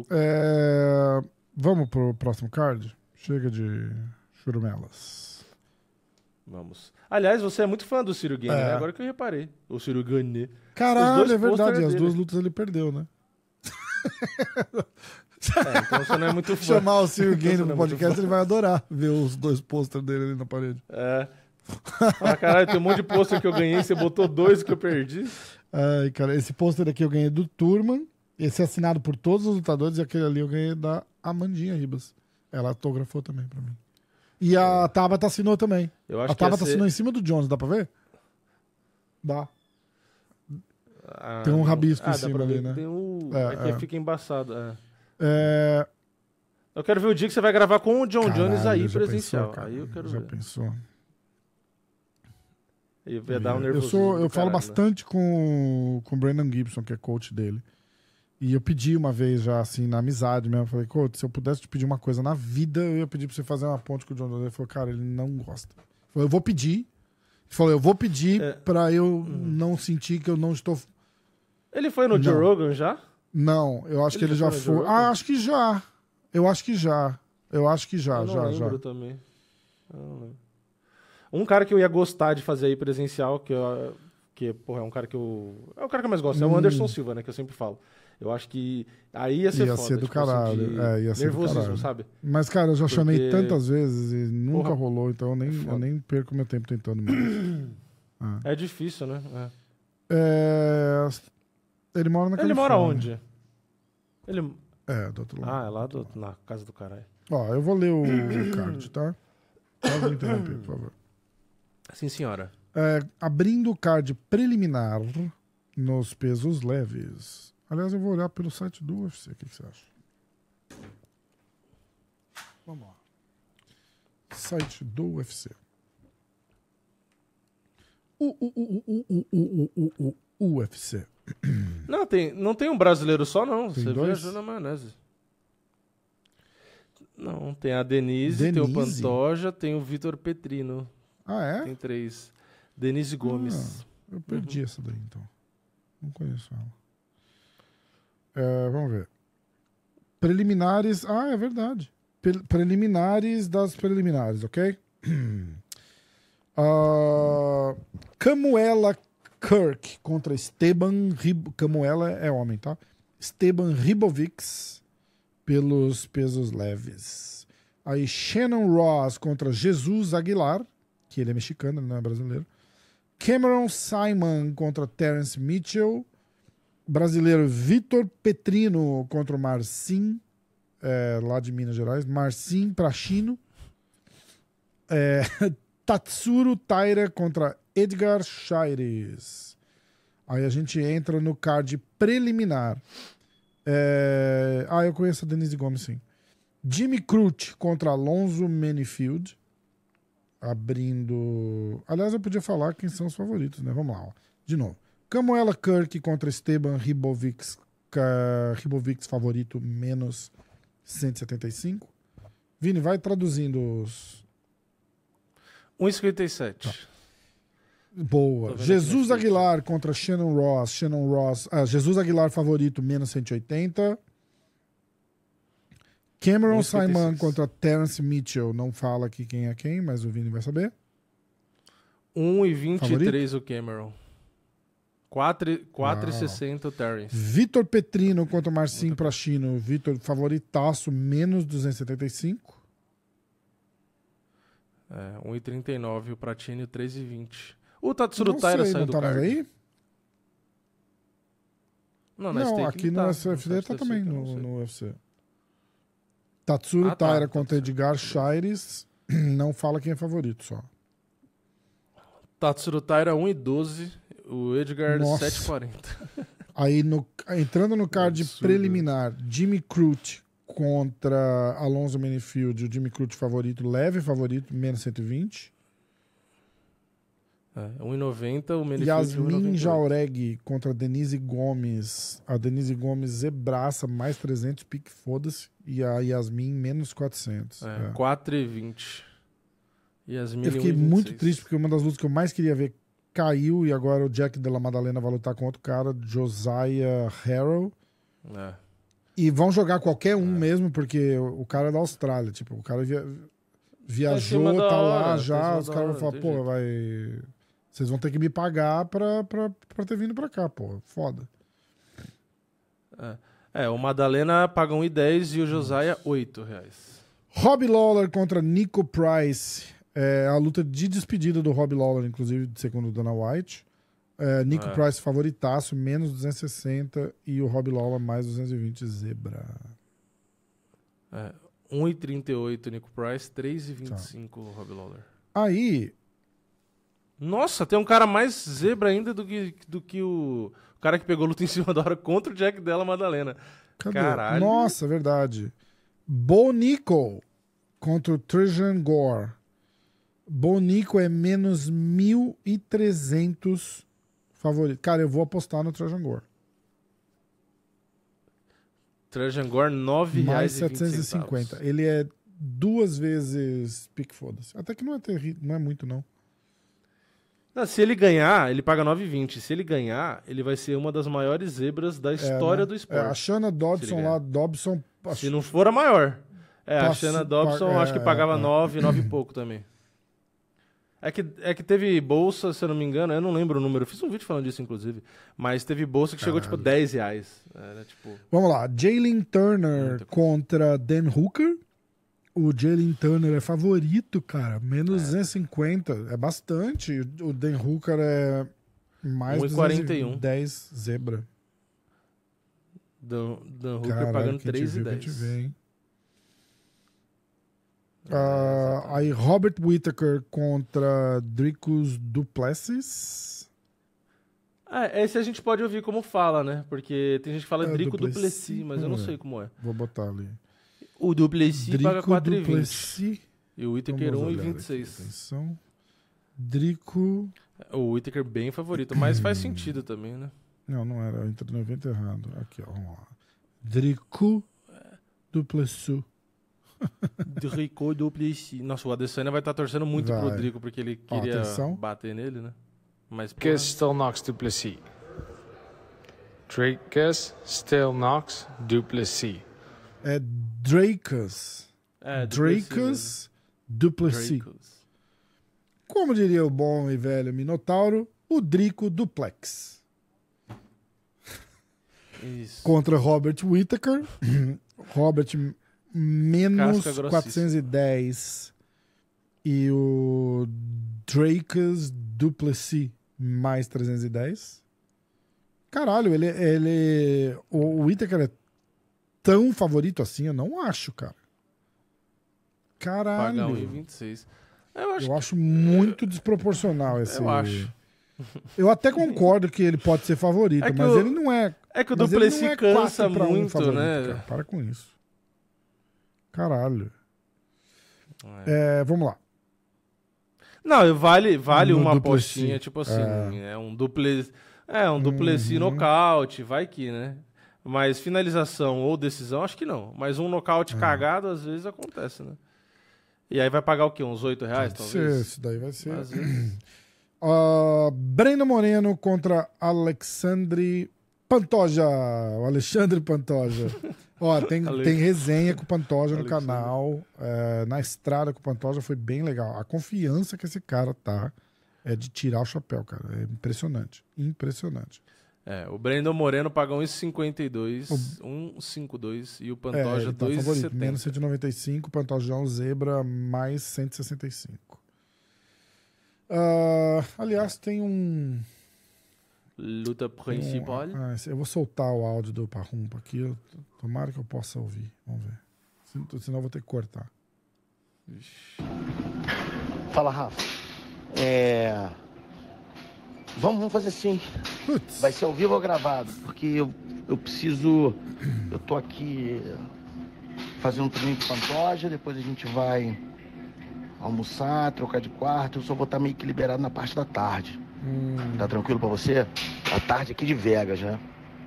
A: Vamos pro próximo card? Chega de churumelas.
B: Vamos. Aliás, você é muito fã do Ciro Gane, né? Agora que eu reparei. O Ciro Gane.
A: Caralho, é verdade. As duas lutas ele perdeu, né?
B: Então você não é muito fã.
A: Chamar o Ciro Gane no podcast, ele vai adorar ver os 2 pôster dele ali na parede.
B: Caralho, tem um monte de pôster que eu ganhei, você botou 2 que eu perdi.
A: Ai, cara, esse pôster aqui eu ganhei do Turman, esse é assinado por todos os lutadores, e aquele ali eu ganhei da Amandinha Ribas. Ela autografou também pra mim. E a Tabata assinou também. A Tabata assinou em cima do Jones, dá pra ver? Dá. Tem um rabisco em cima ali, né?
B: Tem aqui fica embaçado. Eu quero ver o dia que você vai gravar com o John Jones aí presencial. Aí eu quero ver.
A: Já pensou?
B: Vai dar um nervosismo.
A: Eu falo bastante com o Brandon Gibson, que é coach dele. E eu pedi uma vez já, assim, na amizade mesmo. Eu falei, coach, se eu pudesse te pedir uma coisa na vida, eu ia pedir pra você fazer uma ponte com o John Jones. Ele falou, cara, ele não gosta. Ele falou, eu vou pedir. Ele falou, eu vou pedir pra eu não sentir que eu não estou...
B: Ele foi no Joe Rogan já?
A: Não, eu acho que ele já foi. Acho que já. Eu acho que já. Eu não lembro
B: também. Eu não lembro. Um cara que eu ia gostar de fazer aí presencial, que porra, é um cara que eu... É o cara que eu mais gosto, é o Anderson Silva, né, que eu sempre falo. Eu acho que aí ia ser foda.
A: Ia ser do caralho. Ia ser
B: nervosismo,
A: do caralho.
B: Sabe?
A: Mas, cara, eu já chamei tantas vezes e nunca rolou, então eu nem perco meu tempo tentando mais.
B: É difícil, né?
A: Ele mora na Califórnia.
B: Ele mora onde?
A: Do outro lado.
B: É lá na casa do caralho.
A: Ó, eu vou ler o card, tá? Pode me interromper, por favor.
B: Sim, senhora.
A: Abrindo o card preliminar nos pesos leves. Aliás, eu vou olhar pelo site do UFC. O que você acha? Vamos lá. Site do UFC. UFC.
B: Não tem um brasileiro só, não.
A: Tem
B: você
A: 2?
B: viajou na maionese. Não, tem a Denise, tem o Pantoja, tem o Vitor Petrino. Tem 3. Denise Gomes.
A: Eu perdi essa daí, então. Não conheço ela. Vamos ver. Preliminares. É verdade. Preliminares das preliminares, ok? Camuela Kirk contra Esteban Camuela é homem, tá? Esteban Ribovics pelos pesos leves. Aí Shannon Ross contra Jesus Aguilar, que ele é mexicano, ele não é brasileiro. Cameron Simon contra Terence Mitchell. Brasileiro Vitor Petrino contra o Marcin, lá de Minas Gerais. Marcin Prachino. Tatsuro Taira contra Edgar Chaires. Aí a gente entra no card preliminar. Eu conheço a Denise Gomes, sim. Jimmy Crute contra Alonso Menifield. Abrindo... Aliás, eu podia falar quem são os favoritos, né? Vamos lá, ó. De novo. Camuela Kirk contra Esteban Ribovics. Ribovics favorito, menos 175. Vini, vai traduzindo os...
B: 1,57.
A: Tá. Boa. Jesus Aguilar contra Shannon Ross. Jesus Aguilar favorito, menos 180. Cameron Simon contra Terence Mitchell. Não fala aqui quem é quem, mas o Vini vai saber.
B: 1,23 o Cameron. 4,60 o Terence.
A: Vitor Petrino contra Marcin Prachino. Vitor favoritaço, menos 275.
B: 1,39 o Pratini, 3,20. O Tatsuro Taira saiu do card. Aí?
A: Não, aqui no UFC tá também no UFC. Tatsuro Taira contra Edgar Chaires. Não fala quem é favorito só.
B: Tatsuro Taira 1,12. O Edgar 7,40.
A: Aí entrando no card preliminar, Jimmy Crute contra Alonso Menifield. O Jimmy Crute favorito, leve favorito, menos 120.
B: 1,90, o Manifield
A: Yasmin Jauregui contra Denise Gomes. A Denise Gomes zebraça, mais 300, pique, foda-se. E a Yasmin, menos 400.
B: 4,20. Yasmin,
A: eu fiquei muito triste, porque uma das lutas que eu mais queria ver caiu, e agora o Jack Della Maddalena vai lutar com outro cara, Josiah Harrell. E vão jogar qualquer um mesmo, porque o cara é da Austrália. Tipo, o cara viajou, tá lá já, os caras vão falar, pô, vocês vão ter que me pagar pra ter vindo pra cá, pô. Foda.
B: O Maddalena paga 1,10 e o Josiah R$8.
A: Robbie Lawler contra Nico Price. A luta de despedida do Robbie Lawler, inclusive, segundo o Dana White. Nico Price favoritaço, menos 260. E o Robbie Lawler, mais 220, zebra.
B: 1,38 Nico Price, 3,25 Robbie Lawler.
A: Aí...
B: Nossa, tem um cara mais zebra ainda do que o cara que pegou luta em cima da hora contra o Jack Della Maddalena.
A: Cadê?
B: Caralho.
A: Nossa, verdade. Bo Nickal contra o Trajan Gore. Bo Nickal é menos 1.300 favorito. Cara, eu vou apostar no Trajan Gore.
B: Trajan Gore, R$9,20.
A: Mais 750. Ele é 2 vezes pique, foda-se. Até que não é muito, não.
B: Não, se ele ganhar, ele paga 9,20. Se ele ganhar, ele vai ser uma das maiores zebras da história do esporte.
A: A Shanna Dobson lá,
B: se não for a maior. A Shanna Dobson acho que pagava 9 e pouco também. É que teve bolsa, se eu não me engano, eu não lembro o número, eu fiz um vídeo falando disso, inclusive, mas teve bolsa que chegou tipo R$10. Era, tipo...
A: Vamos lá, Jalen Turner contra Dan Hooker. O Jalen Turner é favorito, cara. Menos 250. É bastante. O Dan Hooker é mais 210 zebra.
B: Dan Hooker pagando 3,10.
A: Aí Robert Whittaker contra Dricus Du Plessis.
B: Esse a gente pode ouvir como fala, né? Porque tem gente que fala Drico Du Plessis, mas eu não sei como é.
A: Vou botar ali.
B: O Du Plessis paga 4,20. E o Whittaker 1,26.
A: Atenção. Drico...
B: O Whittaker bem favorito, mas faz sentido também, né?
A: Não era. Eu entrei no evento errado. Aqui, ó. Vamos lá. Drico Du Plessis.
B: Drico Du Plessis. Nossa, o Adesanya vai estar torcendo muito pro Drico, porque ele queria bater nele, né? Mas,
J: Dricus still knocks Du Plessis. Dricus still knocks Du Plessis.
A: É Dricus. Dricus Du Plessis. Como diria o bom e velho Minotauro, o Drico Duplex.
B: Isso.
A: Contra Robert Whittaker. Robert menos 410. E o Dricus Du Plessis mais 310. Caralho, o Whittaker é tão favorito assim? Eu não acho, cara. Caralho.
B: Paga 1,26.
A: Eu acho muito desproporcional esse...
B: Eu acho.
A: Eu até concordo que ele pode ser favorito, mas ele não é...
B: É que o Du Plessis cansa muito, favorito, né?
A: Cara. Para com isso. Caralho. Vamos lá.
B: Não, vale uma apostinha, tipo assim, um Du Plessis nocaute, vai que, né? Mas finalização ou decisão, acho que não. Mas um nocaute cagado, às vezes, acontece, né? E aí vai pagar o quê? Uns R$8, talvez?
A: Isso daí vai ser. Breno Moreno contra Alexandre Pantoja. O Alexandre Pantoja. Ó, tem resenha com o Pantoja no canal. Na estrada com o Pantoja foi bem legal. A confiança que esse cara tá é de tirar o chapéu, cara. É impressionante. Impressionante.
B: O Brandon Moreno paga 1,52, 1,52 e o Pantoja 2,70.
A: Menos 195, Pantojão Zebra mais 165. Aliás, tem um...
B: Luta principal.
A: Eu vou soltar o áudio do Parrumpa aqui. Tomara que eu possa ouvir. Vamos ver. Senão eu vou ter que cortar.
K: Fala, Rafa. Vamos fazer assim. Vai ser ao vivo ou gravado? Porque eu preciso... Eu tô aqui fazendo um treino de Pantoja, depois a gente vai almoçar, trocar de quarto. Eu só vou estar meio que liberado na parte da tarde. Tá tranquilo pra você? A tarde aqui de Vegas, né?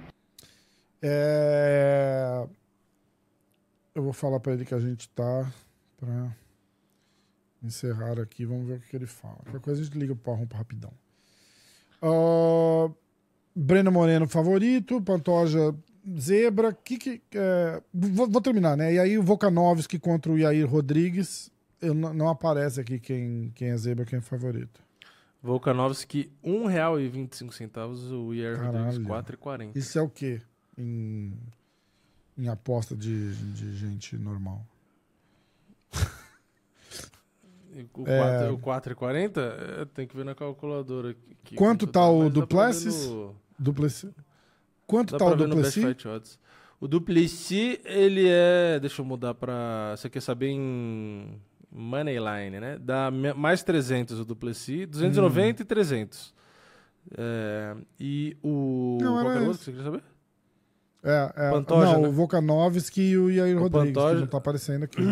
A: Eu vou falar pra ele que a gente tá pra encerrar aqui. Vamos ver o que ele fala. Qualquer coisa a gente liga pro Arrompa rapidão. Breno Moreno favorito, Pantoja zebra. Vou terminar, né? E aí o Volkanovski contra o Yair Rodrigues. Não aparece aqui quem é zebra, quem é favorito.
B: Volkanovski, R$1,25. O Yair Rodrigues, R$4,40.
A: Isso é o quê? Em aposta de gente normal.
B: O 4,40? Tem que ver na calculadora. Aqui,
A: quanto tá o Duplessis? Quanto tá o Duplessis?
B: O Duplessis, ele é... Deixa eu mudar pra... Você quer saber em Moneyline, né? Dá mais 300 o Duplessis, 290 e 300. E o...
A: Não,
B: qual era outro que você queria saber?
A: Pantoja, não, né? O Volkanovski e o Yair Rodrigues, Pantoja... que não tá aparecendo aqui.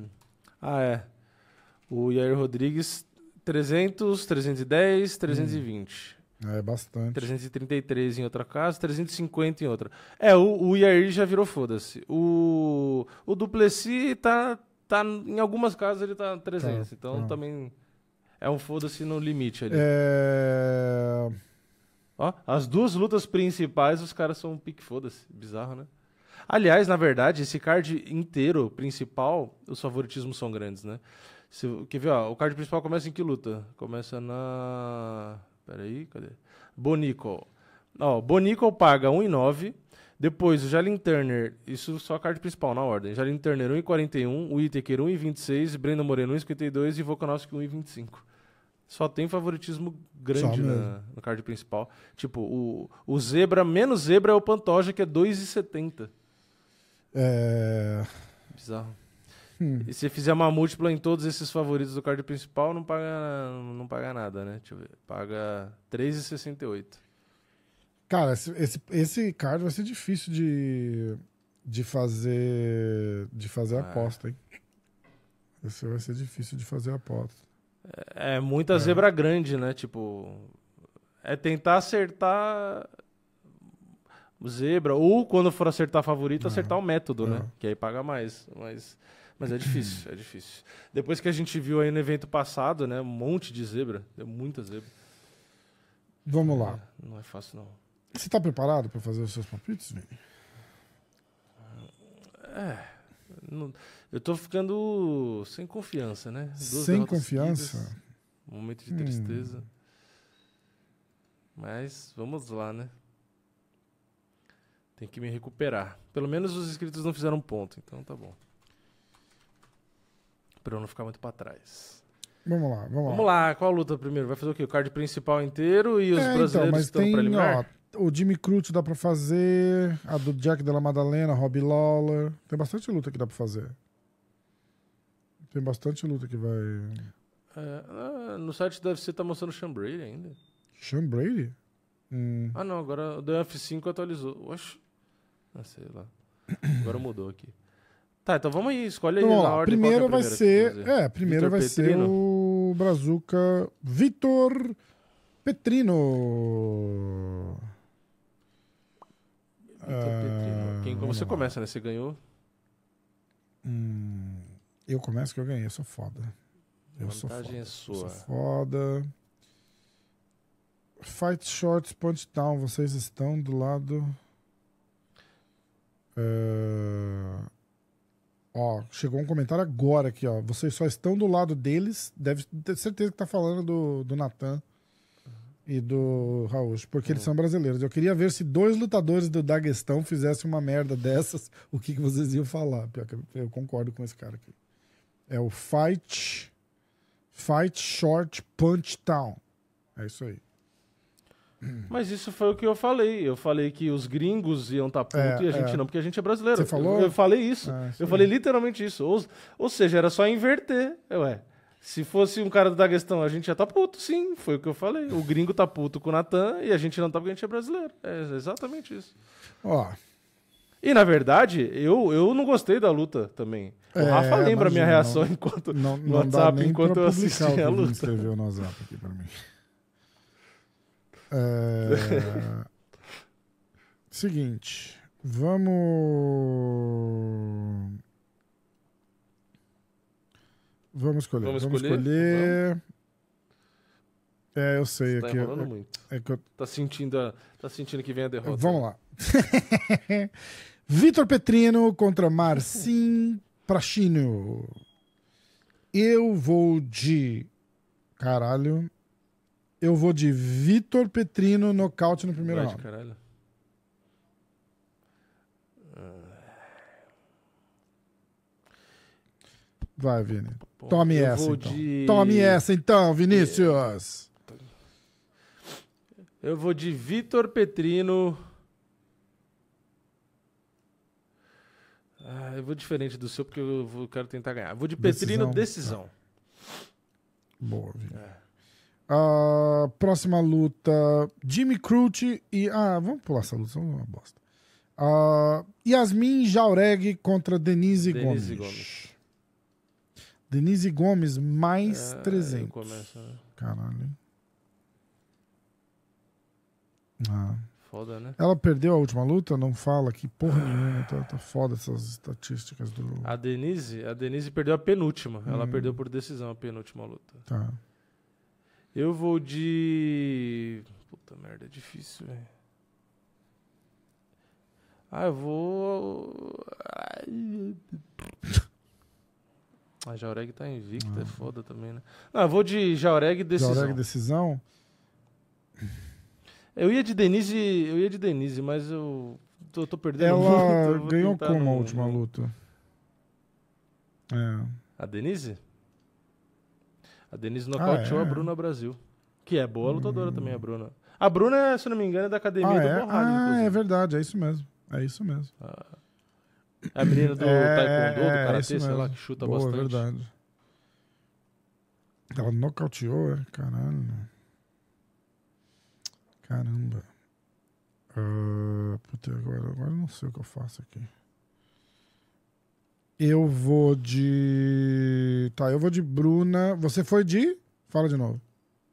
B: O Yair Rodrigues, 300, 310, 320.
A: É bastante.
B: 333 em outra casa, 350 em outra. O Yair já virou foda-se. O Duplessis tá em algumas casas ele tá 300. Então também é um foda-se no limite ali. Ó, as duas lutas principais, os caras são um pique foda-se. Bizarro, né? Aliás, na verdade, esse card inteiro, principal, os favoritismos são grandes, né? Quer ver, ó, o card principal começa em que luta? Começa na... Peraí, cadê? Bonico. Ó, Bonico paga 1,9. Depois o Jalin Turner, isso só a card principal na ordem. Jalin Turner 1,41, o Whittaker 1,26, Brandon Moreno 1,52 e Volkanovski 1,25. Só tem favoritismo grande no card principal. Tipo, o zebra, menos zebra é o Pantoja, que é 2,70. Bizarro. E se fizer uma múltipla em todos esses favoritos do card principal, não paga nada, né? Deixa eu ver. Paga 3,68.
A: Cara, esse card vai ser difícil de fazer aposta, hein? Esse vai ser difícil de fazer aposta.
B: Muita zebra grande, né? Tipo, tentar acertar zebra, ou quando for acertar favorito, acertar o método, né? Que aí paga mais, mas é difícil, é difícil. Depois que a gente viu aí no evento passado, né? Um monte de zebra, deu muita zebra.
A: Vamos lá.
B: Não é fácil, não.
A: Você tá preparado para fazer os seus palpites, Vini?
B: Eu tô ficando sem confiança, né?
A: Sem confiança?
B: Seguidas, um momento de tristeza. Mas vamos lá, né? Tem que me recuperar. Pelo menos os inscritos não fizeram ponto, então tá bom. Pra eu não ficar muito pra trás.
A: Vamos lá.
B: Qual a luta primeiro? Vai fazer o quê? O card principal inteiro e os brasileiros que estão preliminar?
A: O Jimmy Crute dá pra fazer, a do Jack Della Maddalena, Robbie Lawler. Tem bastante luta que dá pra fazer. Tem bastante luta que vai...
B: no site da UFC tá mostrando o Sean Brady ainda.
A: Sean Brady?
B: Não, agora o F5 atualizou. Oxe. Sei lá. Agora mudou aqui. Tá, então vamos aí, escolhe aí na ordem.
A: Primeiro vai ser o Brazuca Vitor Petrino.
B: Petrino. Você começa, né? Você ganhou?
A: Eu começo que eu ganhei, eu sou foda.
B: A vantagem é sua.
A: Eu sou foda. Fight Shorts Punch Down, vocês estão do lado... chegou um comentário agora aqui, ó. Vocês só estão do lado deles. Deve ter certeza que tá falando do Natan e do Raul, porque eles são brasileiros. Eu queria ver se 2 lutadores do Daguestão fizessem uma merda dessas, o que vocês iam falar. Eu concordo com esse cara aqui. É o Fight Short Punch Down. É isso aí.
B: Mas isso foi o que eu falei. Eu falei que os gringos iam estar putos e a gente não, porque a gente é brasileiro.
A: Você falou?
B: Eu falei isso. Eu falei literalmente isso. Ou seja, era só inverter. Se fosse um cara do Daguestão, a gente já tá puto, sim. Foi o que eu falei. O gringo tá puto com o Natan e a gente não tá porque a gente é brasileiro. É exatamente isso. E, na verdade, eu não gostei da luta também. O Rafa lembra a minha reação no WhatsApp enquanto eu assistia a luta.
A: Escreveu no WhatsApp aqui pra mim. Seguinte. Vamos escolher. Vamos escolher. Eu sei.
B: Você
A: aqui.
B: Tá enrolando muito.
A: Que eu...
B: Tá sentindo que vem a derrota.
A: Vamos lá. Vitor Petrino contra Marcin Prachinho. Eu vou de... Caralho. Eu vou de Vitor Petrino nocaute no primeiro round.
B: Caralho.
A: Vai, Vini. Tome essa, então. Tome essa, então, Vinícius.
B: Eu vou de Vitor Petrino. Eu vou diferente do seu, porque eu quero tentar ganhar. Vou de Petrino decisão.
A: Boa, Vini. Próxima luta, Jimmy Crute e... vamos pular essa luta, é uma bosta. Yasmin Jauregui contra Denise Gomes. Denise Gomes mais 300.
B: Começo, né?
A: Caralho.
B: Foda, né?
A: Ela perdeu a última luta? Não fala que porra nenhuma. Tá foda essas estatísticas do...
B: A Denise perdeu a penúltima. Ela perdeu por decisão a penúltima luta.
A: Tá.
B: Eu vou de... Puta merda, é difícil, velho. Eu vou... A Jauregui tá invicta, é foda também, né? Não, eu vou de Jauregui decisão.
A: Jauregui decisão?
B: Eu ia de Denise, mas eu tô perdendo
A: Ela ganhou como a última luta?
B: A Denise? A Denise nocauteou a Bruna Brasil. Que é boa lutadora também, a Bruna. A Bruna, se não me engano, é da academia do Borralho, inclusive.
A: É verdade, é isso mesmo. É isso mesmo.
B: A menina do taekwondo, do karatê, sei lá, que chuta bastante.
A: É verdade. Ela nocauteou, caralho. Caramba. Puta, agora eu não sei o que eu faço aqui. Eu vou de... Tá, eu vou de Bruna. Você foi de... Fala de novo.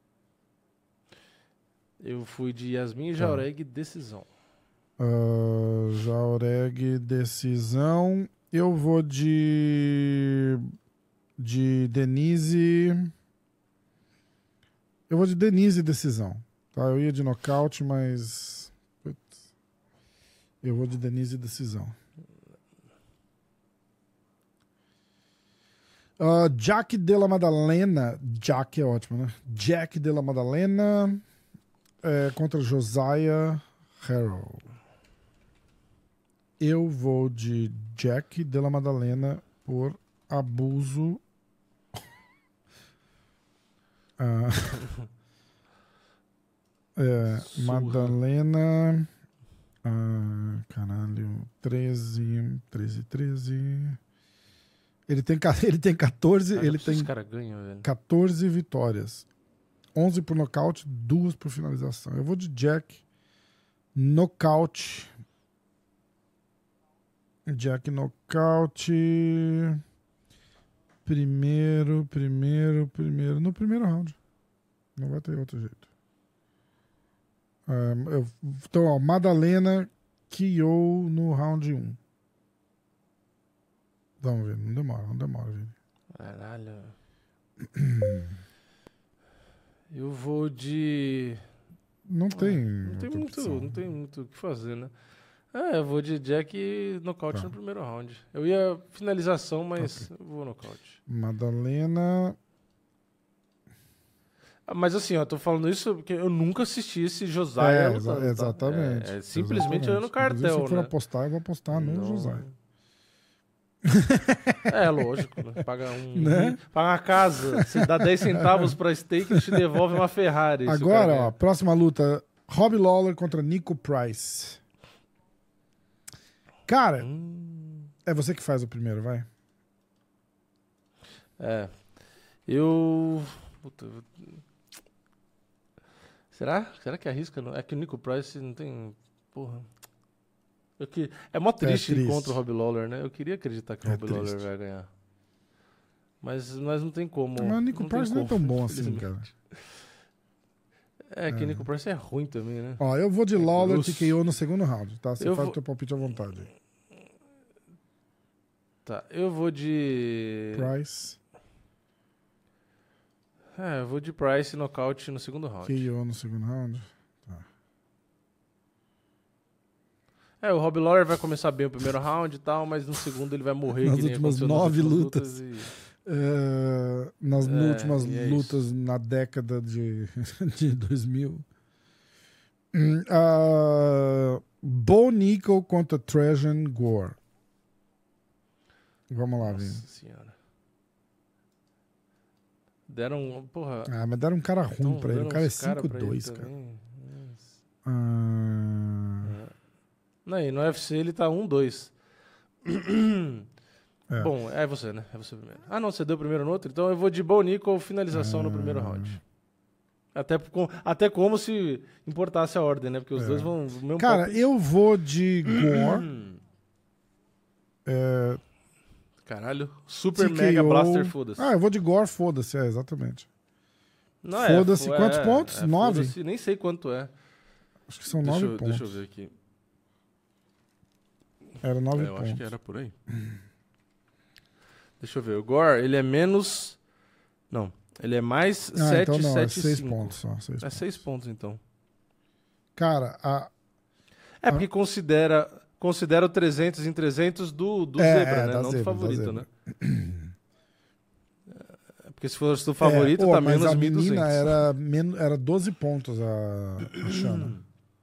B: Eu fui de Yasmin Jauregui decisão.
A: Jauregui decisão. Eu vou de Denise. Eu vou de Denise decisão. Tá, eu ia de nocaute, mas eu vou de Denise decisão. Jack Della Maddalena. Jack é ótimo, né? Jack Della Maddalena contra Josiah Harrell. Eu vou de Jack Della Maddalena por abuso. Madalena. Caralho. 13. Ele tem 14. Ele tem 14 vitórias. 11 por nocaute, 2 por finalização. Eu vou de Jack nocaute. Jack nocaute. Primeiro. No primeiro round. Não vai ter outro jeito. Então, Madalena KO no round 1. Vamos ver. Não demora, Vini.
B: Caralho. Eu vou de...
A: Não tem
B: muito o que fazer, né? Eu vou de Jack nocaute no primeiro round. Eu ia finalização, mas eu vou nocaute.
A: Madalena...
B: Mas assim, eu tô falando isso porque eu nunca assisti esse Josiah lutando,
A: exatamente.
B: Simplesmente olhando no cartel,
A: se eu for
B: né?
A: apostar, eu vou apostar no Josiah.
B: Lógico, né? Paga uma casa, você dá 10 centavos pra steak e te devolve uma Ferrari.
A: Agora, próxima luta, Robbie Lawler contra Nico Price. Cara, é você que faz o primeiro, vai. Será que arrisca? É que o Nico Price não tem... Porra.
B: É mó triste ir contra o Robbie Lawler, né? Eu queria acreditar que o Robbie Lawler vai ganhar. Mas não tem como.
A: Mas o Nico Price não é tão bom assim, cara.
B: Que o Nico Price é ruim também, né?
A: Ó, eu vou de Lawler TKO no segundo round, tá? Você faz o teu palpite à vontade.
B: Tá, eu vou de...
A: Price.
B: Eu vou de Price nocaute no segundo round.
A: KO no segundo round?
B: Tá. O Robbie Lawler vai começar bem o primeiro round e tal, mas no segundo ele vai morrer.
A: Nas últimas 9 lutas. Nas últimas lutas na década de 2000. Bo Nickal contra Trajan Gore. Vamos lá, Vini.
B: Nossa senhora. Deram, porra...
A: mas deram um cara ruim pra ele. O cara é 5'2", cara.
B: Não, e no UFC ele tá 1-2. Bom, é você, né? É você primeiro. Não, você deu primeiro no outro? Então eu vou de Bo Nickal, finalização no primeiro round. Até como se importasse a ordem, né? Porque os dois vão...
A: Cara, eu vou de Gore.
B: Caralho, Super TKO. Mega Blaster, foda-se.
A: Eu vou de Gore, foda-se, exatamente.
B: Foda-se,
A: quantos pontos? 9?
B: Nem sei quanto é.
A: Acho que são 9 pontos.
B: Deixa eu ver aqui.
A: Era 9 pontos.
B: Eu acho que era por aí. Deixa eu ver. O Gore, ele é menos... Não, ele é mais 7,
A: então não,
B: 7,
A: é 6
B: 5.
A: pontos só.
B: 6 pontos, então.
A: Cara,
B: porque considera o 300 em 300 do Zebra, né? Não do favorito, né? Porque se fosse do favorito, tá menos 1.200.
A: Mas a menina era 12 pontos a Shanna.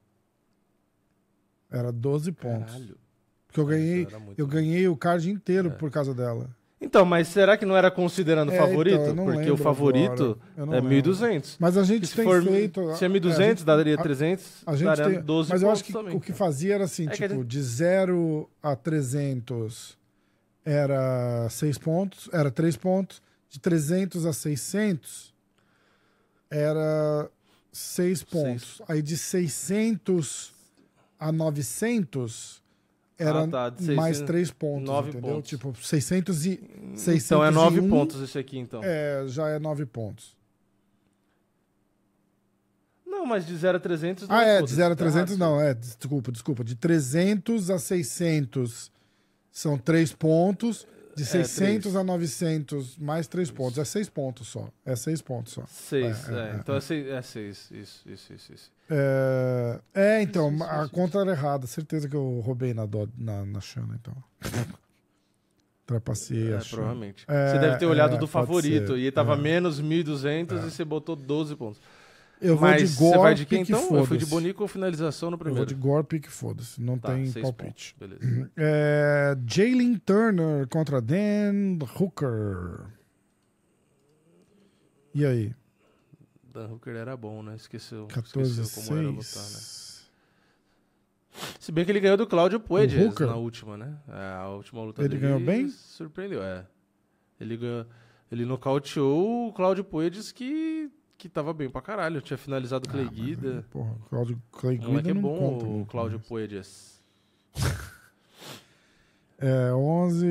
A: Era 12 pontos.
B: Caralho.
A: Porque eu ganhei o card inteiro por causa dela.
B: Então, mas será que não era considerando o favorito?
A: Então,
B: porque o favorito é 1.200.
A: Mas a gente tem feito...
B: Se é 1.200, daria 300, daria 12
A: Mas eu acho que
B: também.
A: o que fazia era assim, de 0 a 300 era 6 pontos, era 3 pontos. De 300 a 600 era 6 pontos. Aí de 600 a 900... era mais 3 pontos,
B: 9
A: entendeu?
B: pontos.
A: Tipo, 600 e...
B: Então é 9 pontos esse aqui, então.
A: Já é 9 pontos.
B: Não, mas de 0 a 300...
A: de 0 a 300 não, desculpa. De 300 a 600 são 3 pontos. De 600 a 900 mais 3 pontos. É 6 pontos só. 6 pontos só.
B: 6, então é 6. Isso.
A: Então, a conta era errada. Certeza que eu roubei na Shanna, então. Trapacei a Shanna.
B: Provavelmente. Você deve ter olhado do favorito. E ele tava menos 1.200 e você botou 12 pontos.
A: Eu vou de Gore,
B: você vai de quem, então?
A: Foda-se.
B: Eu fui de Bo Nickal, finalização no primeiro.
A: Eu vou de Gore, pique, foda-se. Não tem palpite.
B: Beleza.
A: Jalen Turner contra Dan Hooker. E aí?
B: Dan Hooker era bom, né? Esqueceu
A: como era
B: lutar, né? Se bem que ele ganhou do Claudio Puelles na última, né? A última luta
A: dele. Ele ganhou bem?
B: Surpreendeu, Ele nocauteou o Claudio Puelles que tava bem pra caralho. Tinha finalizado o Clay Guida.
A: Porra, o Clay Guida não
B: bom,
A: conta.
B: O Claudio Puelles.
A: 11...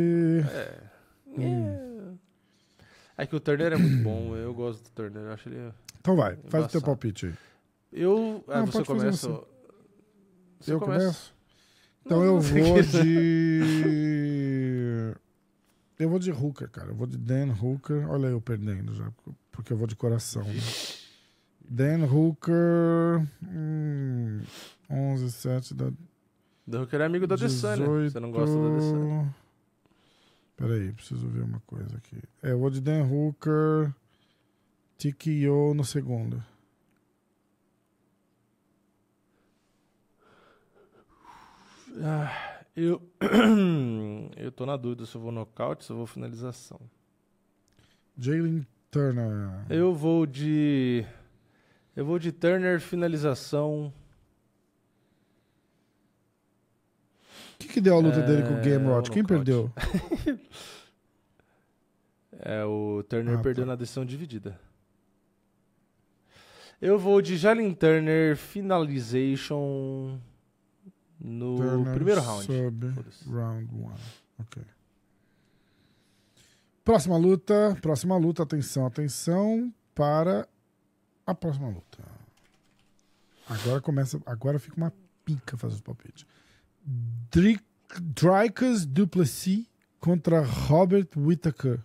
B: É que o Turner é muito bom. Eu gosto do Turner. Eu acho ele...
A: Então vai, faz o teu palpite aí.
B: Você começa...
A: Assim. Eu começo? Então eu vou de... Eu vou de Hooker, cara. Eu vou de Dan Hooker. Olha eu perdendo já, porque eu vou de coração. Né? Dan Hooker... 11, 7...
B: Dan Hooker é amigo da Adesanya. Você não gosta da Adesanya?
A: Peraí, preciso ver uma coisa aqui. Eu vou de Dan Hooker... TKO no segundo.
B: Eu tô na dúvida se eu vou nocaute ou se eu vou finalização.
A: Jalen Turner.
B: Eu vou de Turner, finalização.
A: O que deu a luta dele com o Gamrot? Quem perdeu?
B: O Turner perdeu na decisão dividida. Eu vou de Jalen Turner, finalization No
A: Turner
B: primeiro round.
A: Sub, round 1. Ok. Próxima luta, atenção para a próxima luta. Agora fica uma pica fazer os palpites. Dricus du Plessis contra Robert Whittaker.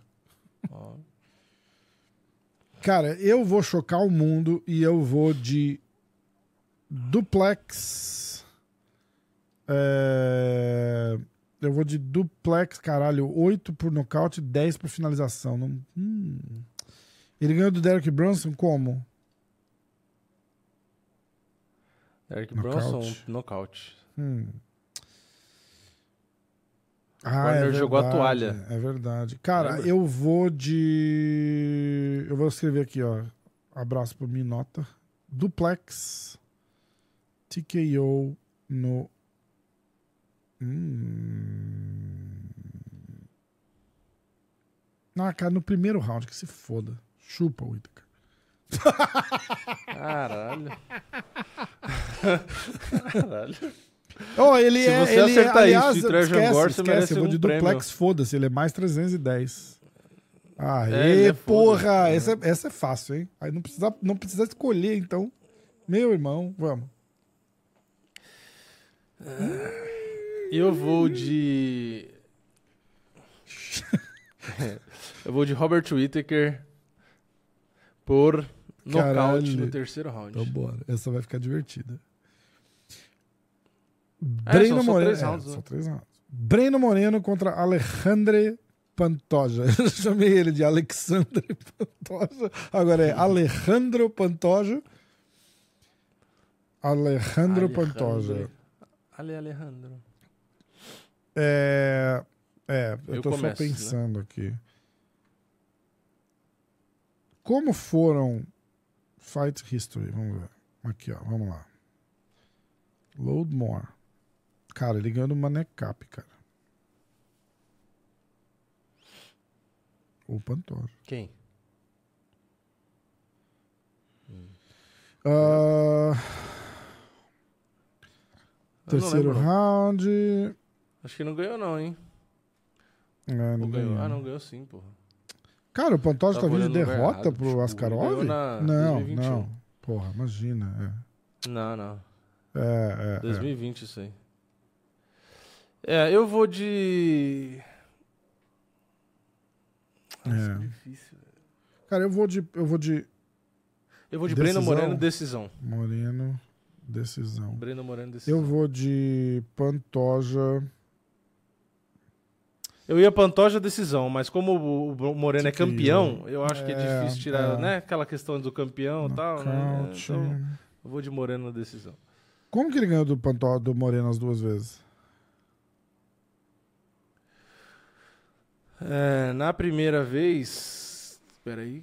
A: Cara, eu vou chocar o mundo e eu vou de duplex. Eu vou de duplex, caralho. 8 por nocaute, 10 por finalização. Ele ganhou do Derek Brunson como?
B: Derek Brunson, nocaute.
A: Warner
B: jogou a toalha.
A: É verdade. Cara, eu vou escrever aqui, ó. Abraço pro Minota. Duplex. TKO no... cara, no primeiro round, que se foda. Chupa o Whittaker.
B: Caralho.
A: Ele
B: Se você acertar
A: aliás,
B: isso e Trajan Gore, você merece
A: eu vou de
B: um
A: duplex,
B: prêmio.
A: foda-se, ele é mais 310.
B: Ele é
A: porra, essa é fácil, hein? Aí não precisa escolher, então. Meu irmão, vamos.
B: Eu vou de... eu vou de Robert Whittaker por nocaute no terceiro round.
A: Então bora, essa vai ficar divertida.
B: São 3 rounds.
A: São 3 rounds. Breno Moreno contra Alexandre Pantoja. Eu chamei ele de Alexandre Pantoja. Agora é Alejandro Pantoja. Alejandro Pantoja.
B: Alejandro.
A: Eu tô só pensando aqui. Como foram Fight History? Vamos ver. Aqui, ó. Vamos lá. Load more. Cara, ele ganhou uma NECAP, cara. O Pantoja.
B: Quem?
A: Terceiro round.
B: Acho que não ganhou não, hein?
A: Não ganhou.
B: Não ganhou sim, porra.
A: Cara, o Pantoja tá vindo de derrota
B: errado,
A: pro Askarov? Não.
B: 2021.
A: Porra, imagina.
B: Não.
A: 2020
B: isso aí. Eu vou de... Nossa, que difícil, velho.
A: Cara, eu vou de
B: Breno Moreno, decisão.
A: Decisão.
B: Breno Moreno, decisão.
A: Eu vou de Pantoja.
B: Eu ia Pantoja, decisão, mas como o Moreno é campeão, eu acho que é difícil tirar, né? Aquela questão do campeão e tal, né? Então, eu vou de Moreno, decisão.
A: Como que ele ganhou do Moreno as 2 vezes?
B: Na primeira vez... Espera aí.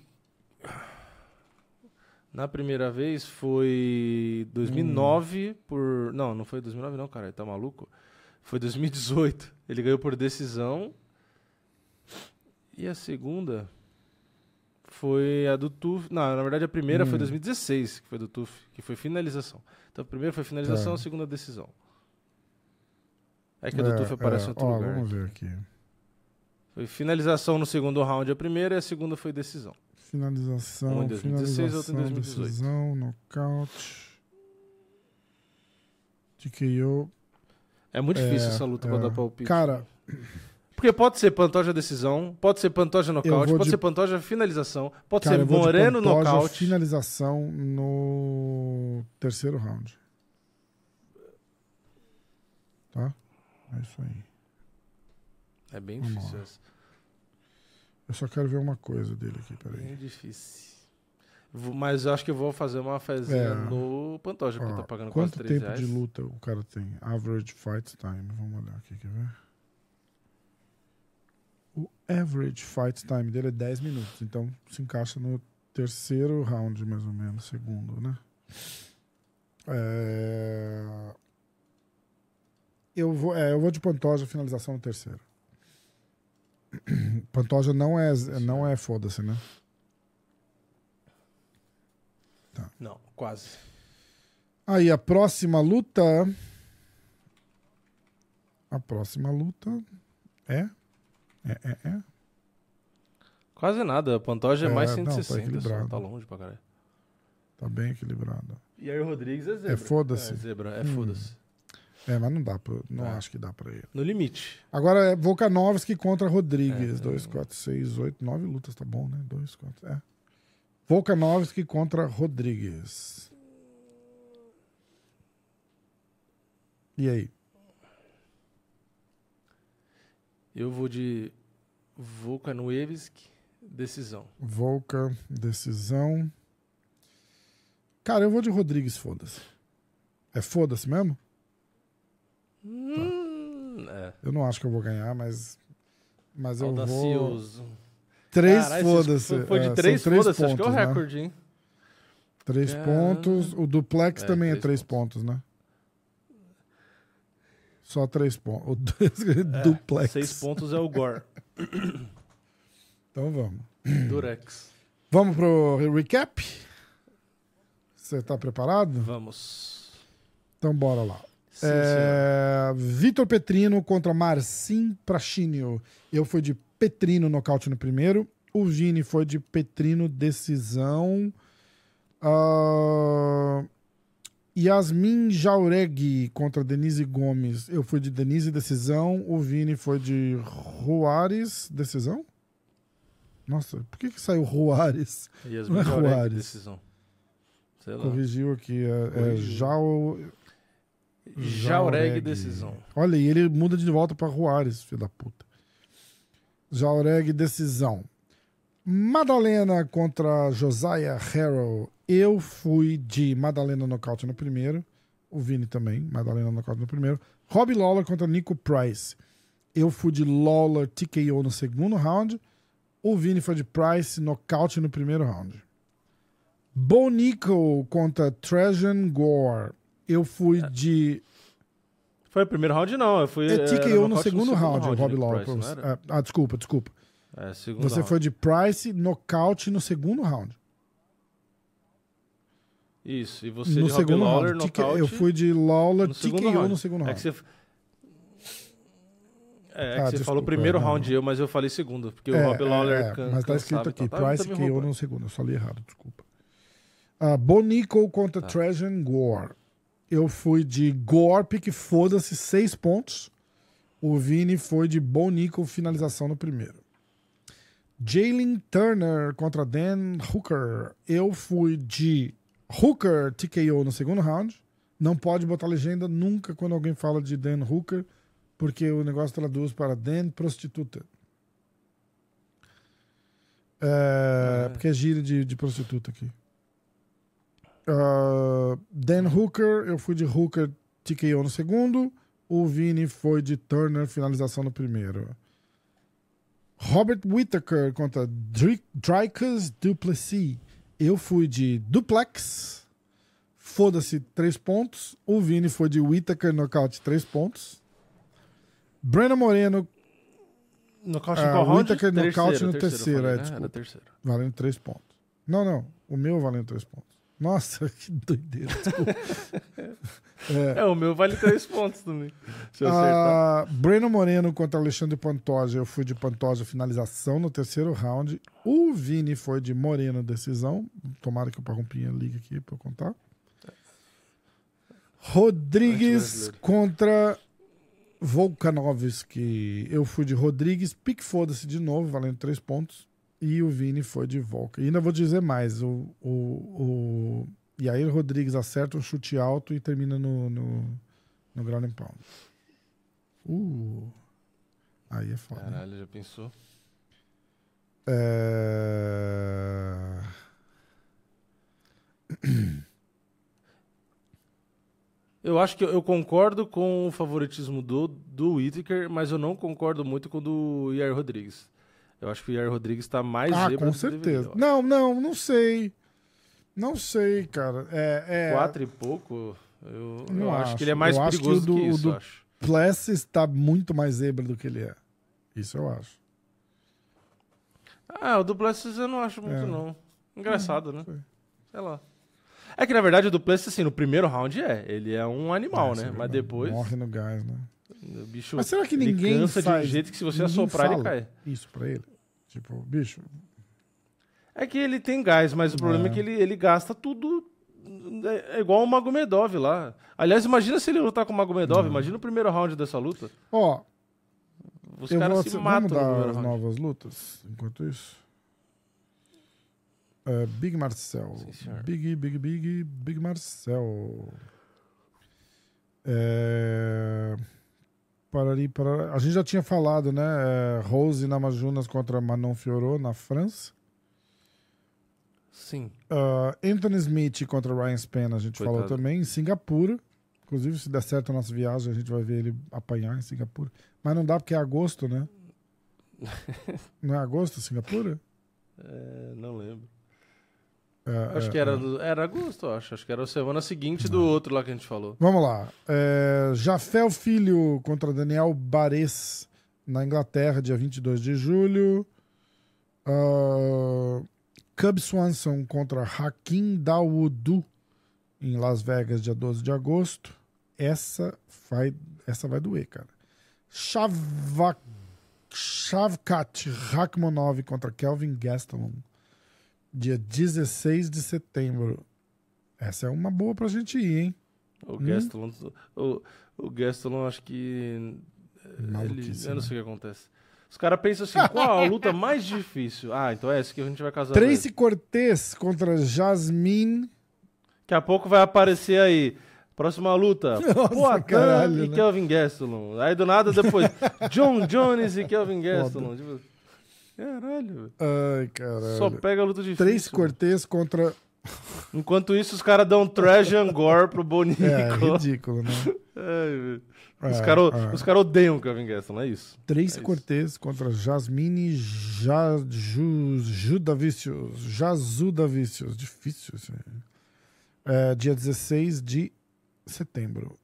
B: Na primeira vez foi 2009 por... Não foi 2009 não, cara. Tá maluco? Foi 2018. Ele ganhou por decisão. E a segunda foi a do Tuf. Não, na verdade a primeira foi 2016, que foi do Tuf, que foi finalização. Então a primeira foi finalização, a segunda decisão. É que a do Tuf aparece em outro lugar.
A: Vamos ver aqui.
B: Foi finalização no segundo round a primeira e a segunda foi decisão.
A: Finalização,
B: um em 2016, outro em 2018.
A: Decisão, nocaute. TKO.
B: É muito difícil essa luta pra dar palpite.
A: Cara...
B: Porque pode ser Pantoja decisão, pode ser Pantoja nocaute, pode ser Pantoja finalização, pode ser Moreno nocaute.
A: Finalização no terceiro round. Tá? É isso aí.
B: É bem difícil essa.
A: Eu só quero ver uma coisa dele aqui, peraí.
B: Bem difícil. Mas eu acho que eu vou fazer uma fezinha no Pantoja, porque tá pagando quase R$3.
A: Quanto tempo de luta o cara tem? Average fight time. Vamos olhar aqui, quer ver? O average fight time dele é 10 minutos. Então se encaixa no terceiro round, mais ou menos, segundo, né? Eu vou de Pantoja, finalização no terceiro. Pantoja não é foda-se, né? Tá.
B: Não, quase.
A: Aí a próxima luta A próxima luta é...
B: Quase nada. A Pantoja é mais
A: não,
B: 160.
A: tá
B: Tá longe pra caralho.
A: Tá bem equilibrado.
B: E aí o Rodrigues é zebra.
A: É foda-se.
B: É zebra, é foda-se.
A: Mas não dá pra... Não acho que dá pra ele.
B: No limite.
A: Agora é Volkanovski contra Rodrigues. 2, 4, 6, 8, 9 lutas, tá bom, né? 2, 4, Volkanovski contra Rodrigues. E aí?
B: Eu vou de Volkanovski, decisão.
A: Decisão. Cara, eu vou de Rodrigues, foda-se. É foda-se mesmo? Eu não acho que eu vou ganhar, mas eu vou... 3 foda-se.
B: Foi de 3 foda-se, acho que é o recorde, hein?
A: 3 pontos. O duplex também é 3 pontos, né? Só 3 pontos. O duplex.
B: 6 pontos é o Gore.
A: Então vamos.
B: Durex.
A: Vamos pro recap? Você tá preparado?
B: Vamos.
A: Então bora lá.
B: Sim,
A: Vitor Petrino contra Marcin Prachinio. Eu fui de Petrino nocaute no primeiro. O Vini foi de Petrino decisão. Yasmin Jauregui contra Denise Gomes. Eu fui de Denise decisão. O Vini foi de Juarez decisão? Nossa, por que saiu Juarez?
B: Yasmin Jauregui decisão. Sei lá.
A: Corrigiu aqui.
B: Jauregui decisão.
A: Olha, e ele muda de volta para Juarez, filho da puta. Jauregui decisão. Madalena contra Josiah Harrell. Eu fui de Madalena nocaute no primeiro. O Vini também, Madalena nocaute no primeiro. Robbie Lawler contra Nico Price. Eu fui de Lawler TKO no segundo round. O Vini foi de Price nocaute no primeiro round. Bo Nickal contra Trajan Gore. Eu fui de...
B: Foi o primeiro round, não. Eu fui,
A: TKO no segundo round, o Robbie Lawler. Desculpa. Você foi de Price nocaute no segundo round.
B: Isso, e você no de Robbie Lawler nocaute...
A: Eu fui de Lawler TKO no segundo round.
B: Você falou primeiro round, mas eu falei segundo. Porque o Robbie Lawler...
A: Mas tá escrito aqui, Price TKO no segundo. Eu só li errado, desculpa. Bo Nickal contra Trajan Gore. Eu fui de Gore, pique foda-se, 6 pontos. O Vini foi de Bo Nickal, finalização no primeiro. Jalen Turner contra Dan Hooker. Eu fui de Hooker TKO no segundo round. Não pode botar legenda nunca quando alguém fala de Dan Hooker, porque o negócio traduz para Dan Prostituta. Porque é gíria de prostituta aqui. Dan Hooker, eu fui de Hooker TKO no segundo. O Vini foi de Turner, finalização no primeiro. Robert Whittaker contra Dricus du Plessis. Eu fui de Duplex. Foda-se, 3 pontos. O Vini foi de Whittaker, nocaute, 3 pontos. Breno Moreno.
B: Nocaute em qual round?
A: Whittaker, nocaute no terceiro.
B: Falei, né? Era terceiro.
A: Valendo 3 pontos. Não. O meu valendo 3 pontos. Nossa, que doideira, desculpa.
B: O meu vale 3 pontos também. Se eu acertar.
A: Breno Moreno contra Alexandre Pantoja. Eu fui de Pantoja, finalização no terceiro round. O Vini foi de Moreno, decisão. Tomara que o Parrumpinha ligue aqui pra eu contar. Rodrigues contra Volkanovski. Eu fui de Rodrigues, pique foda-se de novo, valendo 3 pontos. E o Vini foi de Volca. E ainda vou dizer mais. E aí o Rodrigues acerta um chute alto e termina no ground and pound. Aí é foda.
B: Caralho, já pensou? Eu acho que eu concordo com o favoritismo do Whittaker, mas eu não concordo muito com o do Yair Rodrigues. Eu acho que o Yair Rodrigues está mais zebra
A: com certeza. Não sei. Não sei, cara.
B: 4 e pouco, eu acho que ele é mais perigoso que isso,
A: o Plessis está muito mais zebra do que ele é. Isso eu acho.
B: O do Plessis eu não acho muito, não. Engraçado, né? Sei lá. É que, na verdade, o Duplessis, assim, no primeiro round ele é um animal, né? Mas depois...
A: Morre no gás, né?
B: O bicho,
A: mas será que ninguém
B: cansa
A: faz,
B: de um jeito que se você assoprar ele cai?
A: Isso pra ele? Tipo, bicho...
B: É que ele tem gás, mas o problema é que ele gasta tudo. É igual o Magomedov lá. Aliás, imagina se ele lutar com o Magomedov. Imagina o primeiro round dessa luta.
A: Ó,
B: os caras se matam
A: no
B: primeiro
A: round. Vamos dar as
B: round.
A: novas lutas, enquanto isso. Big Marcel.
B: Sim,
A: Big Marcel. Parari. A gente já tinha falado, né? Rose Namajunas contra Manon Fiorot na França.
B: Sim.
A: Anthony Smith contra Ryan Spann, a gente
B: Coitado.
A: falou também, em Singapura. Inclusive, se der certo a nossa viagem, a gente vai ver ele apanhar em Singapura. Mas não dá porque é agosto, né? Não é agosto, Singapura?
B: Não lembro. Acho que era agosto, acho. Acho que era a semana seguinte do outro lá que a gente falou.
A: Vamos lá. Jafel Filho contra Daniel Bares na Inglaterra, dia 22 de julho. Cub Swanson contra Hakim Dawodu em Las Vegas, dia 12 de agosto. Essa vai doer, cara. Shavkat Rakhmonov contra Kelvin Gastelum, dia 16 de setembro. Essa é uma boa pra gente ir, hein?
B: O Gastelum, acho que...
A: Maluquice,
B: eu não
A: né?
B: sei o que acontece. Os caras pensam assim, qual a luta mais difícil? Então é essa que a gente vai casar.
A: Tracy Cortez contra Jasmine.
B: Daqui a pouco vai aparecer aí. Próxima luta. Poatan e
A: né?
B: Kelvin Gastelum. Aí do nada depois, John Jones e Kelvin Gastelum. Tipo, caralho, velho.
A: Ai, caralho.
B: Só pega a luta difícil.
A: Tracy Cortez contra...
B: Enquanto isso, os caras dão trash and gore pro Bonico.
A: É ridículo, né?
B: Os caras odeiam o Kelvin Gastelum, é isso.
A: Tracy Cortez contra Jasmine Jazudavicius. Difícil isso aí. Dia 16 de setembro.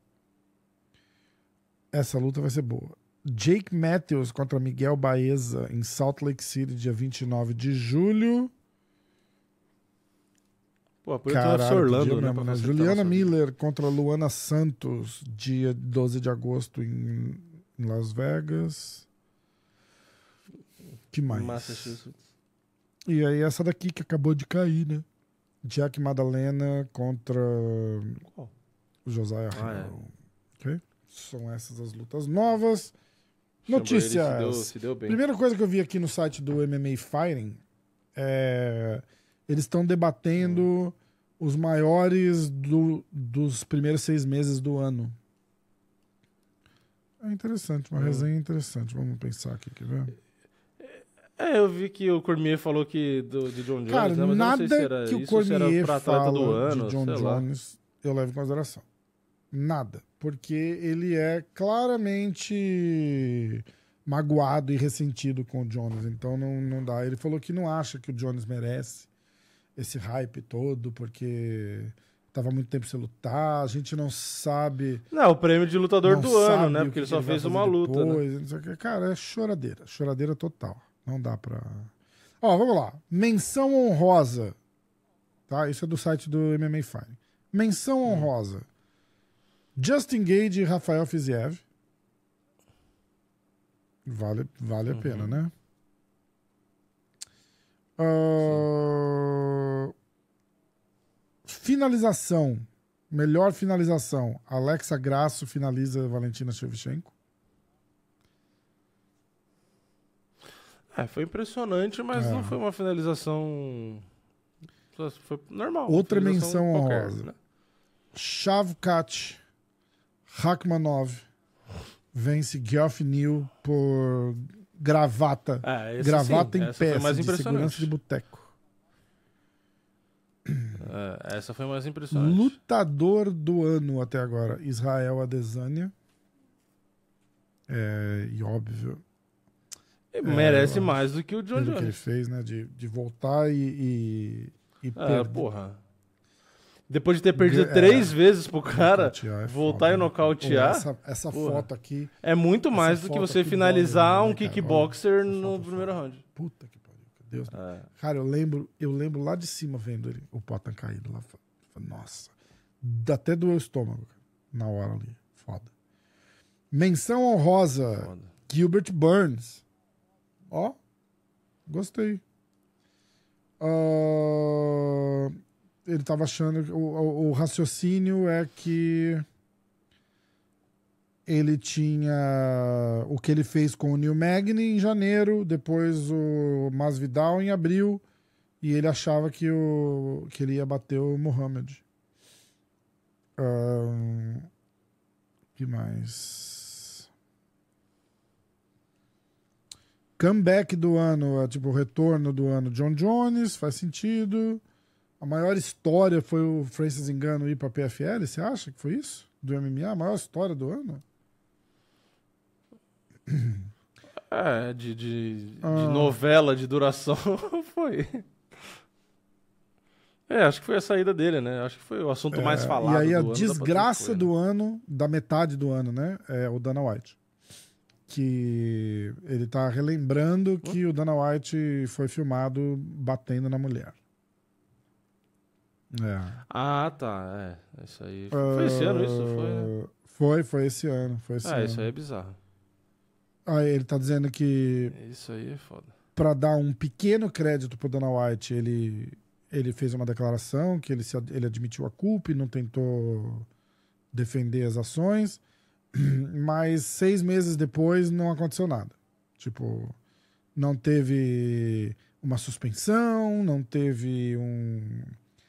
A: Essa luta vai ser boa. Jake Matthews contra Miguel Baeza em Salt Lake City, dia 29 de julho.
B: Pô, por isso Orlando, né?
A: Mesmo, né? Juliana Miller contra Luana Santos, dia 12 de agosto em Las Vegas. Que mais?
B: Massachusetts.
A: E aí essa daqui que acabou de cair, né? Jack Madalena contra o Josiah Harrell. Ok? São essas as lutas novas. Notícias.
B: Se deu bem.
A: Primeira coisa que eu vi aqui no site do MMA Fighting eles estão debatendo os maiores dos primeiros 6 meses do ano. É interessante, uma resenha interessante. Vamos pensar aqui, quer ver?
B: Eu vi que o Cormier falou que de John Jones,
A: cara,
B: né? Mas
A: nada
B: eu não sei se era
A: que o
B: isso,
A: Cormier
B: se era pra atleta
A: fala
B: do ano,
A: de John Jones eu levo em consideração. Nada. Porque ele é claramente magoado e ressentido com o Jones. Então não dá. Ele falou que não acha que o Jones merece esse hype todo, porque tava muito tempo sem lutar, a gente não sabe...
B: Não, o prêmio de lutador do ano, né? Porque ele só fez uma luta,
A: depois,
B: né?
A: Não sei o que. Cara, é choradeira total. Não dá pra... Ó, vamos lá. Menção honrosa. Tá? Isso é do site do MMA Fighting. Menção honrosa. Justin Gage e Rafael Fiziev. Vale a pena, né? Finalização. Melhor finalização. Alexa Grasso finaliza Valentina Shevchenko.
B: Foi impressionante, mas não foi uma finalização... Foi normal.
A: Outra menção
B: qualquer,
A: honrosa.
B: né?
A: Shavkat Rakhmonov vence Geoff Neal por gravata. Gravata em peça de segurança de boteco.
B: Essa foi mais impressionante.
A: Lutador do ano até agora, Israel Adesanya. E óbvio.
B: Merece mais do que o John Jones.
A: Que ele fez, né? De voltar e perder.
B: Porra. Depois de ter perdido 3 vezes pro cara, voltar e nocautear.
A: Essa foto aqui.
B: É muito mais do que você finalizar um kickboxer no primeiro round.
A: Puta que pariu. Deus. Cara, eu lembro lá de cima vendo ele, o Poatan caído lá. Nossa. Até doeu o estômago, cara, na hora ali. Foda. Menção honrosa, Gilbert Burns. Ó, gostei. Ele tava achando... O raciocínio é que ele tinha o que ele fez com o Neil Magny em janeiro, depois o Masvidal em abril, e ele achava que ele ia bater o Muhammad. Que mais? Comeback do ano, tipo, o retorno do ano, John Jones, faz sentido. A maior história foi o Francis Ngannou ir pra PFL, você acha que foi isso? Do MMA, a maior história do ano?
B: De novela de duração foi. Acho que foi a saída dele, né? Acho que foi o assunto mais falado.
A: E aí
B: do
A: a
B: ano,
A: desgraça do ano, da metade do ano, né? É o Dana White. Que ele tá relembrando que o Dana White foi filmado batendo na mulher.
B: Ah, tá. Isso aí. Foi esse ano isso? Foi, né?
A: Foi esse ano.
B: Isso aí é bizarro.
A: Aí ele tá dizendo que...
B: Isso aí é foda.
A: Pra dar um pequeno crédito pro Dana White, ele fez uma declaração que ele admitiu a culpa e não tentou defender as ações, mas 6 meses depois não aconteceu nada. Tipo, não teve uma suspensão, não teve um...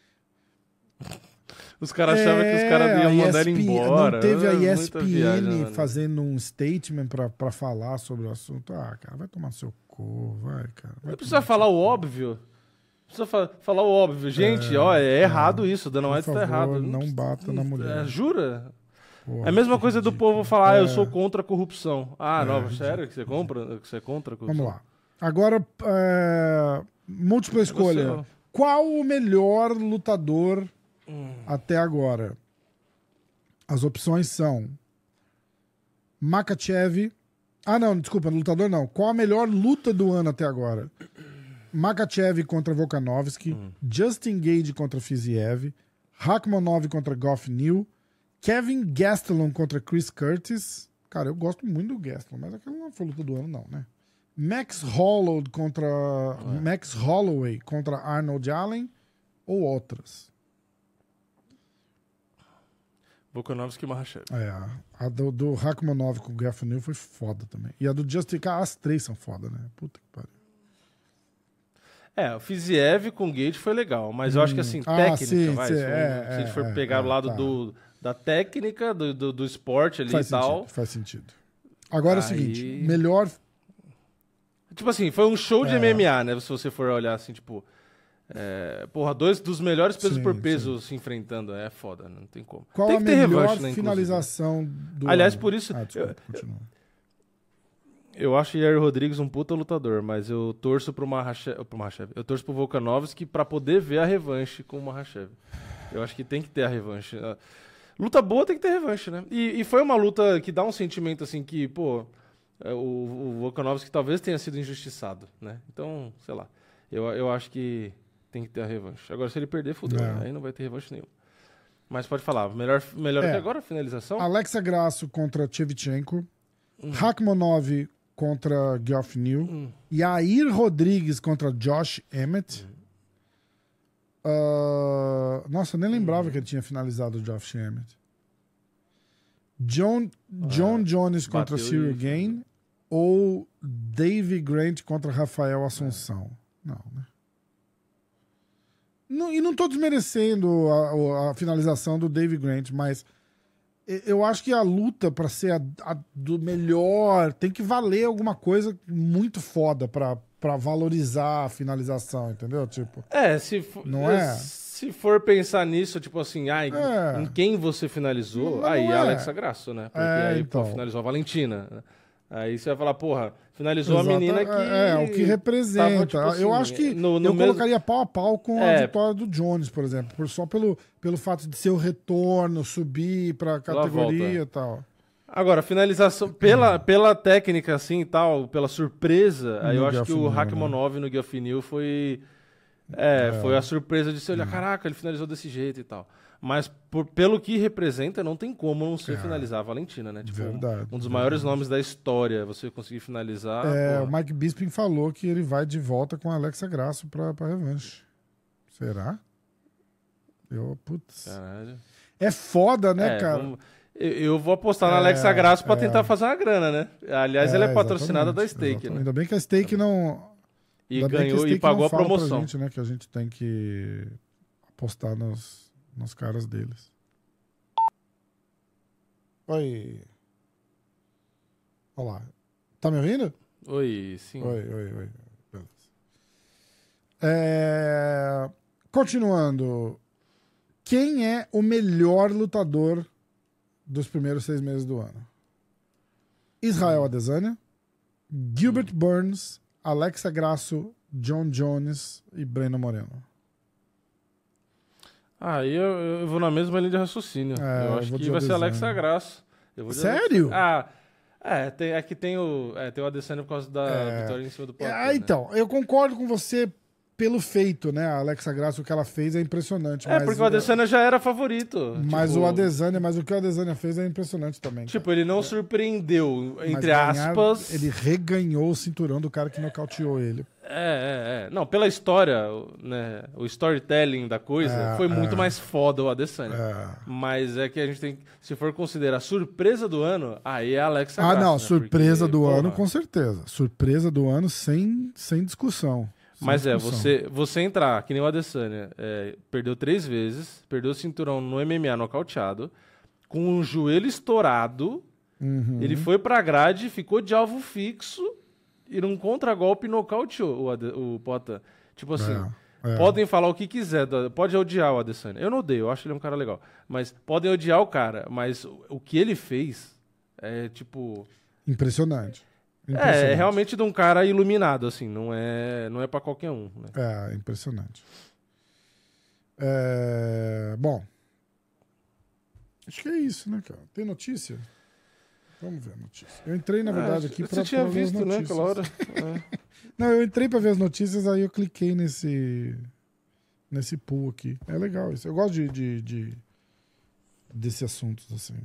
B: Os caras achavam que os caras iam mandar ele embora.
A: Não teve a ESPN fazendo um statement pra falar sobre o assunto. Ah, cara, vai tomar seu cu, vai, cara.
B: Não precisa falar o óbvio. Precisa falar o óbvio. Gente, é errado isso. Dana White tá errado.
A: Não bata na mulher.
B: Jura?
A: Porra,
B: é a mesma coisa do povo falar, eu sou contra a corrupção. Não, sério que você é contra a corrupção?
A: Vamos lá. Agora, múltipla escolha. Qual o melhor lutador até agora? As opções são Makhachev. Não, desculpa, lutador não. Qual a melhor luta do ano até agora? Makhachev contra Volkanovski, Justin Gage contra Fiziev, Rakhmonov contra Geoff Neal, Kevin Gastelum contra Chris Curtis. Cara, eu gosto muito do Gastelum, mas aquela não foi luta do ano não, né? Max Holloway contra Arnold Allen ou outras?
B: Volkanovski e Makhachev.
A: A do Rakhmonov com o Geoff Neal foi foda também. E a do Justin, as 3 são foda, né? Puta que pariu.
B: O Fiziev com o Gage foi legal, mas eu acho que assim, técnica, se a gente for pegar o lado da técnica, do esporte ali e tal.
A: Faz sentido. Agora é o seguinte, melhor...
B: Tipo assim, foi um show de MMA, né? Se você for olhar assim, tipo... dois dos melhores pesos por peso se enfrentando. É foda, não tem como.
A: Qual
B: tem
A: a
B: que ter
A: melhor
B: revanche, né,
A: finalização do
B: Aliás,
A: ano?
B: por isso...
A: Desculpa, continua.
B: Eu acho o Yair Rodrigues um puta lutador, mas eu torço pro Makhachev. Eu torço pro Volkanovski pra poder ver a revanche com o Makhachev. Eu acho que tem que ter a revanche. Luta boa tem que ter revanche, né? E foi uma luta que dá um sentimento assim que, pô, o Volkanovski talvez tenha sido injustiçado, né? Então, sei lá. Eu acho que tem que ter a revanche. Agora, se ele perder, fudeu. Aí não vai ter revanche nenhum. Mas pode falar. Melhor que agora a finalização?
A: Alexa Grasso contra Shevchenko. Rakhmonov contra Geoff Neal. Yair Rodrigues contra Josh Emmett. Nossa, eu nem lembrava que ele tinha finalizado o Josh Emmett. John Jones contra Cyril Gane. Ou Davey Grant contra Rafael Assunção. Não, né? E não tô desmerecendo a finalização do Davey Grant, mas eu acho que a luta pra ser a do melhor tem que valer alguma coisa muito foda pra valorizar a finalização, entendeu? Tipo,
B: se for pensar nisso, tipo assim, em quem você finalizou, aí Alexa Grasso, né? Porque aí finalizou a Valentina, né? Aí você vai falar, porra, finalizou a menina que...
A: o que representa. Tava, tipo assim, eu acho que eu colocaria pau a pau com a vitória do Jones, por exemplo. Só pelo fato de ser o retorno, subir pra categoria e tal.
B: Agora, finalização pela técnica assim e tal, pela surpresa, aí eu acho que o Rakhmonov no Geoff Neal foi Foi a surpresa de você olhar, caraca, ele finalizou desse jeito e tal. Mas pelo que representa, não tem como não se finalizar a Valentina, né? Tipo, um dos maiores nomes da história, você conseguir finalizar.
A: O Mike Bisping falou que ele vai de volta com a Alexa Grasso pra revanche. Será? Putz.
B: Caralho.
A: É foda, né, cara?
B: Eu vou apostar na Alexa Grasso pra tentar fazer uma grana, né? Aliás, ela é patrocinada da Stake, né?
A: Ainda bem que a Stake não...
B: E ganhou e pagou a promoção.
A: Gente, né, que a gente tem que apostar nos caras deles. Oi. Olha lá. Tá me ouvindo?
B: Oi, sim.
A: Oi. Beleza. Continuando. Quem é o melhor lutador dos primeiros 6 meses do ano? Israel Adesanya, Gilbert Burns, Alexa Grasso, John Jones e Breno Moreno.
B: Eu vou na mesma linha de raciocínio. Eu acho que vai ser Alexa Grasso.
A: Sério?
B: Tem o Adesanya por causa da vitória em cima do Poirier.
A: Então, eu concordo com você pelo feito, né? A Alexa Grasso, o que ela fez é impressionante.
B: Porque o Adesanya já era favorito.
A: Mas o que o Adesanya fez é impressionante também.
B: Ele não surpreendeu, entre aspas.
A: Ele reganhou o cinturão do cara que nocauteou ele.
B: Não, pela história, né? O storytelling da coisa foi muito mais foda o Adesanya. Mas é que a gente tem, se for considerar a surpresa do ano, aí é a Alexa Grasso.
A: Não, surpresa do ano, com certeza. Surpresa do ano sem discussão.
B: Mas você entrar, que nem o Adesanya, perdeu 3 vezes, perdeu o cinturão no MMA nocauteado, com um joelho estourado, ele foi pra grade, ficou de alvo fixo, e num contragolpe nocauteou o Poatan. Tipo assim, podem falar o que quiser, pode odiar o Adesanya. Eu não odeio, eu acho ele um cara legal. Mas podem odiar o cara, mas o que ele fez é tipo...
A: Impressionante.
B: É realmente de um cara iluminado, assim, não é pra qualquer um. Né?
A: Impressionante. Bom, acho que é isso, né, cara? Tem notícia? Vamos ver a notícia. Eu entrei, na verdade, aqui pra ver as notícias. Você tinha visto, né, aquela hora? Não, eu entrei pra ver as notícias, aí eu cliquei nesse pool aqui. É legal isso. Eu gosto desse assuntos, assim.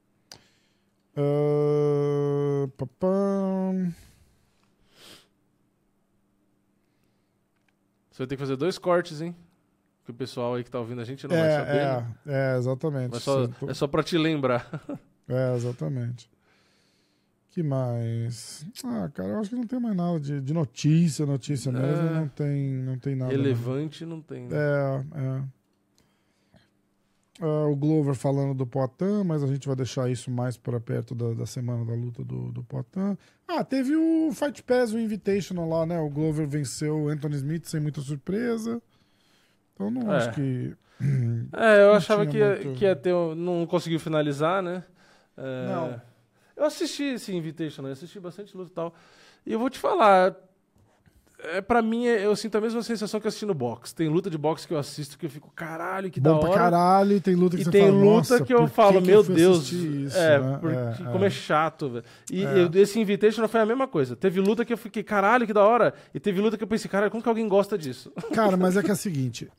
B: Você vai ter que fazer 2 cortes, hein? Que o pessoal aí que tá ouvindo a gente não vai saber.
A: Né? Exatamente.
B: É só pra te lembrar.
A: Exatamente. Que mais? Cara, eu acho que não tem mais nada de notícia mesmo. Não tem nada.
B: Relevante não tem. Né?
A: O Glover falando do Poatan, mas a gente vai deixar isso mais para perto da semana da luta do Poatan. Teve o Fight Pass, o Invitational lá, né? O Glover venceu o Anthony Smith sem muita surpresa. Então não acho que...
B: eu achava que ia ter... Não conseguiu finalizar, né?
A: Não.
B: Eu assisti esse Invitational, eu assisti bastante luta e tal. E eu vou te falar... Pra mim, eu sinto a mesma sensação que assistindo boxe. Tem luta de boxe que eu assisto que eu fico, caralho, que da hora.
A: Bom pra caralho, e tem luta que
B: e
A: você
B: tem
A: fala,
B: luta que eu falo, meu Deus,
A: isso,
B: como é chato, velho. E esse Invitational foi a mesma coisa. Teve luta que eu fiquei, caralho, que da hora. E teve luta que eu pensei, caralho, como que alguém gosta disso?
A: Cara, mas é que é o seguinte,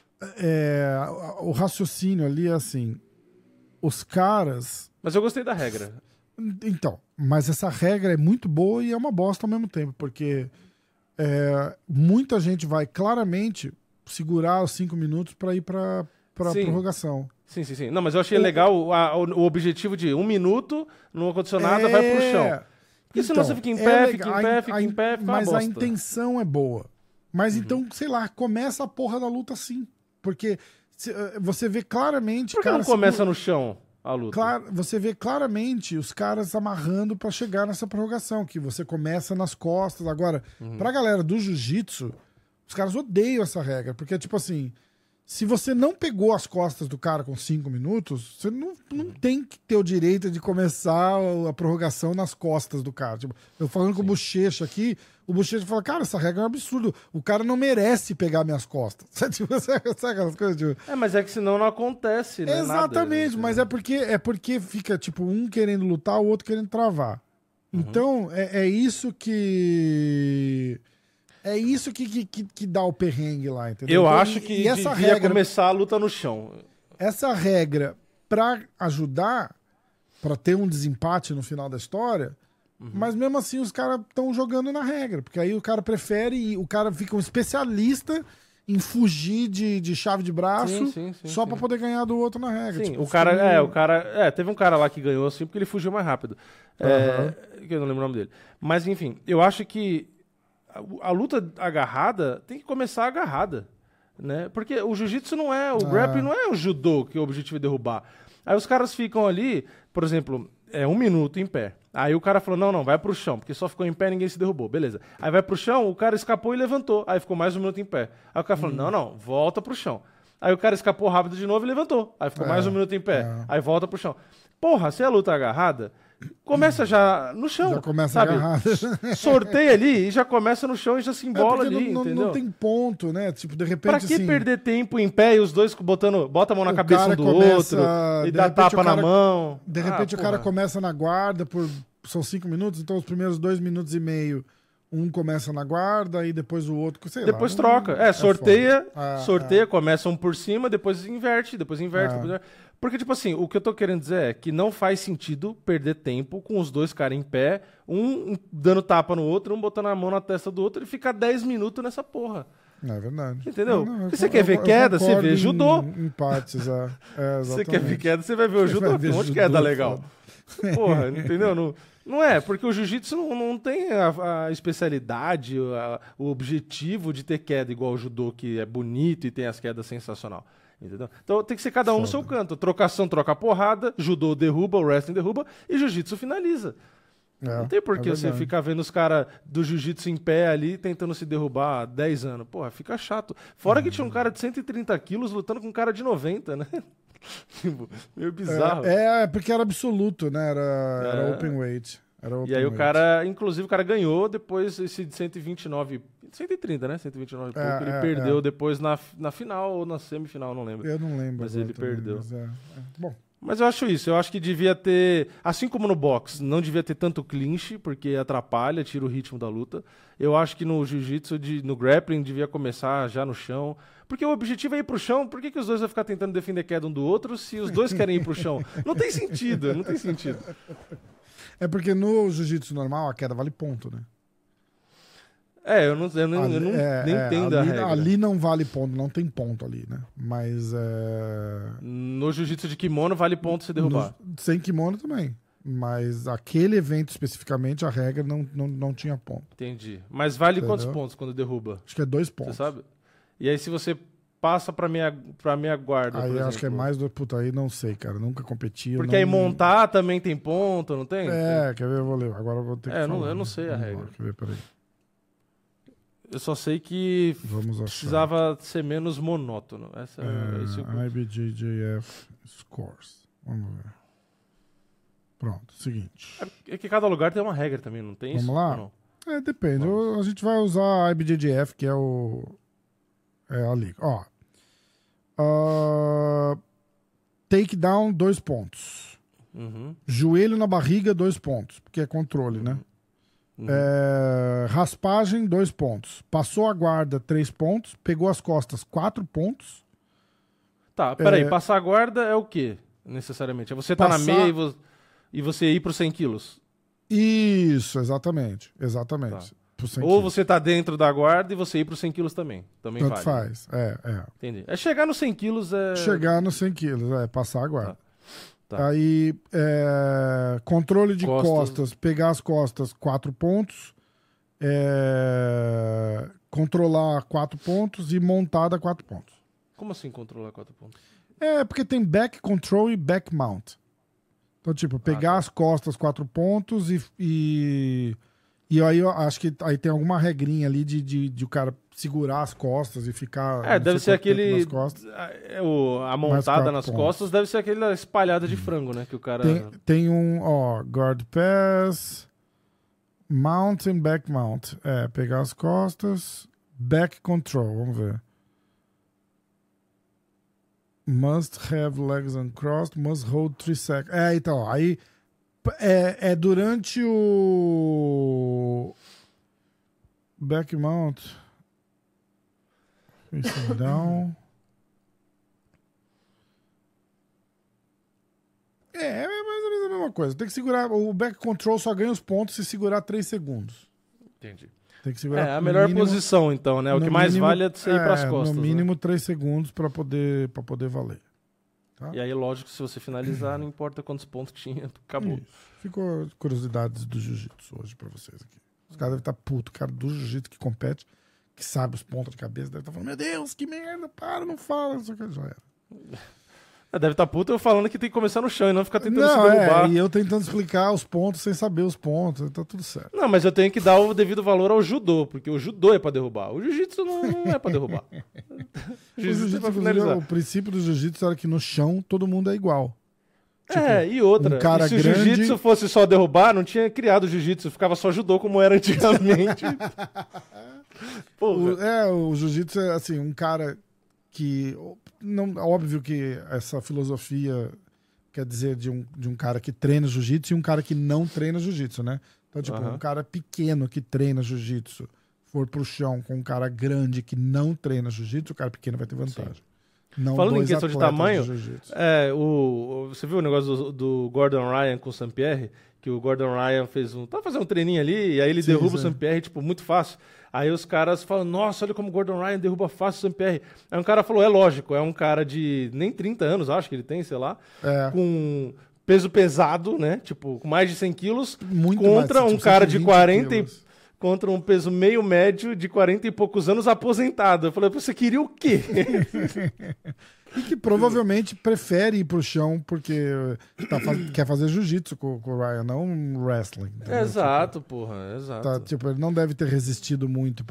A: o raciocínio ali é assim, os caras...
B: Mas eu gostei da regra.
A: Então, mas essa regra é muito boa e é uma bosta ao mesmo tempo, porque... muita gente vai claramente segurar os 5 minutos para ir para prorrogação.
B: Sim. Não, mas eu achei legal o objetivo de 1 minuto, não aconteceu nada, vai pro chão. Porque senão você fica em pé, fica em pé, fica
A: mas
B: uma bosta.
A: A intenção é boa. Mas então, sei lá, começa a porra da luta assim. Porque você vê claramente...
B: Por que não começa no chão a luta?
A: Você vê claramente os caras amarrando pra chegar nessa prorrogação, que você começa nas costas. Agora, pra galera do jiu-jitsu, os caras odeiam essa regra, porque, tipo assim, se você não pegou as costas do cara com 5 minutos, você não tem que ter o direito de começar a prorrogação nas costas do cara. Tipo, eu falando com o Bochecha aqui, o Bochecha fala, cara, essa regra é um absurdo. O cara não merece pegar minhas costas. Tipo, sabe aquelas coisas? Tipo...
B: mas é que senão não acontece, né?
A: Exatamente, mas é porque fica, tipo, um querendo lutar, o outro querendo travar. Então, é isso que É isso que dá o perrengue lá, entendeu?
B: Eu
A: então,
B: acho que
A: essa
B: devia
A: regra,
B: começar a luta no chão.
A: Essa regra, pra ajudar, pra ter um desempate no final da história, mas mesmo assim os caras estão jogando na regra, porque aí o cara prefere, o cara fica um especialista em fugir de chave de braço só pra poder ganhar do outro na regra.
B: Sim,
A: tipo,
B: teve um cara lá que ganhou assim porque ele fugiu mais rápido. Que eu não lembro o nome dele. Mas enfim, eu acho que a luta agarrada tem que começar agarrada, né? Porque o jiu-jitsu não é, o grappling não é o judô que o objetivo é derrubar. Aí os caras ficam ali, por exemplo, 1 minuto em pé. Aí o cara falou, não, vai pro chão, porque só ficou em pé e ninguém se derrubou. Beleza. Aí vai pro chão, o cara escapou e levantou. Aí ficou mais 1 minuto em pé. Aí o cara falou, não, volta pro chão. Aí o cara escapou rápido de novo e levantou. Aí ficou mais 1 minuto em pé. Aí volta pro chão. Porra, se é luta agarrada, começa já no chão.
A: Já começa
B: sabe?
A: agarrado.
B: Sorteia ali e já começa no chão e já se embola ali, entendeu?
A: Não tem ponto, né? Tipo, de repente,
B: pra que
A: assim,
B: perder tempo em pé e os dois bota a mão na cabeça um do outro e dá tapa na mão?
A: De repente o cara começa na guarda são 5 minutos, então os primeiros 2 minutos e meio um começa na guarda e depois o outro, sei lá.
B: Depois troca. Sorteia, começa um por cima, depois inverte. Porque, tipo assim, o que eu tô querendo dizer é que não faz sentido perder tempo com os dois caras em pé, um dando tapa no outro, um botando a mão na testa do outro e ficar 10 minutos nessa porra.
A: É verdade.
B: Entendeu? Você quer ver queda, você vê judô.
A: Empates,
B: você quer ver queda, você vai ver o judô. Tem um monte de queda legal. Porra, entendeu? Não é, porque o jiu-jitsu não tem a especialidade, o objetivo de ter queda igual o judô, que é bonito e tem as quedas sensacional. Entendeu? Então tem que ser cada um no seu canto. Trocação troca porrada, judô derruba, o wrestling derruba e jiu-jitsu finaliza. Não tem por que você ficar vendo os caras do jiu-jitsu em pé ali tentando se derrubar há 10 anos. Porra, fica chato. Fora que tinha um cara de 130 quilos lutando com um cara de 90, né? Tipo, meio bizarro.
A: Porque era absoluto, né? Era open weight.
B: E aí o cara, inclusive o cara ganhou depois esse de 129, 130, né? 129 e pouco. Ele perdeu depois na final ou na semifinal, não lembro.
A: Eu não lembro.
B: Mas ele perdeu.
A: Bom.
B: Mas eu acho isso, eu acho que devia ter, assim como no boxe, não devia ter tanto clinch, porque atrapalha, tira o ritmo da luta. Eu acho que no jiu-jitsu, no grappling, devia começar já no chão. Porque o objetivo é ir pro chão, por que os dois vão ficar tentando defender queda um do outro se os dois querem ir pro chão? Não tem sentido, não tem sentido.
A: É porque no jiu-jitsu normal a queda vale ponto, né?
B: Eu nem entendo a regra.
A: Ali não vale ponto, não tem ponto ali, né? Mas
B: no jiu-jitsu de kimono vale ponto se derrubar.
A: Sem kimono também. Mas aquele evento especificamente, a regra não tinha ponto.
B: Entendi. Mas vale quantos pontos quando derruba?
A: Acho que é 2 pontos.
B: Você sabe? E aí se você passa pra minha guarda,
A: aí acho que é mais do... Puta, aí não sei, cara. Nunca competi.
B: Porque aí montar também tem ponto, não tem?
A: Quer ver? Eu vou ler. Agora eu vou ter que falar.
B: Eu não sei a regra.
A: Quer ver? Peraí.
B: Eu só sei que precisava ser menos monótono.
A: IBJJF Scores. Vamos ver. Pronto, seguinte.
B: É que cada lugar tem uma regra também, não tem isso?
A: Vamos lá? Depende. A gente vai usar a IBJJF, que é a liga. Takedown, 2 pontos. Joelho na barriga, 2 pontos. Porque é controle, né? Raspagem, 2 pontos. Passou a guarda, 3 pontos. Pegou as costas, 4 pontos.
B: Tá, peraí. Passar a guarda é o quê, necessariamente? É você tá na meia e você ir pro 100 quilos?
A: Isso, exatamente. Exatamente.
B: Tá. Ou você tá dentro da guarda e você ir pro 100 quilos também. Também
A: tanto
B: vale.
A: Faz.
B: Entendi. Chegar no 100 quilos
A: Chegar no 100 quilos, passar a guarda. Tá. Aí, controle de costas, pegar as costas, 4 pontos. Controlar 4 pontos e montada 4 pontos.
B: Como assim controlar 4 pontos?
A: Porque tem back control e back mount. Então, tipo, pegar as costas 4 pontos e aí eu acho que aí tem alguma regrinha ali de o cara segurar as costas e ficar...
B: deve ser aquele... A montada nas costas deve ser aquela espalhada de frango, né? Que o cara...
A: Tem guard pass, mount and back mount. Pegar as costas, back control, vamos ver. Must have legs uncrossed, must hold 3 seconds. Então, aí durante Back mount. Facing down. É mais ou menos a mesma coisa. Tem que segurar. O back control só ganha os pontos se segurar 3 segundos.
B: Entendi.
A: Tem que segurar
B: a melhor mínimo, posição, então, né? O que mais vale é você ir pras costas.
A: No mínimo
B: né?
A: 3 segundos pra poder valer. Tá?
B: E aí, lógico, se você finalizar, não importa quantos pontos tinha, acabou.
A: Isso. Ficou curiosidades do jiu-jitsu hoje pra vocês aqui. Os caras devem estar putos. O cara do jiu-jitsu que compete, que sabe os pontos de cabeça, deve estar falando, meu Deus, que merda, para, não fala, não sei o que, já era.
B: Deve estar puto eu falando que tem que começar no chão e não ficar tentando se derrubar.
A: E eu tentando explicar os pontos sem saber os pontos, tá tudo certo.
B: Não, mas eu tenho que dar o devido valor ao judô, porque o judô é pra derrubar. O jiu-jitsu não é pra derrubar.
A: O jiu-jitsu é pra finalizar. O princípio do jiu-jitsu era que no chão todo mundo é igual.
B: Tipo, e outra,
A: cara
B: se o jiu-jitsu fosse só derrubar, não tinha criado o jiu-jitsu, ficava só judô como era antigamente.
A: O jiu-jitsu é assim, um cara que... Não, óbvio que essa filosofia quer dizer de um cara que treina jiu-jitsu e um cara que não treina jiu-jitsu, né? Então, tipo, um cara pequeno que treina jiu-jitsu for pro chão com um cara grande que não treina jiu-jitsu, o cara pequeno vai ter vantagem. Não
B: falando em questão de tamanho, você viu o negócio do Gordon Ryan com o Saint-Pierre? Que o Gordon Ryan tava fazendo um treininho ali, e aí ele derruba o Saint-Pierre, tipo, muito fácil. Aí os caras falam, nossa, olha como o Gordon Ryan derruba fácil o Saint-Pierre. Aí um cara falou, é lógico, é um cara de nem 30 anos, acho que ele tem, sei lá, com peso pesado, né? Tipo, com mais de 100 quilos, contra um cara de 40 contra um peso meio médio de 40 e poucos anos aposentado. Eu falei, você queria o quê?
A: E que provavelmente prefere ir pro chão porque quer fazer jiu-jitsu com o Ryan, não wrestling.
B: Exato,
A: tipo,
B: porra, exato.
A: Tipo, ele não deve ter resistido muito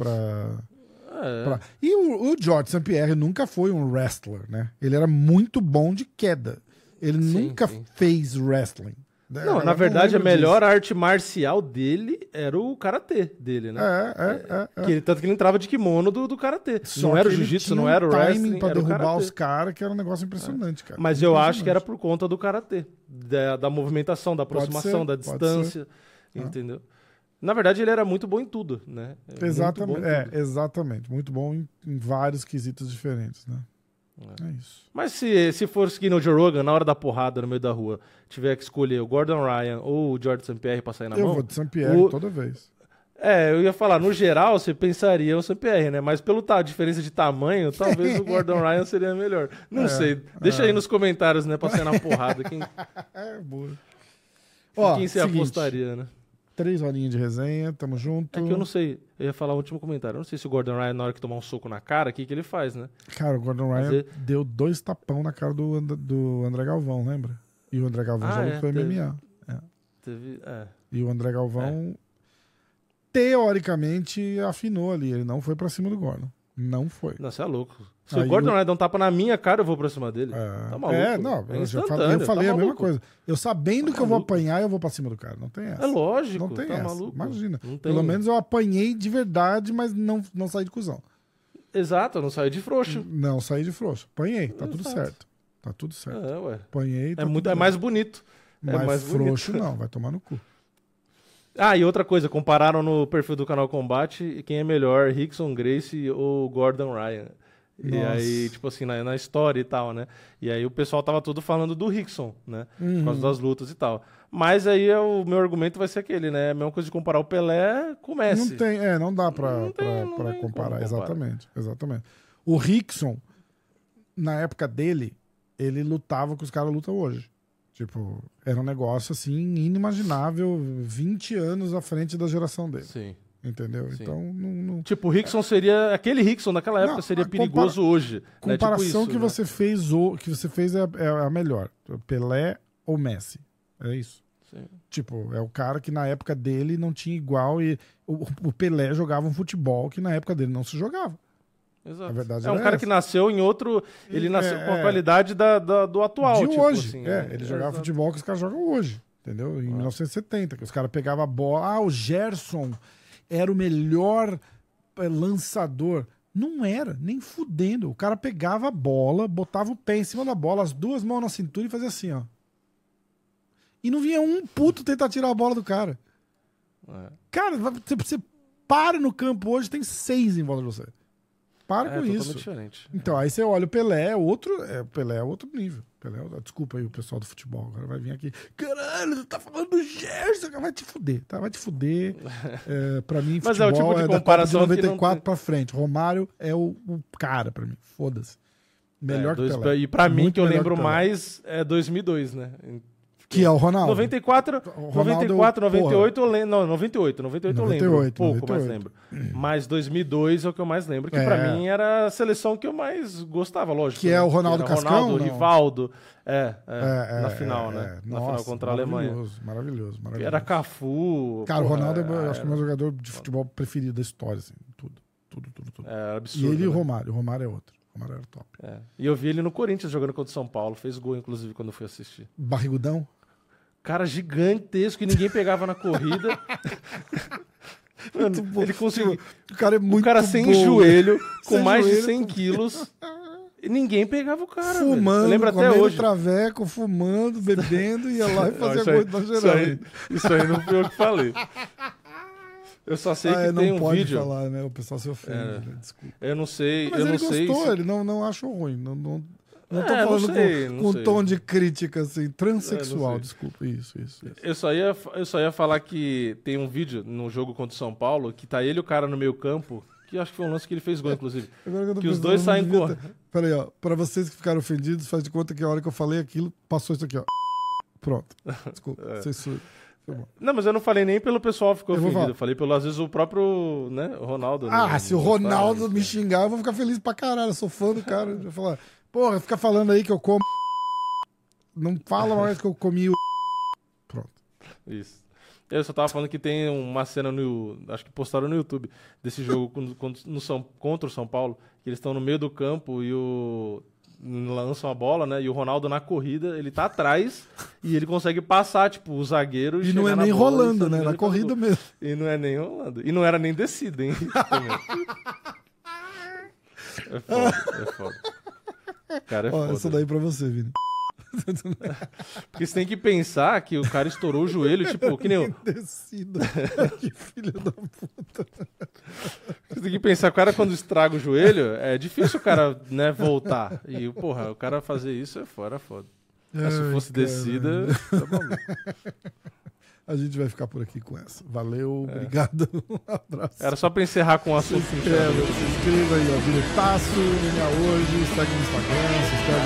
A: E o George St. Pierre nunca foi um wrestler, né? Ele era muito bom de queda. Ele nunca fez wrestling.
B: Não, na verdade, a melhor arte marcial dele era o karatê dele, né? Tanto que ele entrava de kimono do karatê. Não era o jiu-jitsu, não era o wrestling,
A: pra
B: era o
A: derrubar
B: karatê.
A: os caras, que era um negócio impressionante, cara.
B: Mas eu acho que era por conta do karatê, da movimentação, da aproximação, da distância, entendeu? Na verdade, ele era muito bom em tudo, né?
A: Exatamente, exatamente. Muito bom em vários quesitos diferentes, né? É isso.
B: Mas se for seguir no Joe Rogan, na hora da porrada no meio da rua, tiver que escolher o Gordon Ryan ou o George St. Pierre pra sair na mão...
A: Eu vou de St. Pierre toda vez.
B: Eu ia falar, no geral, você pensaria o St. Pierre, né? Mas pela diferença de tamanho, talvez o Gordon Ryan seria melhor. Não sei. Deixa aí nos comentários, né? Pra sair na porrada.
A: Boa.
B: Quem você apostaria, né?
A: 3 horinhas de resenha, tamo junto.
B: É que eu não sei, eu ia falar o último comentário. Eu não sei se o Gordon Ryan, na hora que tomar um soco na cara, o que ele faz, né?
A: Cara, o Gordon Ryan deu 2 tapão na cara do André Galvão, lembra? E o André Galvão já lutou MMA. E o André Galvão, teoricamente, afinou ali. Ele não foi pra cima do Gordon. Não foi.
B: Não, você é louco. Se o Gordon Ryan dá um tapa na minha cara, eu vou pra cima dele. Tá maluco.
A: Eu falei a mesma coisa. Eu sabendo que eu vou apanhar, eu vou pra cima do cara. Não tem essa.
B: É lógico.
A: Não tem essa.
B: Maluco.
A: Imagina. Pelo menos eu apanhei de verdade, mas não saí de cuzão.
B: Exato, eu não saí de frouxo.
A: Não saí de frouxo. Apanhei, tá tudo certo. Tá tudo certo. Apanhei, tá
B: tudo mais bonito.
A: Mais frouxo não, vai tomar no cu.
B: E outra coisa, compararam no perfil do canal Combate quem é melhor, Rickson Gracie ou Gordon Ryan. Nossa. E aí, tipo assim, na história e tal, né? E aí o pessoal tava todo falando do Rickson, né? Por causa das lutas e tal. Mas aí o meu argumento vai ser aquele, né? É a mesma coisa de comparar o Pelé com o Messi.
A: Não dá pra comparar. Exatamente. O Rickson, na época dele, ele lutava com os caras lutam hoje. Tipo, era um negócio assim inimaginável, 20 anos à frente da geração dele. Sim. Entendeu? Sim. Então, não...
B: Tipo, o Rickson seria... Aquele Rickson daquela época seria perigoso hoje.
A: Comparação,
B: né? Tipo isso,
A: que você fez é a melhor. Pelé ou Messi. É isso.
B: Sim.
A: Tipo, é o cara que na época dele não tinha igual e o Pelé jogava um futebol que na época dele não se jogava.
B: Exato.
A: A verdade
B: é um cara que nasceu em outro... Ele nasceu com a qualidade do atual.
A: De hoje. Assim, ele jogava futebol que os caras jogam hoje. Entendeu? Em 1970. Que os caras pegavam a bola... o Gerson era o melhor lançador. Não era, nem fudendo. O cara pegava a bola, botava o pé em cima da bola, as 2 mãos na cintura e fazia assim, ó. E não vinha um puto tentar tirar a bola do cara. Cara, você pare no campo hoje, tem 6 em volta de você. Para com isso.
B: Diferente.
A: Então, aí você olha o Pelé, é outro nível. Desculpa aí o pessoal do futebol, agora vai vir aqui. Caralho, você tá falando do Gerson, vai te fuder, tá? Vai te fuder. Pra mim,
B: mas
A: futebol
B: é o tipo de comparação
A: da Copa de 94 pra frente. Romário é o cara pra mim, foda-se. Melhor que Pelé.
B: E pra mim, que eu lembro mais, é 2002, né?
A: Que é o Ronaldo.
B: 94, 98 eu lembro. Não, 98 eu lembro. Pouco mais lembro. Mas 2002 é o que eu mais lembro. Que pra mim era a seleção que eu mais gostava, lógico.
A: Que é o Ronaldo Cascão?
B: Ronaldo, Rivaldo. Na final, né? Na final contra a Alemanha.
A: Maravilhoso.
B: Era Cafu.
A: Cara, o Ronaldo é acho que o meu jogador de futebol preferido da história, assim. Tudo.
B: É absurdo.
A: E ele e o Romário. O Romário é outro. O Romário era top.
B: E eu vi ele no Corinthians jogando contra o São Paulo. Fez gol, inclusive, quando eu fui assistir.
A: Barrigudão?
B: Cara gigantesco que ninguém pegava na corrida. Mano, ele conseguiu.
A: O cara é muito
B: O cara sem
A: bom,
B: joelho, com
A: sem
B: mais
A: joelho,
B: de 100 quilos. E ninguém pegava o cara.
A: Fumando,
B: eu lembro até hoje.
A: traveco, fumando, bebendo, ia lá e fazia gol na geral.
B: Isso aí não fui eu que falei. Eu só sei que tem um vídeo.
A: Não pode falar, né? O pessoal se ofende, né? Desculpa.
B: Eu não sei.
A: Mas
B: eu
A: ele
B: não sei
A: gostou,
B: se...
A: ele não achou ruim. Não tô falando com tom de crítica, assim, transexual, desculpa, isso.
B: Eu só ia falar que tem um vídeo no jogo contra o São Paulo, que tá ele e o cara no meio campo, que acho que foi um lance que ele fez gol, inclusive.
A: Que os dois saem correndo. Peraí, ó, pra vocês que ficaram ofendidos, faz de conta que a hora que eu falei aquilo, passou isso aqui, ó. Pronto, desculpa, censura.
B: Não, mas eu não falei nem pelo pessoal que ficou ofendido, eu falei pelo, às vezes, o próprio, né, o Ronaldo.
A: Se o Ronaldo me xingar, eu vou ficar feliz pra caralho, eu sou fã do cara, eu vou falar... Porra, fica falando aí que eu como. Não fala mais que eu comi o. Pronto.
B: Isso. Eu só tava falando que tem uma cena acho que postaram no YouTube desse jogo contra o São Paulo, que eles estão no meio do campo e lançam a bola, né? E o Ronaldo na corrida, ele tá atrás e ele consegue passar, tipo, o zagueiro
A: e não é nem rolando, né? Na corrida mesmo.
B: E não é nem rolando. E não era nem descida, hein? É foda. Cara, é foda.
A: Essa daí pra você, Vini.
B: Porque você tem que pensar que o cara estourou o joelho, tipo, que nem eu.
A: Descida. Que filho da puta.
B: Você tem que pensar, o cara quando estraga o joelho, é difícil o cara, né, voltar. E, porra, o cara fazer isso é foda. Mas se fosse descida, tá bom.
A: A gente vai ficar por aqui com essa. Valeu, obrigado. Um abraço.
B: Era só pra encerrar com o assunto.
A: Se inscreva aí, ó. Bilhetaço, MMA Hoje, segue no Instagram, se inscreve